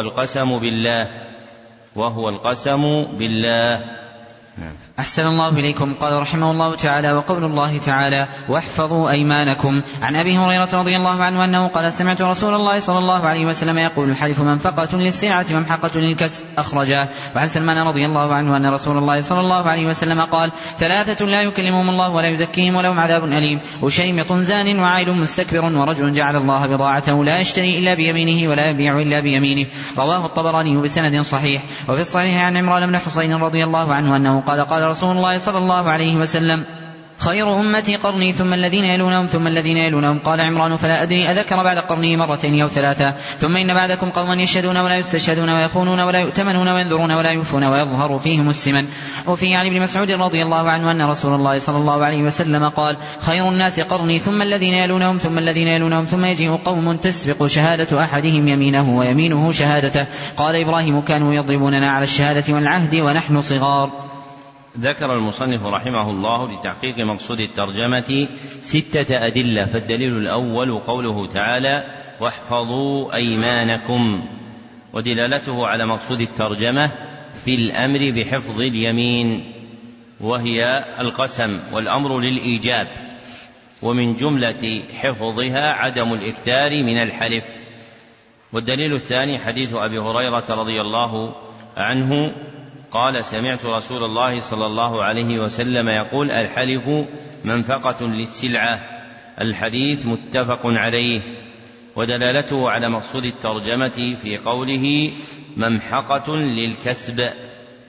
القسم بالله. أحسن الله إليكم. قال رحمه الله تعالى: وقول الله تعالى: واحفظوا أيمانكم. عن أبي هريرة رضي الله عنه أنه قال: سمعت رسول الله صلى الله عليه وسلم يقول: الحلف منفقة للسلعة ممحقة للكسب، أخرجاه. وعن سلمان رضي الله عنه أن رسول الله صلى الله عليه وسلم قال: ثلاثة لا يكلمهم الله ولا يزكيهم ولهم عذاب أليم: وشيمط زان وعائل مستكبر ورجل جعل الله بضاعته لا يشتري إلا بيمينه ولا يبيع إلا بيمينه. رواه الطبراني بسند صحيح. وفي الصحيح عن عمران بن حسين رضي الله عنه أنه قال رسول الله صلى الله عليه وسلم: خير أمتي قرني ثم الذين يلونهم ثم الذين يلونهم. قال عمران: فلا أدري أذكر بعد قرنه مرتين أو ثلاثة. ثم إن بعدكم قوما يشهدون ولا يستشهدون ويخونون ولا يؤتمنون وينذرون ولا يوفون ويظهر فيهم السمن. وفي عن ابن مسعود رضي الله عنه أن رسول الله صلى الله عليه وسلم قال: خير الناس قرني ثم الذين يلونهم ثم الذين يلونهم ثم يجيء قوم تسبق شهادة أحدهم يمينه ويمينه شهادته. قال إبراهيم: كانوا يضربوننا على الشهادة والعهد ونحن صغار. ذكر المصنف رحمه الله لتحقيق مقصود الترجمة 6 أدلة. فالدليل الأول قوله تعالى: واحفظوا أيمانكم، ودلالته على مقصود الترجمة في الأمر بحفظ اليمين، وهي القسم، والأمر للإيجاب، ومن جملة حفظها عدم الإكثار من الحلف. والدليل الثاني حديث أبي هريرة رضي الله عنه قال: سمعت رسول الله صلى الله عليه وسلم يقول: الحلف منفقة للسلعة. الحديث متفق عليه. ودلالته على مقصود الترجمة في قوله: ممحقة للكسب،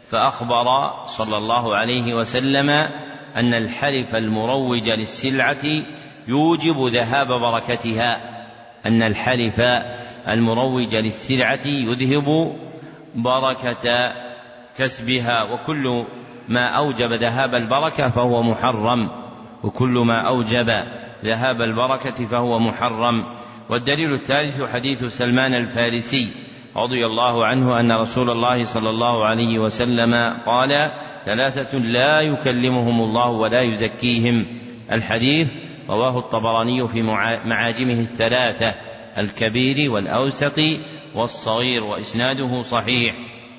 فأخبر صلى الله عليه وسلم أن الحلف المروج للسلعة يوجب ذهاب بركتها، أن الحلف المروج للسلعة يذهب بركة كسبها، وكل ما أوجب ذهاب البركة فهو محرم، وكل ما أوجب ذهاب البركة فهو محرم. والدليل الثالث حديث سلمان الفارسي رضي الله عنه أن رسول الله صلى الله عليه وسلم قال: 3 لا يكلمهم الله ولا يزكيهم. الحديث رواه الطبراني في معاجمه 3: الكبير والأوسط والصغير، وإسناده صحيح.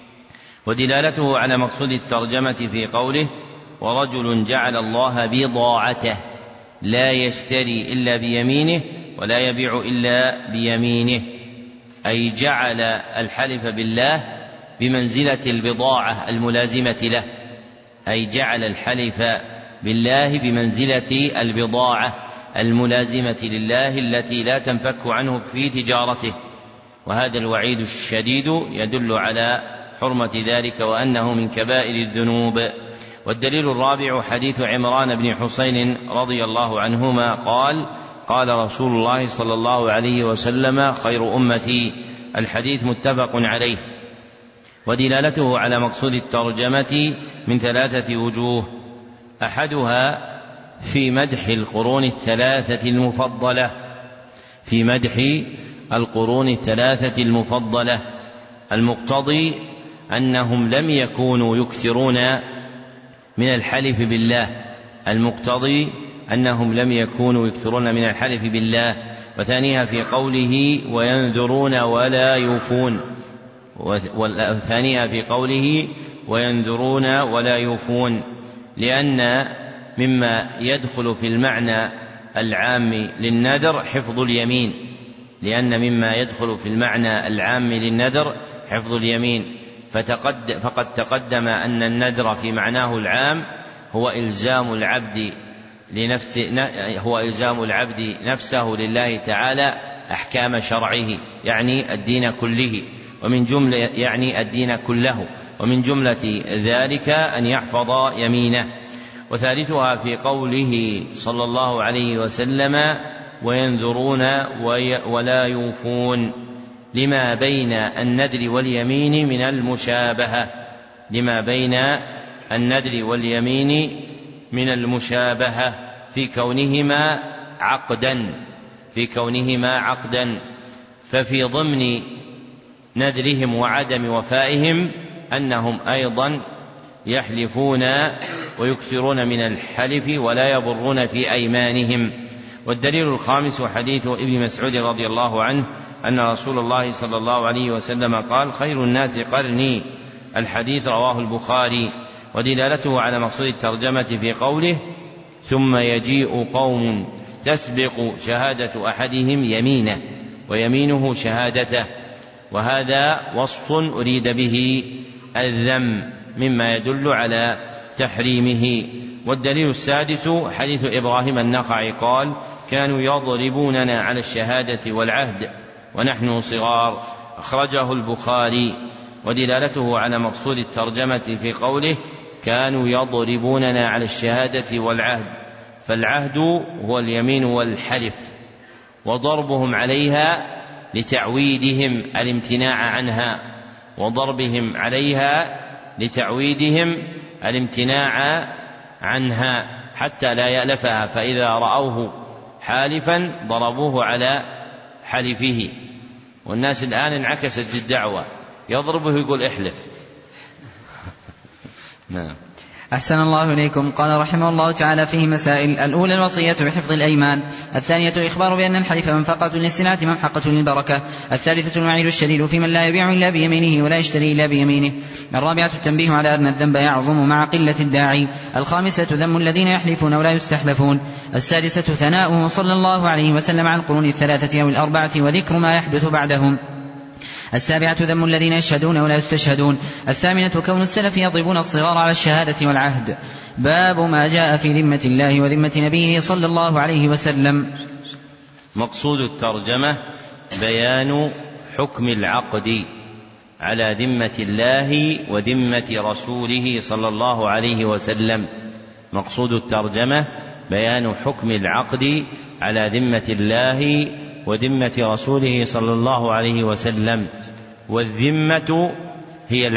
ودلالته على مقصود الترجمة في قوله: ورجل جعل الله بضاعته لا يشتري إلا بيمينه ولا يبيع إلا بيمينه، أي جعل الحلف بالله بمنزلة البضاعة الملازمة له، أي جعل الحلف بالله بمنزلة البضاعة الملازمة لله التي لا تنفك عنه في تجارته. وهذا الوعيد الشديد يدل على حرمة ذلك وأنه من كبائر الذنوب. والدليل الرابع حديث عمران بن حسين رضي الله عنهما قال: قال رسول الله صلى الله عليه وسلم: خير أمتي. الحديث متفق عليه. ودلالته على مقصود الترجمة من 3 وجوه: أحدها في مدح القرون الثلاثة المفضلة، في مدح القرون الثلاثة المفضلة، المقتضي أنهم لم يكونوا يكثرون من الحلف بالله، المقتضي أنهم لم يكونوا يكثرون من الحلف بالله. وثانيها في قوله: وينذرون ولا يوفون، والثانيها في قوله: وينذرون ولا يوفون، لأن مما يدخل في المعنى العام للنذر حفظ اليمين، لأن مما يدخل في المعنى العام للنذر حفظ اليمين. فقد تقدم أن النذر في معناه العام هو إلزام العبد نفسه لله تعالى أحكام شرعه، يعني الدين كله، ومن جملة يعني الدين كله، ومن جملة ذلك أن يحفظ يمينه. وثالثها في قوله صلى الله عليه وسلم: وينذرون ولا يوفون، لما بين النذر واليمين من المشابهة، لما بين النذر واليمين من المشابهة في كونهما عقدا، ففي ضمن نذرهم وعدم وفائهم أنهم أيضا يحلفون ويكثرون من الحلف ولا يبرون في أيمانهم. والدليل الخامس حديث ابن مسعود رضي الله عنه أن رسول الله صلى الله عليه وسلم قال: خير الناس قرني. الحديث رواه البخاري. ودلالته على مقصود الترجمة في قوله: ثم يجيء قوم تسبق شهادة أحدهم يمينه ويمينه شهادته، وهذا وصف أريد به الذم مما يدل على تحريمه. والدليل السادس حديث إبراهيم النخعي قال: كانوا يضربوننا على الشهادة والعهد ونحن صغار. أخرجه البخاري. ودلالته على مقصود الترجمة في قوله: كانوا يضربوننا على الشهادة والعهد، فالعهد هو اليمين والحلف، وضربهم عليها لتعويدهم الامتناع عنها، وضربهم عليها لتعويدهم الامتناع عنها حتى لا يألفها، فإذا رأوه حالفا ضربوه على حلفه. والناس الآن انعكست الدعوة، يضربه يقول احلف. نعم. أحسن الله إليكم. قال رحمه الله تعالى فيه مسائل: الأولى الوصية بحفظ الأيمان، الثانية إخبار بأن الحلف منفقة للسلعة ممحقة للبركة، الثالثة الوعيد الشديد في من لا يبيع إلا بيمينه ولا يشتري إلا بيمينه، الرابعة التنبيه على أن الذنب يعظم مع قلة الداعي، الخامسة ذم الذين يحلفون ولا يستحلفون، السادسة ثناؤه صلى الله عليه وسلم عن القرون الثلاثة أو الأربعة وذكر ما يحدث بعدهم، السابعة ذم الذين يشهدون ولا يستشهدون، الثامنة كون السلف يضربون الصغار على الشهادة والعهد. باب ما جاء في ذمة الله وذمة نبيه صلى الله عليه وسلم. مقصود الترجمة بيان حكم العقد، على ذمة الله وذمة رسوله صلى الله عليه وسلم. مقصود الترجمة بيان حكم العقد على ذمة الله وذمة رسوله صلى الله عليه وسلم. والذمة هي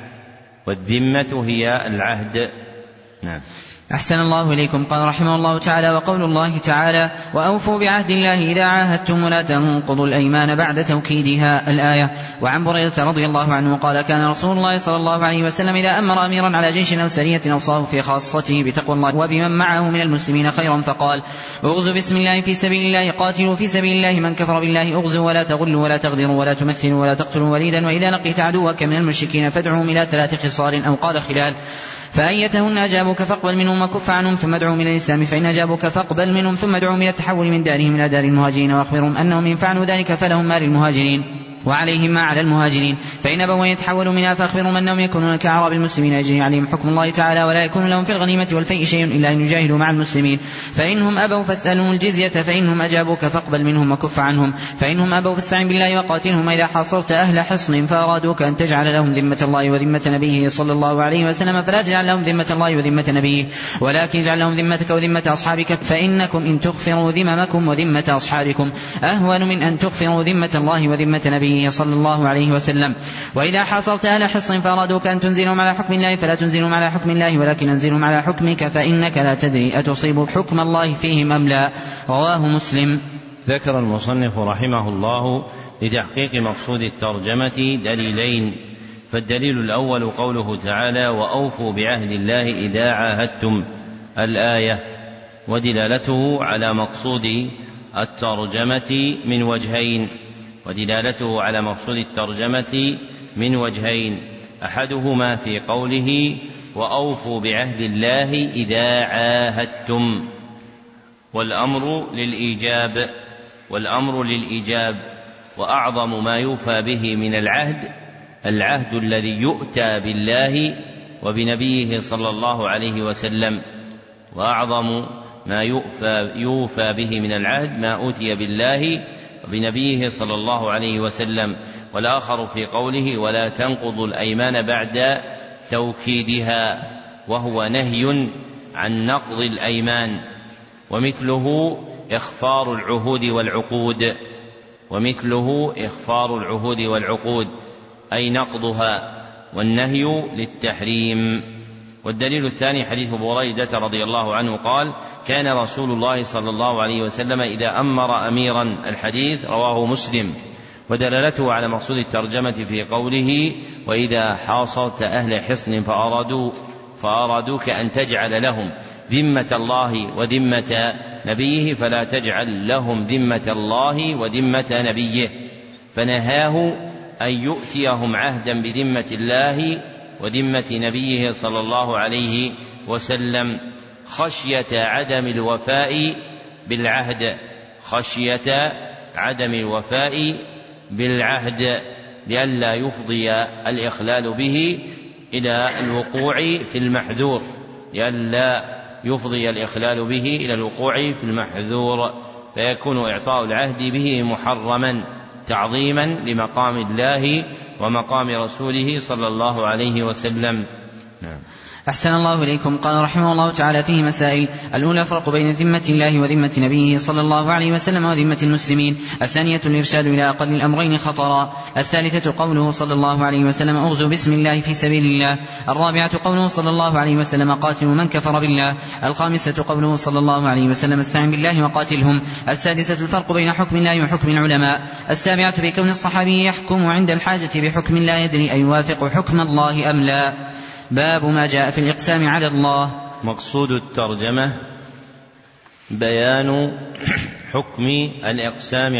العهد. نعم. أحسن الله إليكم. قال رحمه الله تعالى: وقول الله تعالى: وأوفوا بعهد الله إذا عاهدتم ولا تنقضوا الأيمان بعد توكيدها، الآية. وعن بريدة رضي الله عنه قال: كان رسول الله صلى الله عليه وسلم إذا أمر أميرا على جيش أو سرية أوصاه في خاصته بتقوى الله وبمن معه من المسلمين خيرا، فقال: اغزوا بسم الله في سبيل الله، قاتلوا في سبيل الله من كفر بالله، اغزوا ولا تغلوا ولا تغدروا ولا تمثلوا ولا تقتلوا وليدا، وإذا لقيت عدوك من المشركين فادعوهم إلى 3 خصال، أو قال خلال، فأيتهن أجابوك فاقبل منهم وكف عنهم ثم ادعوهم إلى الإسلام، فإن أجابوك فاقبل منهم ثم ادعوهم إلى التحول من دارهم إلى دار المهاجرين، وأخبرهم أنهم إن فعلوا ذلك فلهم ما للمهاجرين وعليهم ما على المهاجرين، فإن أبوا يتحولوا منها فأخبرهم أنهم يكونون كأعراب المسلمين يجري عليهم حكم الله تعالى، ولا يكون لهم في الغنيمة والفيء شيء إلا أن يجاهدوا مع المسلمين، فإنهم أبوا فاسألهم الجزية، فإنهم أجابوك فاقبل منهم وكف عنهم، فإنهم أبوا فاستعن بالله وقاتلهم، إذا حاصرت أهل حصن فأرادوك أن تجعل لهم ذمة الله وذمة نبيه صلى الله عليه وسلم فلا تجعل لهم ذمة الله وذمة نبيه، ولكن اجعل لهم ذمتك وذمة أصحابك، فإنكم إن تغفروا ذممكم وذمة أصحابكم أهون من أن تغفروا ذمة الله وذمة نبيه صلى الله عليه وسلم. وإذا حاصرت أهل حصن فأرادوك أن تنزلهم على حكم الله فلا تنزلهم على حكم الله، ولكن انزلهم على حكمك، فإنك لا تدري أتصيب حكم الله فيهم أم لا. رواه مسلم. ذكر المصنف رحمه الله لتحقيق مقصود الترجمة دليلين. فالدليل الأول قوله تعالى: وأوفوا بعهد الله إذا عاهدتم، الآية، ودلالته على مقصود الترجمة من وجهين، أحدهما في قوله: وأوفوا بعهد الله إذا عاهدتم، والأمر للإيجاب، وأعظم ما يوفى به من العهد الذي يؤتى بالله وبنبيه صلى الله عليه وسلم، وأعظم ما يوفى به من العهد ما أوتي بالله وبنبيه صلى الله عليه وسلم. والآخر في قوله: ولا تنقضوا الأيمان بعد توكيدها، وهو نهي عن نقض الأيمان، ومثله إخفار العهود والعقود، أي نقضها، والنهي للتحريم. والدليل الثاني حديث بريدة رضي الله عنه قال: كان رسول الله صلى الله عليه وسلم إذا أمر أميرا، الحديث رواه مسلم. ودلالته على مقصود الترجمة في قوله: وإذا حاصرت أهل حصن فأرادوك أن تجعل لهم ذمة الله وذمة نبيه فلا تجعل لهم ذمة الله وذمة نبيه، فنهاه أن يؤتيهم عهدا بذمة الله وذمة نبيه صلى الله عليه وسلم خشية عدم الوفاء بالعهد لئلا يفضي الإخلال به إلى الوقوع في المحذور، فيكون إعطاء العهد به محرما تعظيما لمقام الله ومقام رسوله صلى الله عليه وسلم. نعم. أحسن الله إليكم. قال رحمه الله تعالى: فيه مسائل. الأولى فرق بين ذمة الله وذمة نبيه صلى الله عليه وسلم وذمة المسلمين. الثانية الإرشاد إلى أقل الأمرين خطرا. الثالثة قوله صلى الله عليه وسلم: أغزوا بسم الله في سبيل الله. الرابعة قوله صلى الله عليه وسلم: قاتلوا من كفر بالله. الخامسة قوله صلى الله عليه وسلم: استعن بالله وقاتلهم. السادسة الفرق بين حكم الله وحكم العلماء. السابعة في كون الصحابي يحكم عند الحاجة بحكم لا يدري أيوافق حكم الله أم لا. باب ما جاء في الإقسام على الله. مقصود الترجمة بيان حكم الإقسام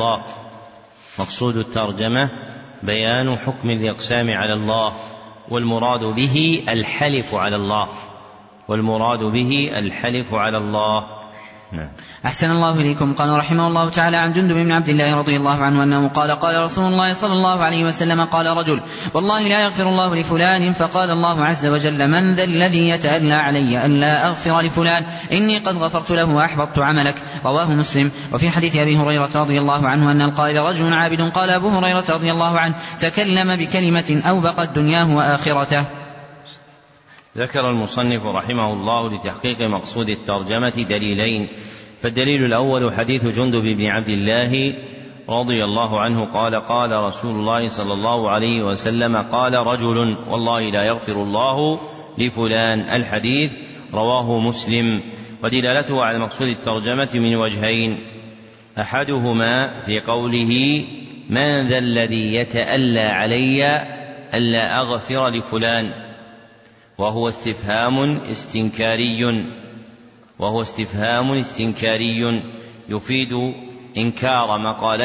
على الله، والمراد به الحلف على الله. نعم. أحسن الله إليكم. قال رحمه الله تعالى عن جندب بن عبد الله رضي الله عنه أنه قال قال رسول الله صلى الله عليه وسلم قال رجل والله لا يغفر الله لفلان فقال الله عز وجل من ذا الذي يتألى علي أن لا أغفر لفلان إني قد غفرت له وأحبطت عملك. رواه مسلم. وفي حديث أبي هريرة رضي الله عنه أن القائل رجل عابد قال أبو هريرة رضي الله عنه تكلم بكلمة أوبقت دنياه وآخرته. ذكر المصنف رحمه الله لتحقيق مقصود الترجمة دليلين. فالدليل الأول حديث جندب بن عبد الله رضي الله عنه قال قال رسول الله صلى الله عليه وسلم قال رجل والله لا يغفر الله لفلان. الحديث رواه مسلم. ودلالته على مقصود الترجمة من وجهين. أحدهما في قوله من ذا الذي يتألى علي ألا أغفر لفلان، وهو استفهام استنكاري يفيد إنكار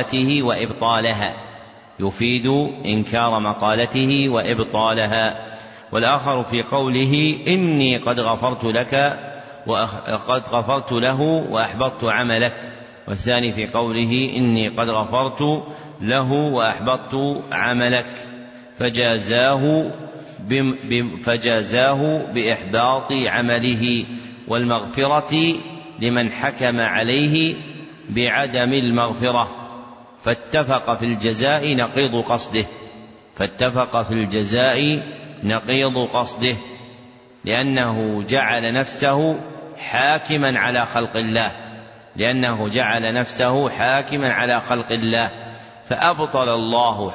مقالته وإبطالها. والآخر في قوله إني قد غفرت لك وقد غفرت له وأحبطت عملك، والثاني في قوله إني قد غفرت له وأحبطت عملك، فجازاه بإحباط عمله والمغفرة لمن حكم عليه بعدم المغفرة، فاتفق في الجزاء نقيض قصده لأنه جعل نفسه حاكما على خلق الله فأبطل الله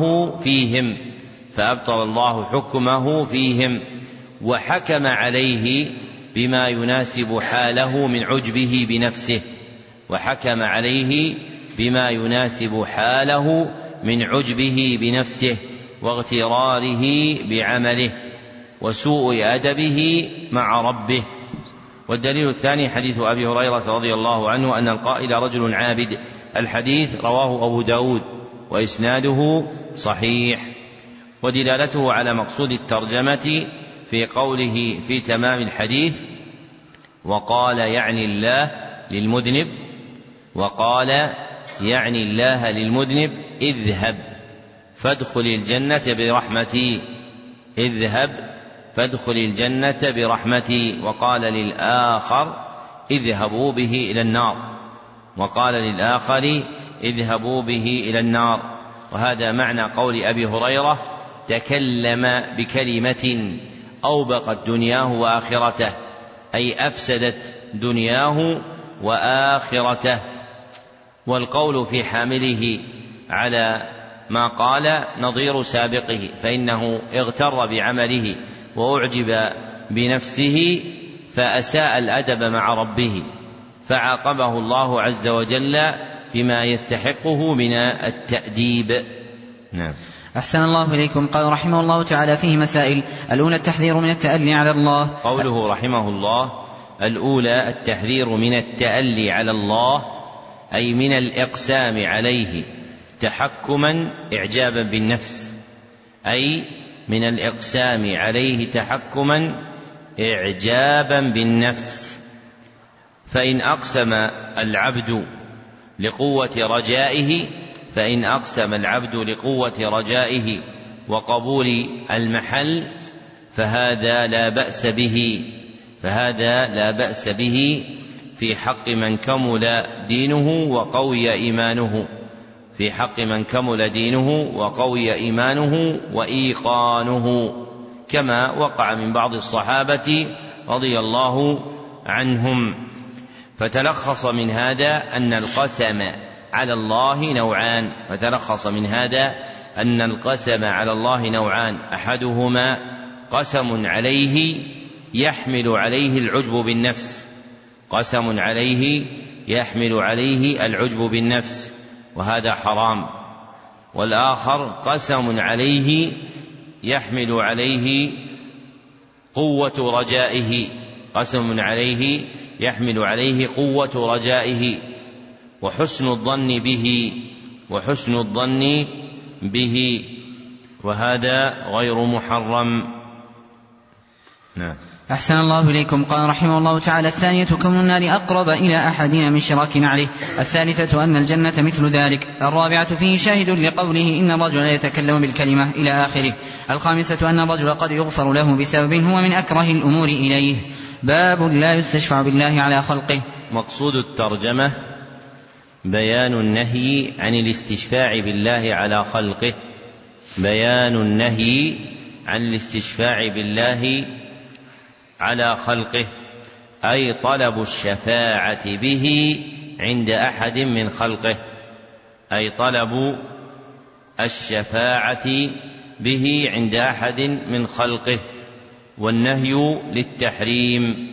حكمه فيهم وحكم عليه بما يناسب حاله من عجبه بنفسه واغتراره بعمله وسوء أدبه مع ربه. والدليل الثاني حديث أبي هريرة رضي الله عنه أن القائل رجل عابد. الحديث رواه أبو داود وإسناده صحيح. ودلالته على مقصود الترجمة في قوله في تمام الحديث وقال يعني الله للمذنب اذهب فادخل الجنة برحمتي وقال للآخر اذهبوا به إلى النار. وهذا معنى قول أبي هريرة تكلم بكلمة أوبقت دنياه وآخرته، أي أفسدت دنياه وآخرته. والقول في حامله على ما قال نظير سابقه، فإنه اغتر بعمله وأعجب بنفسه فأساء الأدب مع ربه فعاقبه الله عز وجل بما يستحقه من التأديب. نعم. أحسن الله إليكم. قال رحمه الله تعالى فيه مسائل. الأولى التحذير من التألي على الله. قوله رحمه الله الأولى التحذير من التألي على الله، أي من الإقسام عليه تحكما إعجابا بالنفس. فإن أقسم العبد لقوة رجائه وقبول المحل فهذا لا بأس به في حق من كمل دينه وقوي إيمانه وإيقانه، كما وقع من بعض الصحابة رضي الله عنهم. فتلخص من هذا أن القسم على الله نوعان، أحدهما قسم عليه يحمل عليه العجب بالنفس وهذا حرام، والآخر قسم عليه يحمل عليه قوة رجائه وحسن الظن به وهذا غير محرم. نعم. أحسن الله إليكم. قال رحمه الله تعالى: الثانية كون النار أقرب إلى أحدنا من شراك نعله. الثالثة أن الجنة مثل ذلك. الرابعة فيه شاهد لقوله: إن الرجل يتكلم بالكلمة إلى آخره. الخامسة أن الرجل قد يغفر له بسبب هو من أكره الأمور إليه. باب لا يستشفع بالله على خلقه. مقصود الترجمة بيان النهي عن الاستشفاع بالله على خلقه. بيان النهي عن الاستشفاع بالله على خلقه، أي طلب الشفاعة به عند أحد من خلقه، أي طلب الشفاعة به عند أحد من خلقه. والنهي للتحريم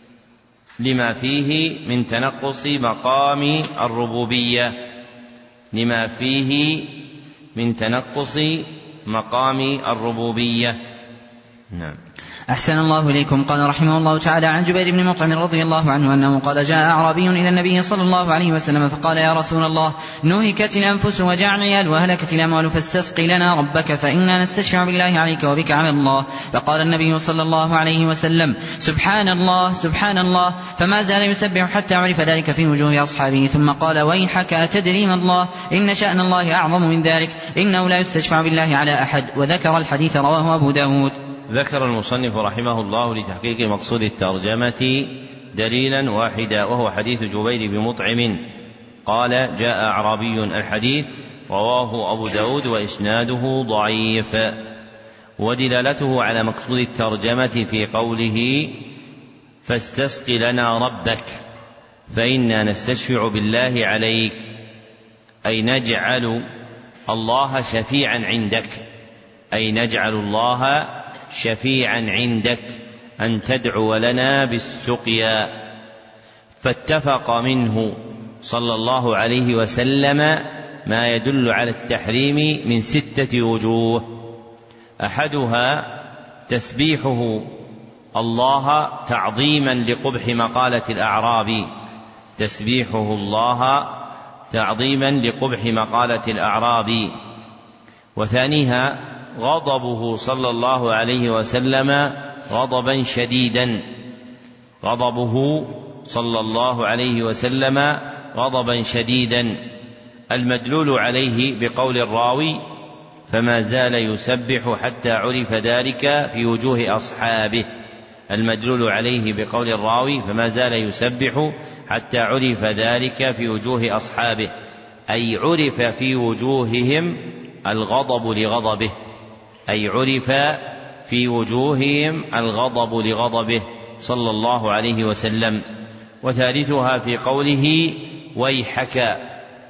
لما فيه من تنقص مقام الربوبية، لما فيه من تنقص مقام الربوبية. نعم. أحسن الله إليكم. قال رحمه الله تعالى: عن جبير بن مطعم رضي الله عنه أنه قال: جاء أعرابي إلى النبي صلى الله عليه وسلم فقال: يا رسول الله، نهكت الأنفس وجاع العيال وهلكت الأموال فاستسقي لنا ربك فإنا نستشفع بالله عليك وبك على الله. فقال النبي صلى الله عليه وسلم: سبحان الله سبحان الله. فما زال يسبح حتى عرف ذلك في وجوه أصحابه، ثم قال: ويحك أتدري ما الله؟ إن شأن الله أعظم من ذلك، إنه لا يستشفع بالله على أحد. وذكر الحديث، رواه أبو داود. ذكر المصنف رحمه الله لتحقيق مقصود الترجمة دليلا واحدا، وهو حديث جبير بن مطعم قال: جاء أعرابي. الحديث رواه أبو داود وإسناده ضعيف. ودلالته على مقصود الترجمة في قوله: فاستسق لنا ربك فإنا نستشفع بالله عليك، أي نجعل الله شفيعا عندك، أي نجعل الله شفيعا عندك أن تدعو لنا بالسقيا. فاتفق منه صلى الله عليه وسلم ما يدل على التحريم من 6 وجوه. أحدها تسبيحه الله تعظيما لقبح مقالة الأعرابي، تسبيحه الله تعظيما لقبح مقالة الأعرابي. وثانيها غضبه صلى الله عليه وسلم غضبا شديدا، غضبه صلى الله عليه وسلم غضبا شديدا، المدلول عليه بقول الراوي: فما زال يسبح حتى عرف ذلك في وجوه أصحابه. المدلول عليه بقول الراوي: فما زال يسبح حتى عرف ذلك في وجوه أصحابه، أي عرف في وجوههم الغضب لغضبه، أي عرف في وجوههم الغضب لغضبه صلى الله عليه وسلم. وثالثها في قوله: ويحك،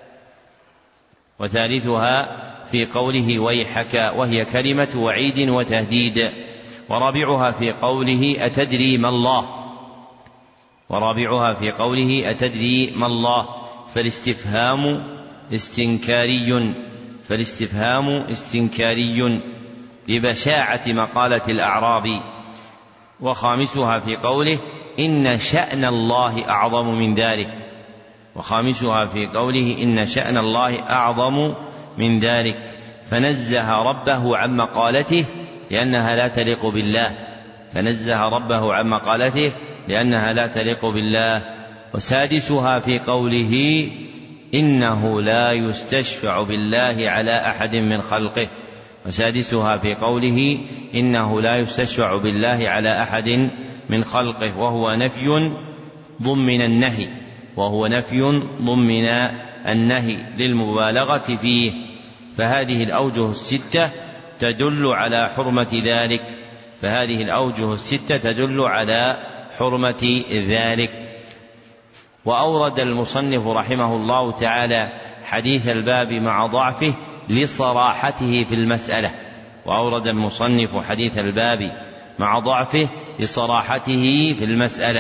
وثالثها في قوله: ويحك، وهي كلمة وعيد وتهديد. ورابعها في قوله: أتدري ما الله، ورابعها في قوله: أتدري ما الله، فالاستفهام استنكاري، فالاستفهام استنكاري لبشاعة مقالة الأعرابي. وخامسها في قوله: إن شأن الله أعظم من ذلك، وخامسها في قوله: إن شأن الله أعظم من ذلك، فنزه ربه عن مقالته لأنها لا تليق بالله، فنزه ربه عن مقالته لأنها لا تليق بالله. وسادسها في قوله: إنه لا يستشفع بالله على أحد من خلقه، وسادسها في قوله: إنه لا يستشفع بالله على أحد من خلقه، وهو نفي ضمن النهي، وهو نفي ضمن النهي للمبالغة فيه. فهذه الأوجه 6 تدل على حرمة ذلك، فهذه الأوجه 6 تدل على حرمة ذلك. وأورد المصنف رحمه الله تعالى حديث الباب مع ضعفه لصراحته في المسألة، وأورد المصنف حديث الباب مع ضعفه لصراحته في المسألة،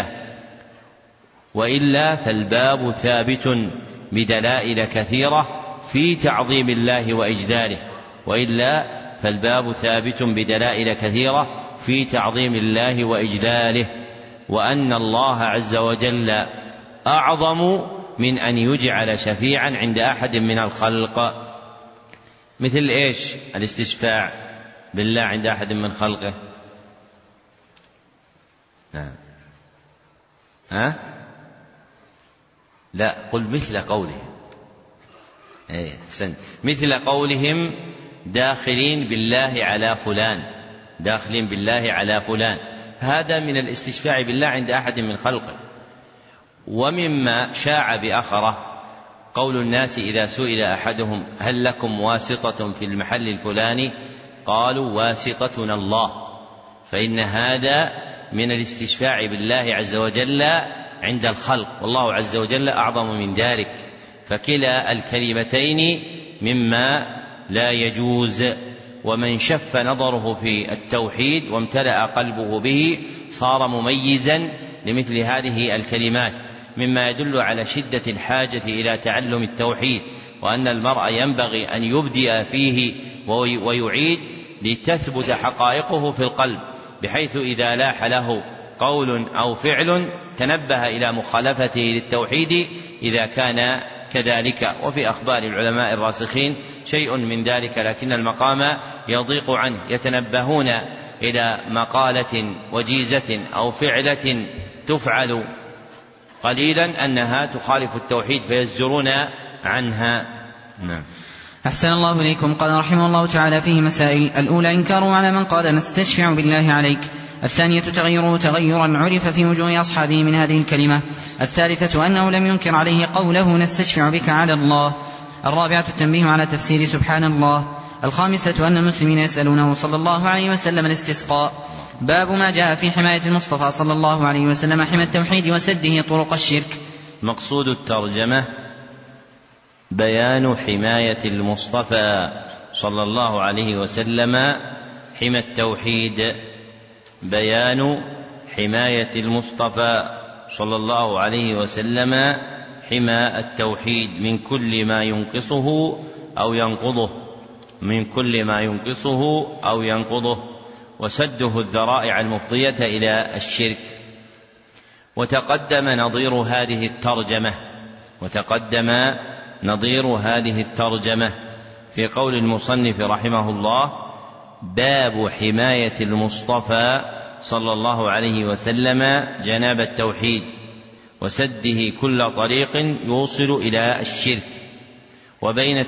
وإلا فالباب ثابت بدلائل كثيرة في تعظيم الله وإجلاله، وإلا فالباب ثابت بدلائل كثيرة في تعظيم الله وإجلاله، وأن الله عز وجل أعظم من أن يجعل شفيعا عند أحد من الخلق. مثل إيش الاستشفاع بالله عند أحد من خلقه؟ نعم. لا، قل مثل قولهم. مثل قولهم داخلين بالله على فلان، داخلين بالله على فلان، هذا من الاستشفاع بالله عند أحد من خلقه. ومما شاع بأخره قول الناس إذا سئل أحدهم هل لكم واسطة في المحل الفلاني قالوا واسطتنا الله، فإن هذا من الاستشفاع بالله عز وجل عند الخلق، والله عز وجل أعظم من ذلك. فكلا الكلمتين مما لا يجوز. ومن شف نظره في التوحيد وامتلأ قلبه به صار مميزا لمثل هذه الكلمات، مما يدل على شدة الحاجة إلى تعلم التوحيد، وأن المرء ينبغي أن يبدأ فيه ويعيد لتثبت حقائقه في القلب، بحيث إذا لاح له قول أو فعل تنبه إلى مخالفته للتوحيد إذا كان كذلك. وفي أخبار العلماء الراسخين شيء من ذلك، لكن المقام يضيق عنه، يتنبهون إلى مقالة وجيزة أو فعلة تفعل قليلا أنها تخالف التوحيد فيزجرون عنها. نعم. أحسن الله إليكم. قال رحمه الله تعالى فيه مسائل: الأولى إنكاره على من قال نستشفع بالله عليك. الثانية تغيره تغيرا عرف في وجوه أصحابه من هذه الكلمة. الثالثة أنه لم ينكر عليه قوله نستشفع بك على الله. الرابعة التنبيه على تفسير سبحان الله. الخامسة أن المسلمين يسألونه صلى الله عليه وسلم الاستسقاء. باب ما جاء في حماية المصطفى صلى الله عليه وسلم حمى التوحيد وسده طرق الشرك. مقصود الترجمة بيان حماية المصطفى صلى الله عليه وسلم حمى التوحيد، بيان حماية المصطفى صلى الله عليه وسلم حمى التوحيد من كل ما ينقصه أو ينقضه، من كل ما ينقصه أو ينقضه، وسده الذرائع المفضية إلى الشرك. وتقدم نظير هذه الترجمة في قول المصنف رحمه الله: باب حماية المصطفى صلى الله عليه وسلم جناب التوحيد وسده كل طريق يوصل إلى الشرك. وبين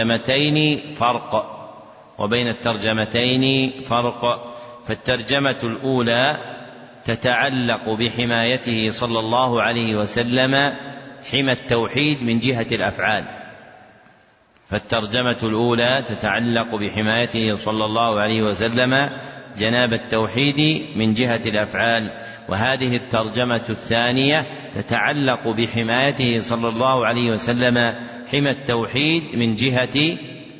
الترجمتين فرق. فالترجمة الأولى تتعلق بحمايته صلى الله عليه وسلم حمى التوحيد من جهة الأفعال، فالترجمة الأولى تتعلق بحمايته صلى الله عليه وسلم جناب التوحيد من جهة الأفعال. وهذه الترجمة الثانية تتعلق بحمايته صلى الله عليه وسلم حمى التوحيد من جهة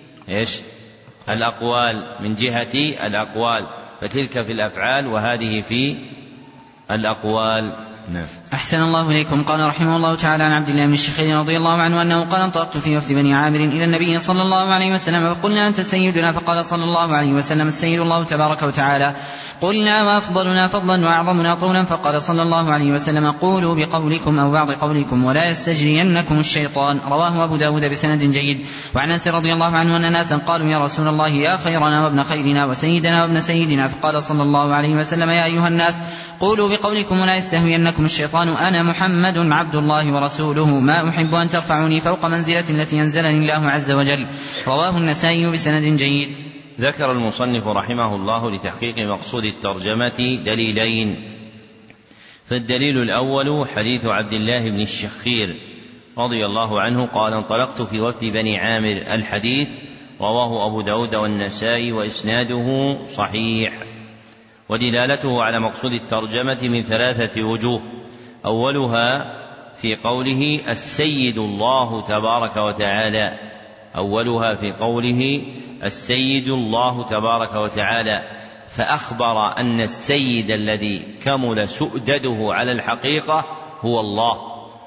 الأقوال، من جهة الأقوال، فتلك في الأفعال وهذه في الأقوال. نعم. أحسن الله إليكم. قال رحمه الله تعالى عن عبد الله بن الشخير رضي الله عنه أنه قال: انطلقت في وفد بني عامر إلى النبي صلى الله عليه وسلم فقلنا أنت سيدنا، فقال صلى الله عليه وسلم: السيد الله تبارك وتعالى. قلنا: وأفضلنا فضلا وأعظمنا طولا؟ فقال صلى الله عليه وسلم: قولوا بقولكم أو بعض قولكم ولا يستجرينكم الشيطان. رواه أبو داود بسند جيد. وعن أنس رضي الله عنه أن ناسا قالوا: يا رسول الله، يا خيرنا وابن خيرنا وسيدنا وابن سيدنا. فقال صلى الله عليه وسلم: يا أيها الناس، قولوا بقولكم ولا يستهوينكم الشيطان، أنا محمد عبد الله ورسوله، ما أحب أن ترفعوني فوق منزلة التي ينزلني الله عز وجل. رواه النسائي بسند جيد. ذكر المصنف رحمه الله لتحقيق مقصود الترجمة دليلين. فالدليل الأول حديث عبد الله بن الشخير رضي الله عنه قال: انطلقت في وفد بني عامر. الحديث رواه أبو داود والنسائي وإسناده صحيح. ودلالته على مقصود الترجمة من 3 وجوه: أولها في قوله السيد الله تبارك وتعالى، السيد الله تبارك وتعالى، فأخبر أن السيد الذي كمل سؤدده على الحقيقة هو الله،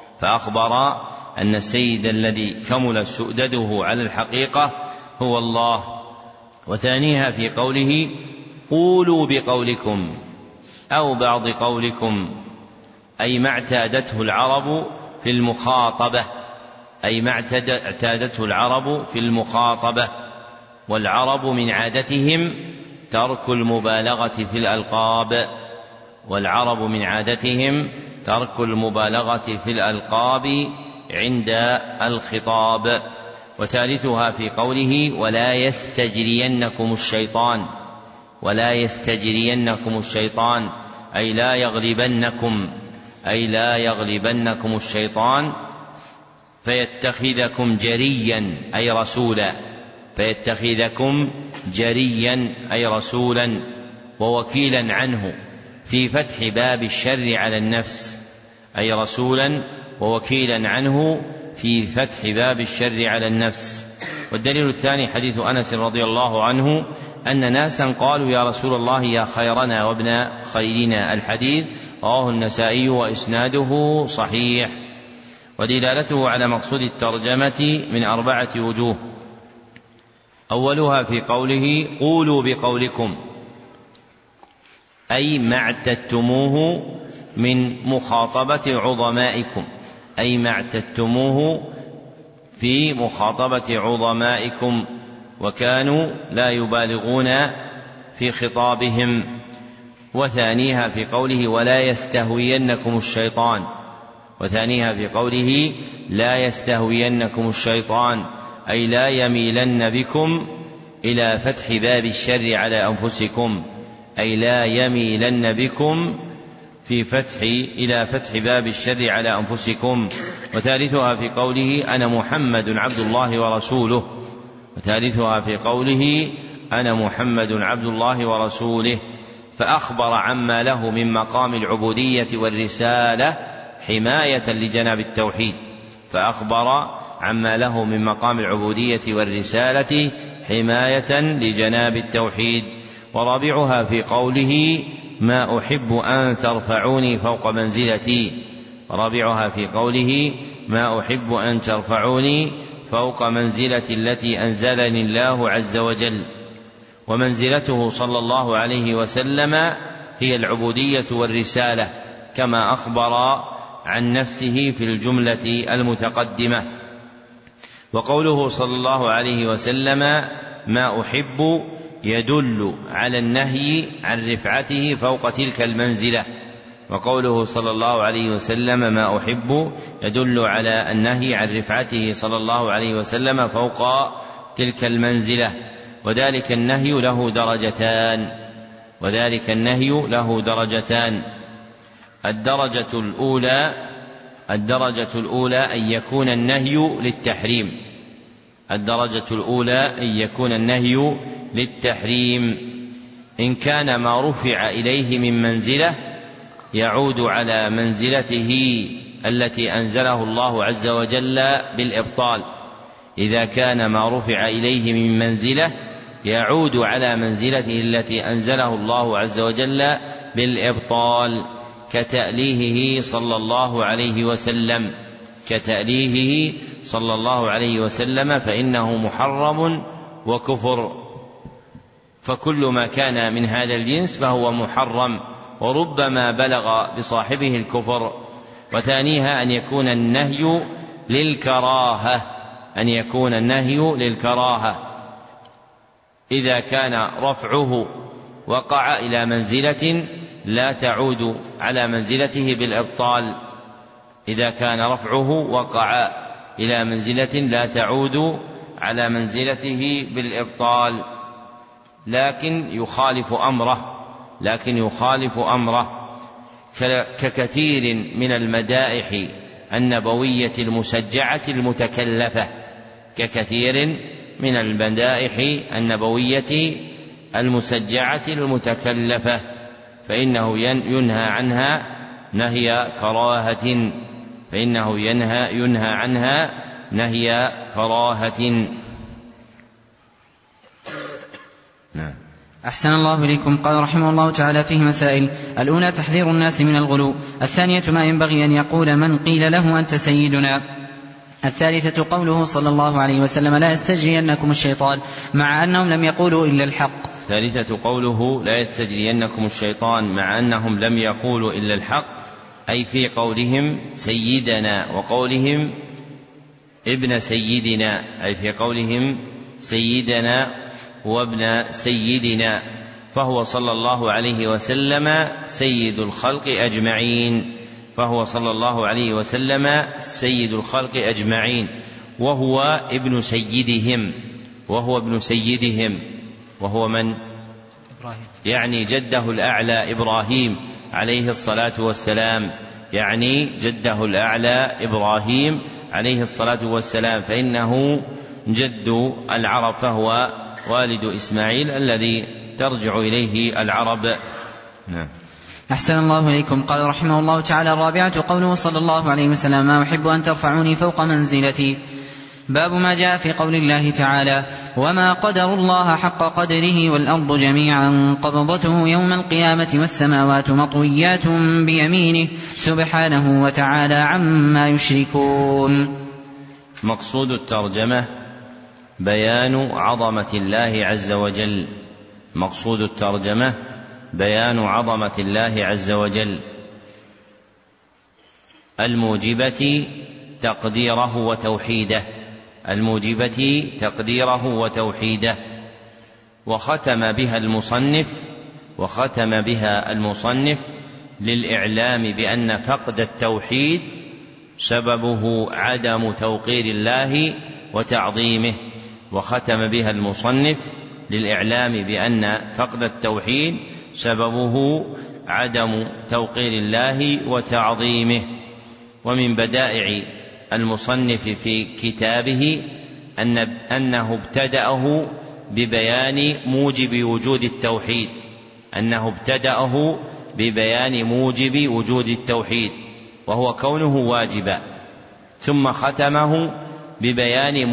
هو الله. وثانيها في قوله قولوا بقولكم أو بعض قولكم، أي ما اعتادته العرب في المخاطبة، والعرب من عادتهم ترك المبالغة في الألقاب، والعرب من عادتهم ترك المبالغة في الألقاب عند الخطاب. وثالثها في قوله ولا يستجرينكم الشيطان، ولا يستجرينكم الشيطان أي لا يغلبنكم الشيطان فيتخذكم جريا أي رسولا، فيتخذكم جريا أي رسولا ووكيلا عنه في فتح باب الشر على النفس، أي رسولا ووكيلا عنه في فتح باب الشر على النفس. والدليل الثاني حديث أنس رضي الله عنه أن ناسا قالوا يا رسول الله يا خيرنا وابن خيرنا، الحديث رواه النسائي وإسناده صحيح. ودلالته على مقصود الترجمة من 4 وجوه. أولها في قوله قولوا بقولكم أي ما اعتدتموه من مخاطبة عظمائكم، أي ما اعتدتموه في مخاطبة عظمائكم وكانوا لا يبالغون في خطابهم. وثانيها في قوله ولا يستهوينكم الشيطان، وثانيها في قوله لا يستهوينكم الشيطان أي لا يميلن بكم إلى فتح باب الشر على أنفسكم، أي لا يميلن بكم إلى فتح باب الشر على أنفسكم. وثالثها في قوله أنا محمد عبد الله ورسوله، وثالثها في قوله أنا محمد عبد الله ورسوله، فأخبر عما له من مقام العبودية والرسالة حماية لجناب التوحيد، فأخبر عما له من مقام العبودية والرسالة حماية لجناب التوحيد. ورابعها في قوله ما أحب أن ترفعوني فوق منزلتي، رابعها في قوله ما أحب أن ترفعوني فوق منزلتي التي أنزلني الله عز وجل. ومنزلته صلى الله عليه وسلم هي العبودية والرسالة كما أخبر عن نفسه في الجملة المتقدمة. وقوله صلى الله عليه وسلم ما أحب يدل على النهي عن رفعته فوق تلك المنزلة، وقوله صلى الله عليه وسلم ما أحب يدل على النهي عن رفعته صلى الله عليه وسلم فوق تلك المنزلة. وذلك النهي له درجتان، الدرجة الأولى أن يكون النهي للتحريم، إن كان ما رفع إليه من منزلة يعود على منزلته التي أنزله الله عز وجل بالإبطال، إذا كان ما رفع إليه من منزلة يعود على منزلته التي أنزله الله عز وجل بالإبطال، كتأليهه صلى الله عليه وسلم فإنه محرم وكفر، فكل ما كان من هذا الجنس فهو محرم وربما بلغ بصاحبه الكفر. وثانيها أن يكون النهي للكراهة، إذا كان رفعه وقع إلى منزلة لا تعود على منزلته بالإبطال، إذا كان رفعه وقع إلى منزلة لا تعود على منزلته بالإبطال، لكن يخالف أمره ككثير من المدائح النبوية المسجعة المتكلفة، فإنه ينهى عنها نهي كراهة. نعم. أحسن الله إليكم. قال رحمه الله تعالى فيه مسائل: الأولى تحذير الناس من الغلو، الثانية ما ينبغي أن يقول من قيل له أنت سيدنا، الثالثة قوله صلى الله عليه وسلم لا يستجرينكم الشيطان، مع أنهم لم يقولوا إلا الحق. ثالثة قوله لا يستجرينكم الشيطان مع أنهم لم يقولوا إلا الحق، أي في قولهم سيدنا وقولهم ابن سيدنا، أي في قولهم سيدنا وابن سيدنا، فهو صلى الله عليه وسلم سيد الخلق أجمعين، وهو ابن سيدهم، وهو من؟ يعني جده الأعلى إبراهيم عليه الصلاة والسلام، فإنه جد العرب، فهو والد إسماعيل الذي ترجع إليه العرب. نعم. أحسن الله إليكم. قال رحمه الله تعالى: الرابعة قوله صلى الله عليه وسلم: ما أحب أن ترفعوني فوق منزلتي. باب ما جاء في قول الله تعالى: وما قدر الله حق قدره والأرض جميعا قبضته يوم القيامة والسماوات مطويات بيمينه سبحانه وتعالى عما يشركون. مقصود الترجمة بيان عظمة الله عز وجل الموجبة تقديره وتوحيده، وختم بها المصنف للإعلام بأن فقد التوحيد سببه عدم توقير الله وتعظيمه. ومن بدائع المصنف في كتابه أنه ابتدأه ببيان موجب وجود التوحيد وهو كونه واجبا، ثم ختمه ببيان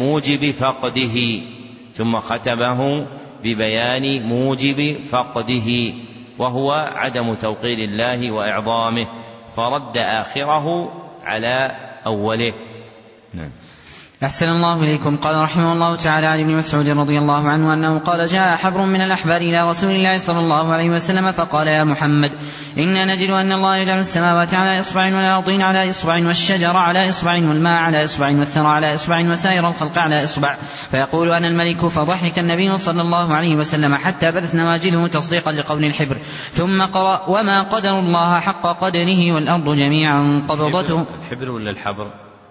موجب فقده وهو عدم توقير الله وإعظامه، فرد آخره على أوله. نعم. أحسن الله إليكم. قال رحمه الله تعالى: عن ابن مسعود رضي الله عنه أنه قال: جاء حبر من الأحبار إلى رسول الله صلى الله عليه وسلم فقال: يا محمد، إنا نجد أن الله يجعل السماوات على إصبع والأرضين على إصبع والشجر على إصبع والماء على إصبع والثرى على إصبع وسائر الخلق على إصبع، فيقول: أنا الملك. فضحك النبي صلى الله عليه وسلم حتى بدت نواجذه تصديقا لقول الحبر، ثم قرأ: وما قدر الله حق قدره والأرض جميعا قبضته. الحبر ولا الحبر؟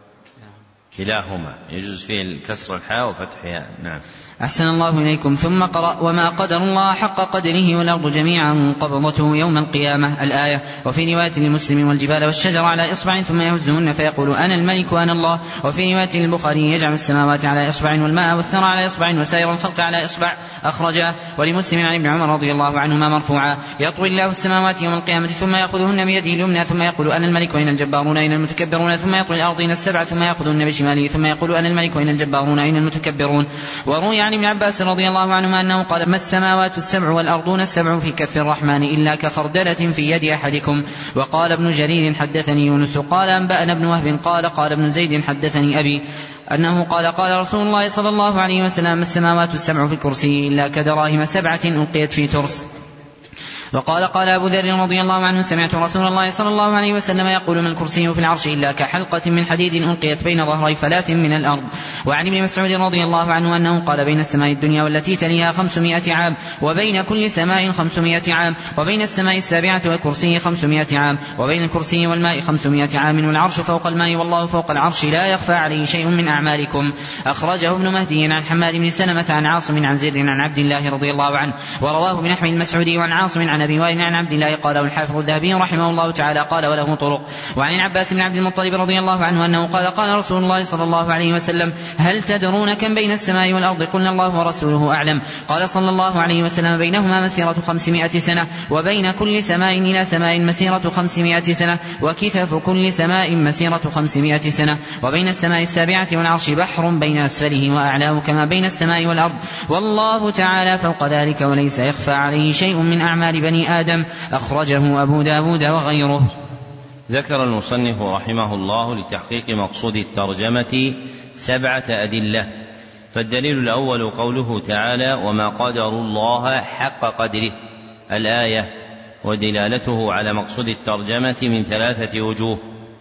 كلاهما يجوز فيه الكسر الحاء وفتحها. نعم. أحسن الله إليكم. ثم قرأ: وما قدر الله حق قدره والأرض جميعا قبضته يوم القيامة الآية. وفي رواية لمسلم: والجبال والشجر على إصبع ثم يهزهن فيقول: أنا الملك وأنا الله. وفي رواية للبخاري: يجعل السماوات على إصبع والماء والثرى على إصبع وسائر الخلق على إصبع، أخرجه. ولمسلم عن ابن عمر رضي الله عنهما مرفوعا: يطوي الله السماوات يوم القيامة ثم يأخذهن بيده اليمنى ثم يقول: أنا الملك وأين الجبارون أين المتكبرون، ثم يطوي الأرضين السبع ثم يأخذهن بشماله ثم يقول: أنا الملك وأين الجبارون أين المتكبرون. وروي عن ابن عباس رضي الله عنهما أنه قال: ما السماوات السبع والأرضون السبع في كف الرحمن إلا كخردلة في يد أحدكم. وقال ابن جرير: حدثني يونس قال أنبأنا ابن وهب قال ابن زيد: حدثني أبي أنه قال رسول الله صلى الله عليه وسلم: ما السماوات السبع في الكرسي إلا كدراهم 7 ألقيت في ترس. وقال أبو ذر رضي الله عنه: سمعت رسول الله صلى الله عليه وسلم يقول: ما الكرسي في العرش إلا كحلقة من حديد ألقيت بين ظهري فلاة من الأرض. وعن ابن مسعود رضي الله عنه أنه قال: بين السماء الدنيا والتي تليها 500 عام، وبين كل سماء 500 عام، وبين السماء السابعة والكرسي 500 عام، وبين الكرسي والماء 500 عام، والعرش فوق الماء والله فوق العرش لا يخفى عليه شيء من أعمالكم. أخرجه ابن مهدي عن حماد بن سلمة عن عاصم عن زر عن عبد الله رضي الله عنه، ورواه بنحو المسعودي وعن عاصم عن أبي وائل عن عبد الله قال الحافظ الذهبي رحمه الله تعالى قال: وله طرق. وعن العباس بن عبد المطلب رضي الله عنه أنه قال رسول الله صلى الله عليه وسلم: هل تدرون كم بين السماء والأرض؟ قلنا: الله ورسوله أعلم. قال صلى الله عليه وسلم: بينهما مسيرة 500 سنة، وبين كل سماء إلى سماء مسيرة 500 سنة، وكتف كل سماء مسيرة 500 سنة، وبين السماء السابعة والعرش بحر بين أسفله وأعلاه كما بين السماء والأرض، والله تعالى فوق ذلك وليس يخفى عليه شيء من أعمال بني آدم. أخرجه أبو داود وغيره. ذكر المصنف رحمه الله لتحقيق مقصود الترجمة 7 أدلة. فالدليل الأول قوله تعالى: وما قدر الله حق قدره الآية، ودلالته على مقصود الترجمة من 3 وجوه.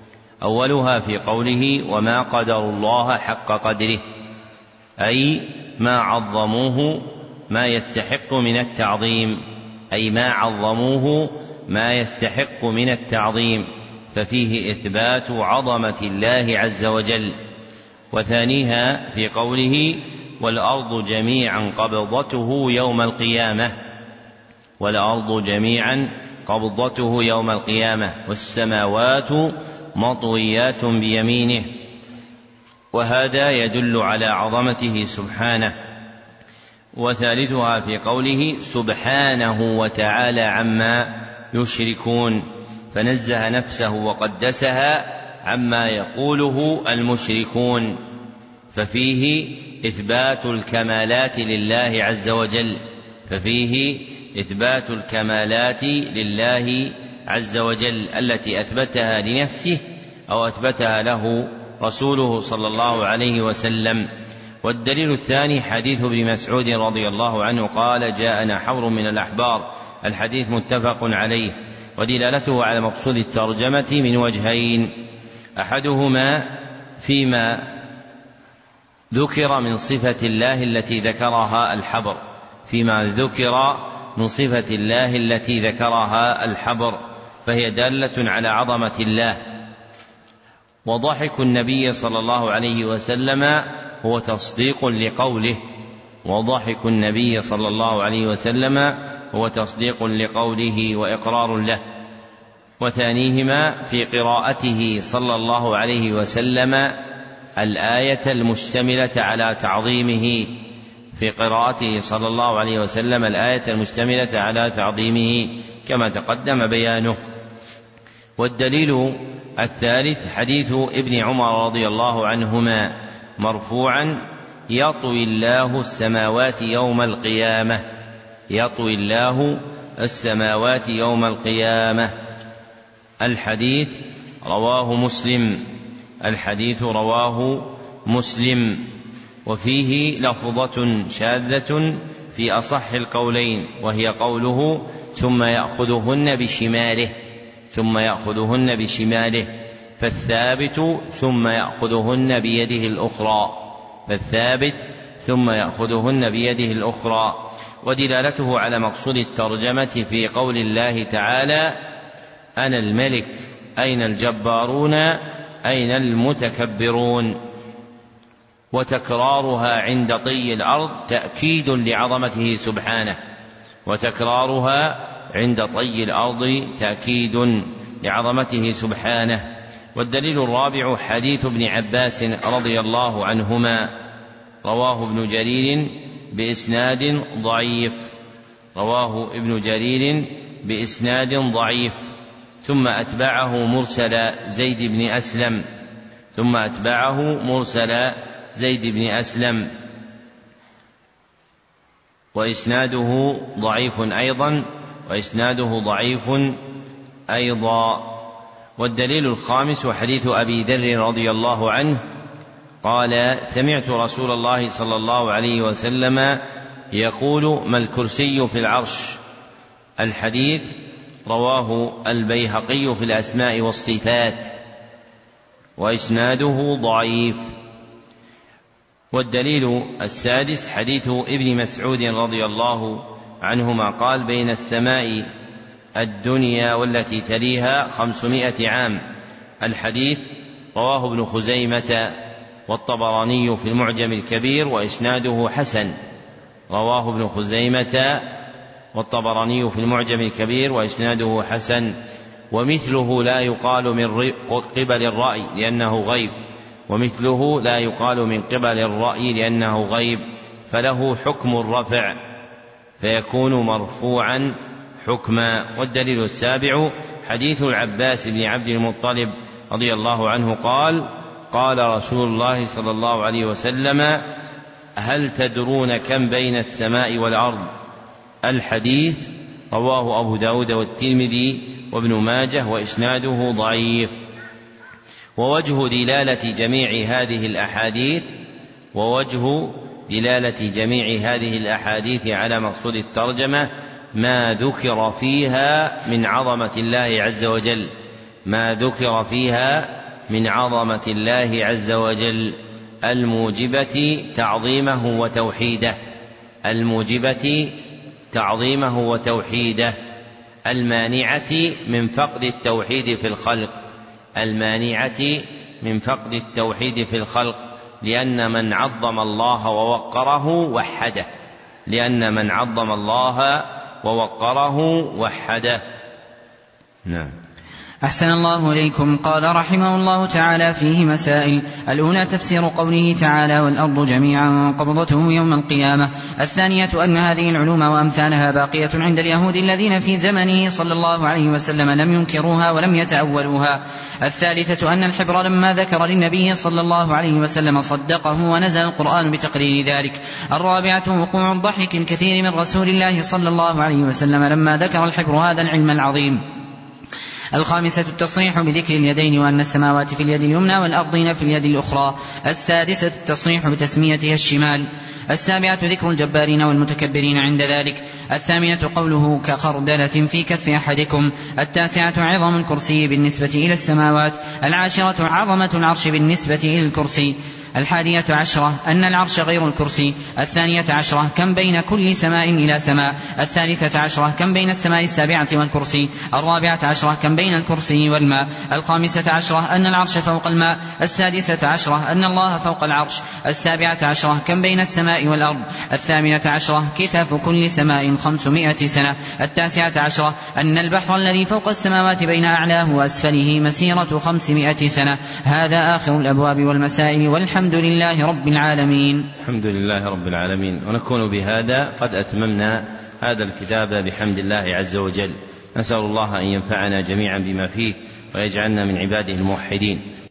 أولها في قوله: وما قدر الله حق قدره، أي ما عظموه ما يستحق من التعظيم، أي ما عظموه ما يستحق من التعظيم، ففيه إثبات عظمة الله عز وجل. وثانيها في قوله والأرض جميعا قبضته يوم القيامة، والأرض جميعا قبضته يوم القيامة والسماوات مطويات بيمينه، وهذا يدل على عظمته سبحانه. وثالثها في قوله سبحانه وتعالى عما يشركون، فنزه نفسه وقدسها عما يقوله المشركون، ففيه إثبات الكمالات لله عز وجل، ففيه إثبات الكمالات لله عز وجل التي أثبتها لنفسه أو أثبتها له رسوله صلى الله عليه وسلم. والدليل الثاني حديث ابن مسعود رضي الله عنه قال جاءنا حبر من الأحبار، الحديث متفق عليه، ودلالته على مقصود الترجمة من وجهين: أحدهما فيما ذكر من صفة الله التي ذكرها الحبر، فيما ذكر من صفة الله التي ذكرها الحبر، فهي دالة على عظمة الله. وضحك النبي صلى الله عليه وسلم هو تصديق لقوله، وضحك النبي صلى الله عليه وسلم هو تصديق لقوله وإقرار له. وثانيهما في قراءته صلى الله عليه وسلم الآية المشتملة على تعظيمه، في قراءته صلى الله عليه وسلم الآية المشتملة على تعظيمه كما تقدم بيانه. والدليل الثالث حديث ابن عمر رضي الله عنهما مرفوعا: يطوي الله السماوات يوم القيامة، يطوي الله السماوات يوم القيامة. الحديث رواه مسلم، الحديث رواه مسلم، وفيه لفظة شاذة في أصح القولين، وهي قوله ثم يأخذهن بشماله، ثم يأخذهن بشماله، فالثابت ثم يأخذهن بيده الأخرى، فالثابت ثم يأخذهن بيده الأخرى. ودلالته على مقصود الترجمة في قول الله تعالى: أنا الملك أين الجبارون أين المتكبرون. وتكرارها عند طي الأرض تأكيد لعظمته سبحانه، وتكرارها عند طي الأرض تأكيد لعظمته سبحانه. والدليل الرابع حديث ابن عباس رضي الله عنهما، رواه ابن جرير بإسناد ضعيف، رواه ابن جرير بإسناد ضعيف، ثم أتبعه مرسل زيد بن أسلم، ثم أتبعه مرسل زيد بن أسلم، وإسناده ضعيف أيضا، وإسناده ضعيف أيضا. والدليل الخامس حديث أبي ذر رضي الله عنه قال: سمعت رسول الله صلى الله عليه وسلم يقول: ما الكرسي في العرش. الحديث رواه البيهقي في الأسماء والصفات، وإسناده ضعيف. والدليل السادس حديث ابن مسعود رضي الله عنهما قال: بين السماء الدنيا والتي تليها 500 عام. الحديث رواه ابن خزيمة والطبراني في المعجم الكبير، وإسناده حسن، رواه ابن خزيمة والطبراني في المعجم الكبير وإسناده حسن. ومثله لا يقال من قبل الرأي لأنه غيب، ومثله لا يقال من قبل الرأي لأنه غيب، فله حكم الرفع فيكون مرفوعا حكما. والدليل السابع حديث العباس بن عبد المطلب رضي الله عنه قال: قال رسول الله صلى الله عليه وسلم: هل تدرون كم بين السماء والأرض؟ الحديث رواه أبو داود والترمذي وابن ماجه، وإسناده ضعيف. ووجه دلالة جميع هذه الأحاديث على مقصود الترجمة ما ذكر فيها من عظمة الله عز وجل، ما ذكر فيها من عظمة الله عز وجل الموجبة تعظيمه وتوحيده، الموجبة تعظيمه وتوحيده، المانعة من فقد التوحيد في الخلق، المانعة من فقد التوحيد في الخلق، لأن من عظم الله ووقره وحده، لأن من عظم الله ووقره وحده. نعم. أحسن الله إليكم. قال رحمه الله تعالى فيه مسائل: الأولى تفسير قوله تعالى: والأرض جميعا قبضته يوم القيامة. الثانية أن هذه العلوم وأمثالها باقية عند اليهود الذين في زمنه صلى الله عليه وسلم لم ينكروها ولم يتأولوها. الثالثة أن الحبر لما ذكر للنبي صلى الله عليه وسلم صدقه ونزل القرآن بتقرير ذلك. الرابعة وقوع الضحك الكثير من رسول الله صلى الله عليه وسلم لما ذكر الحبر هذا العلم العظيم. الخامسة التصريح بذكر اليدين وأن السماوات في اليد اليمنى والأرضين في اليد الأخرى. السادسة التصريح بتسميتها الشمال. السابعة ذكر الجبارين والمتكبرين عند ذلك. الثامنة قوله كخردلة في كف أحدكم. التاسعة عظم الكرسي بالنسبة إلى السماوات. العاشرة عظمة العرش بالنسبة إلى الكرسي. 11 أن العرش غير الكرسي. 12 كم بين كل سماء إلى سماء. 13 كم بين السماء السابعة والكرسي. 14 كم بين الكرسي والماء. 15 أن العرش فوق الماء. 16 أن الله فوق العرش. 17 كم بين السماء والأرض. 18 كثاف كل سماء 500 سنة. 19 أن البحر الذي فوق السماوات بين أعلاه وأسفله مسيرة 500 سنة. هذا آخر الأبواب والمسائل، والحمد لله رب العالمين. الحمد لله رب العالمين. ونكون بهذا قد أتممنا هذا الكتاب بحمد الله عز وجل. نسأل الله أن ينفعنا جميعا بما فيه ويجعلنا من عباده الموحدين.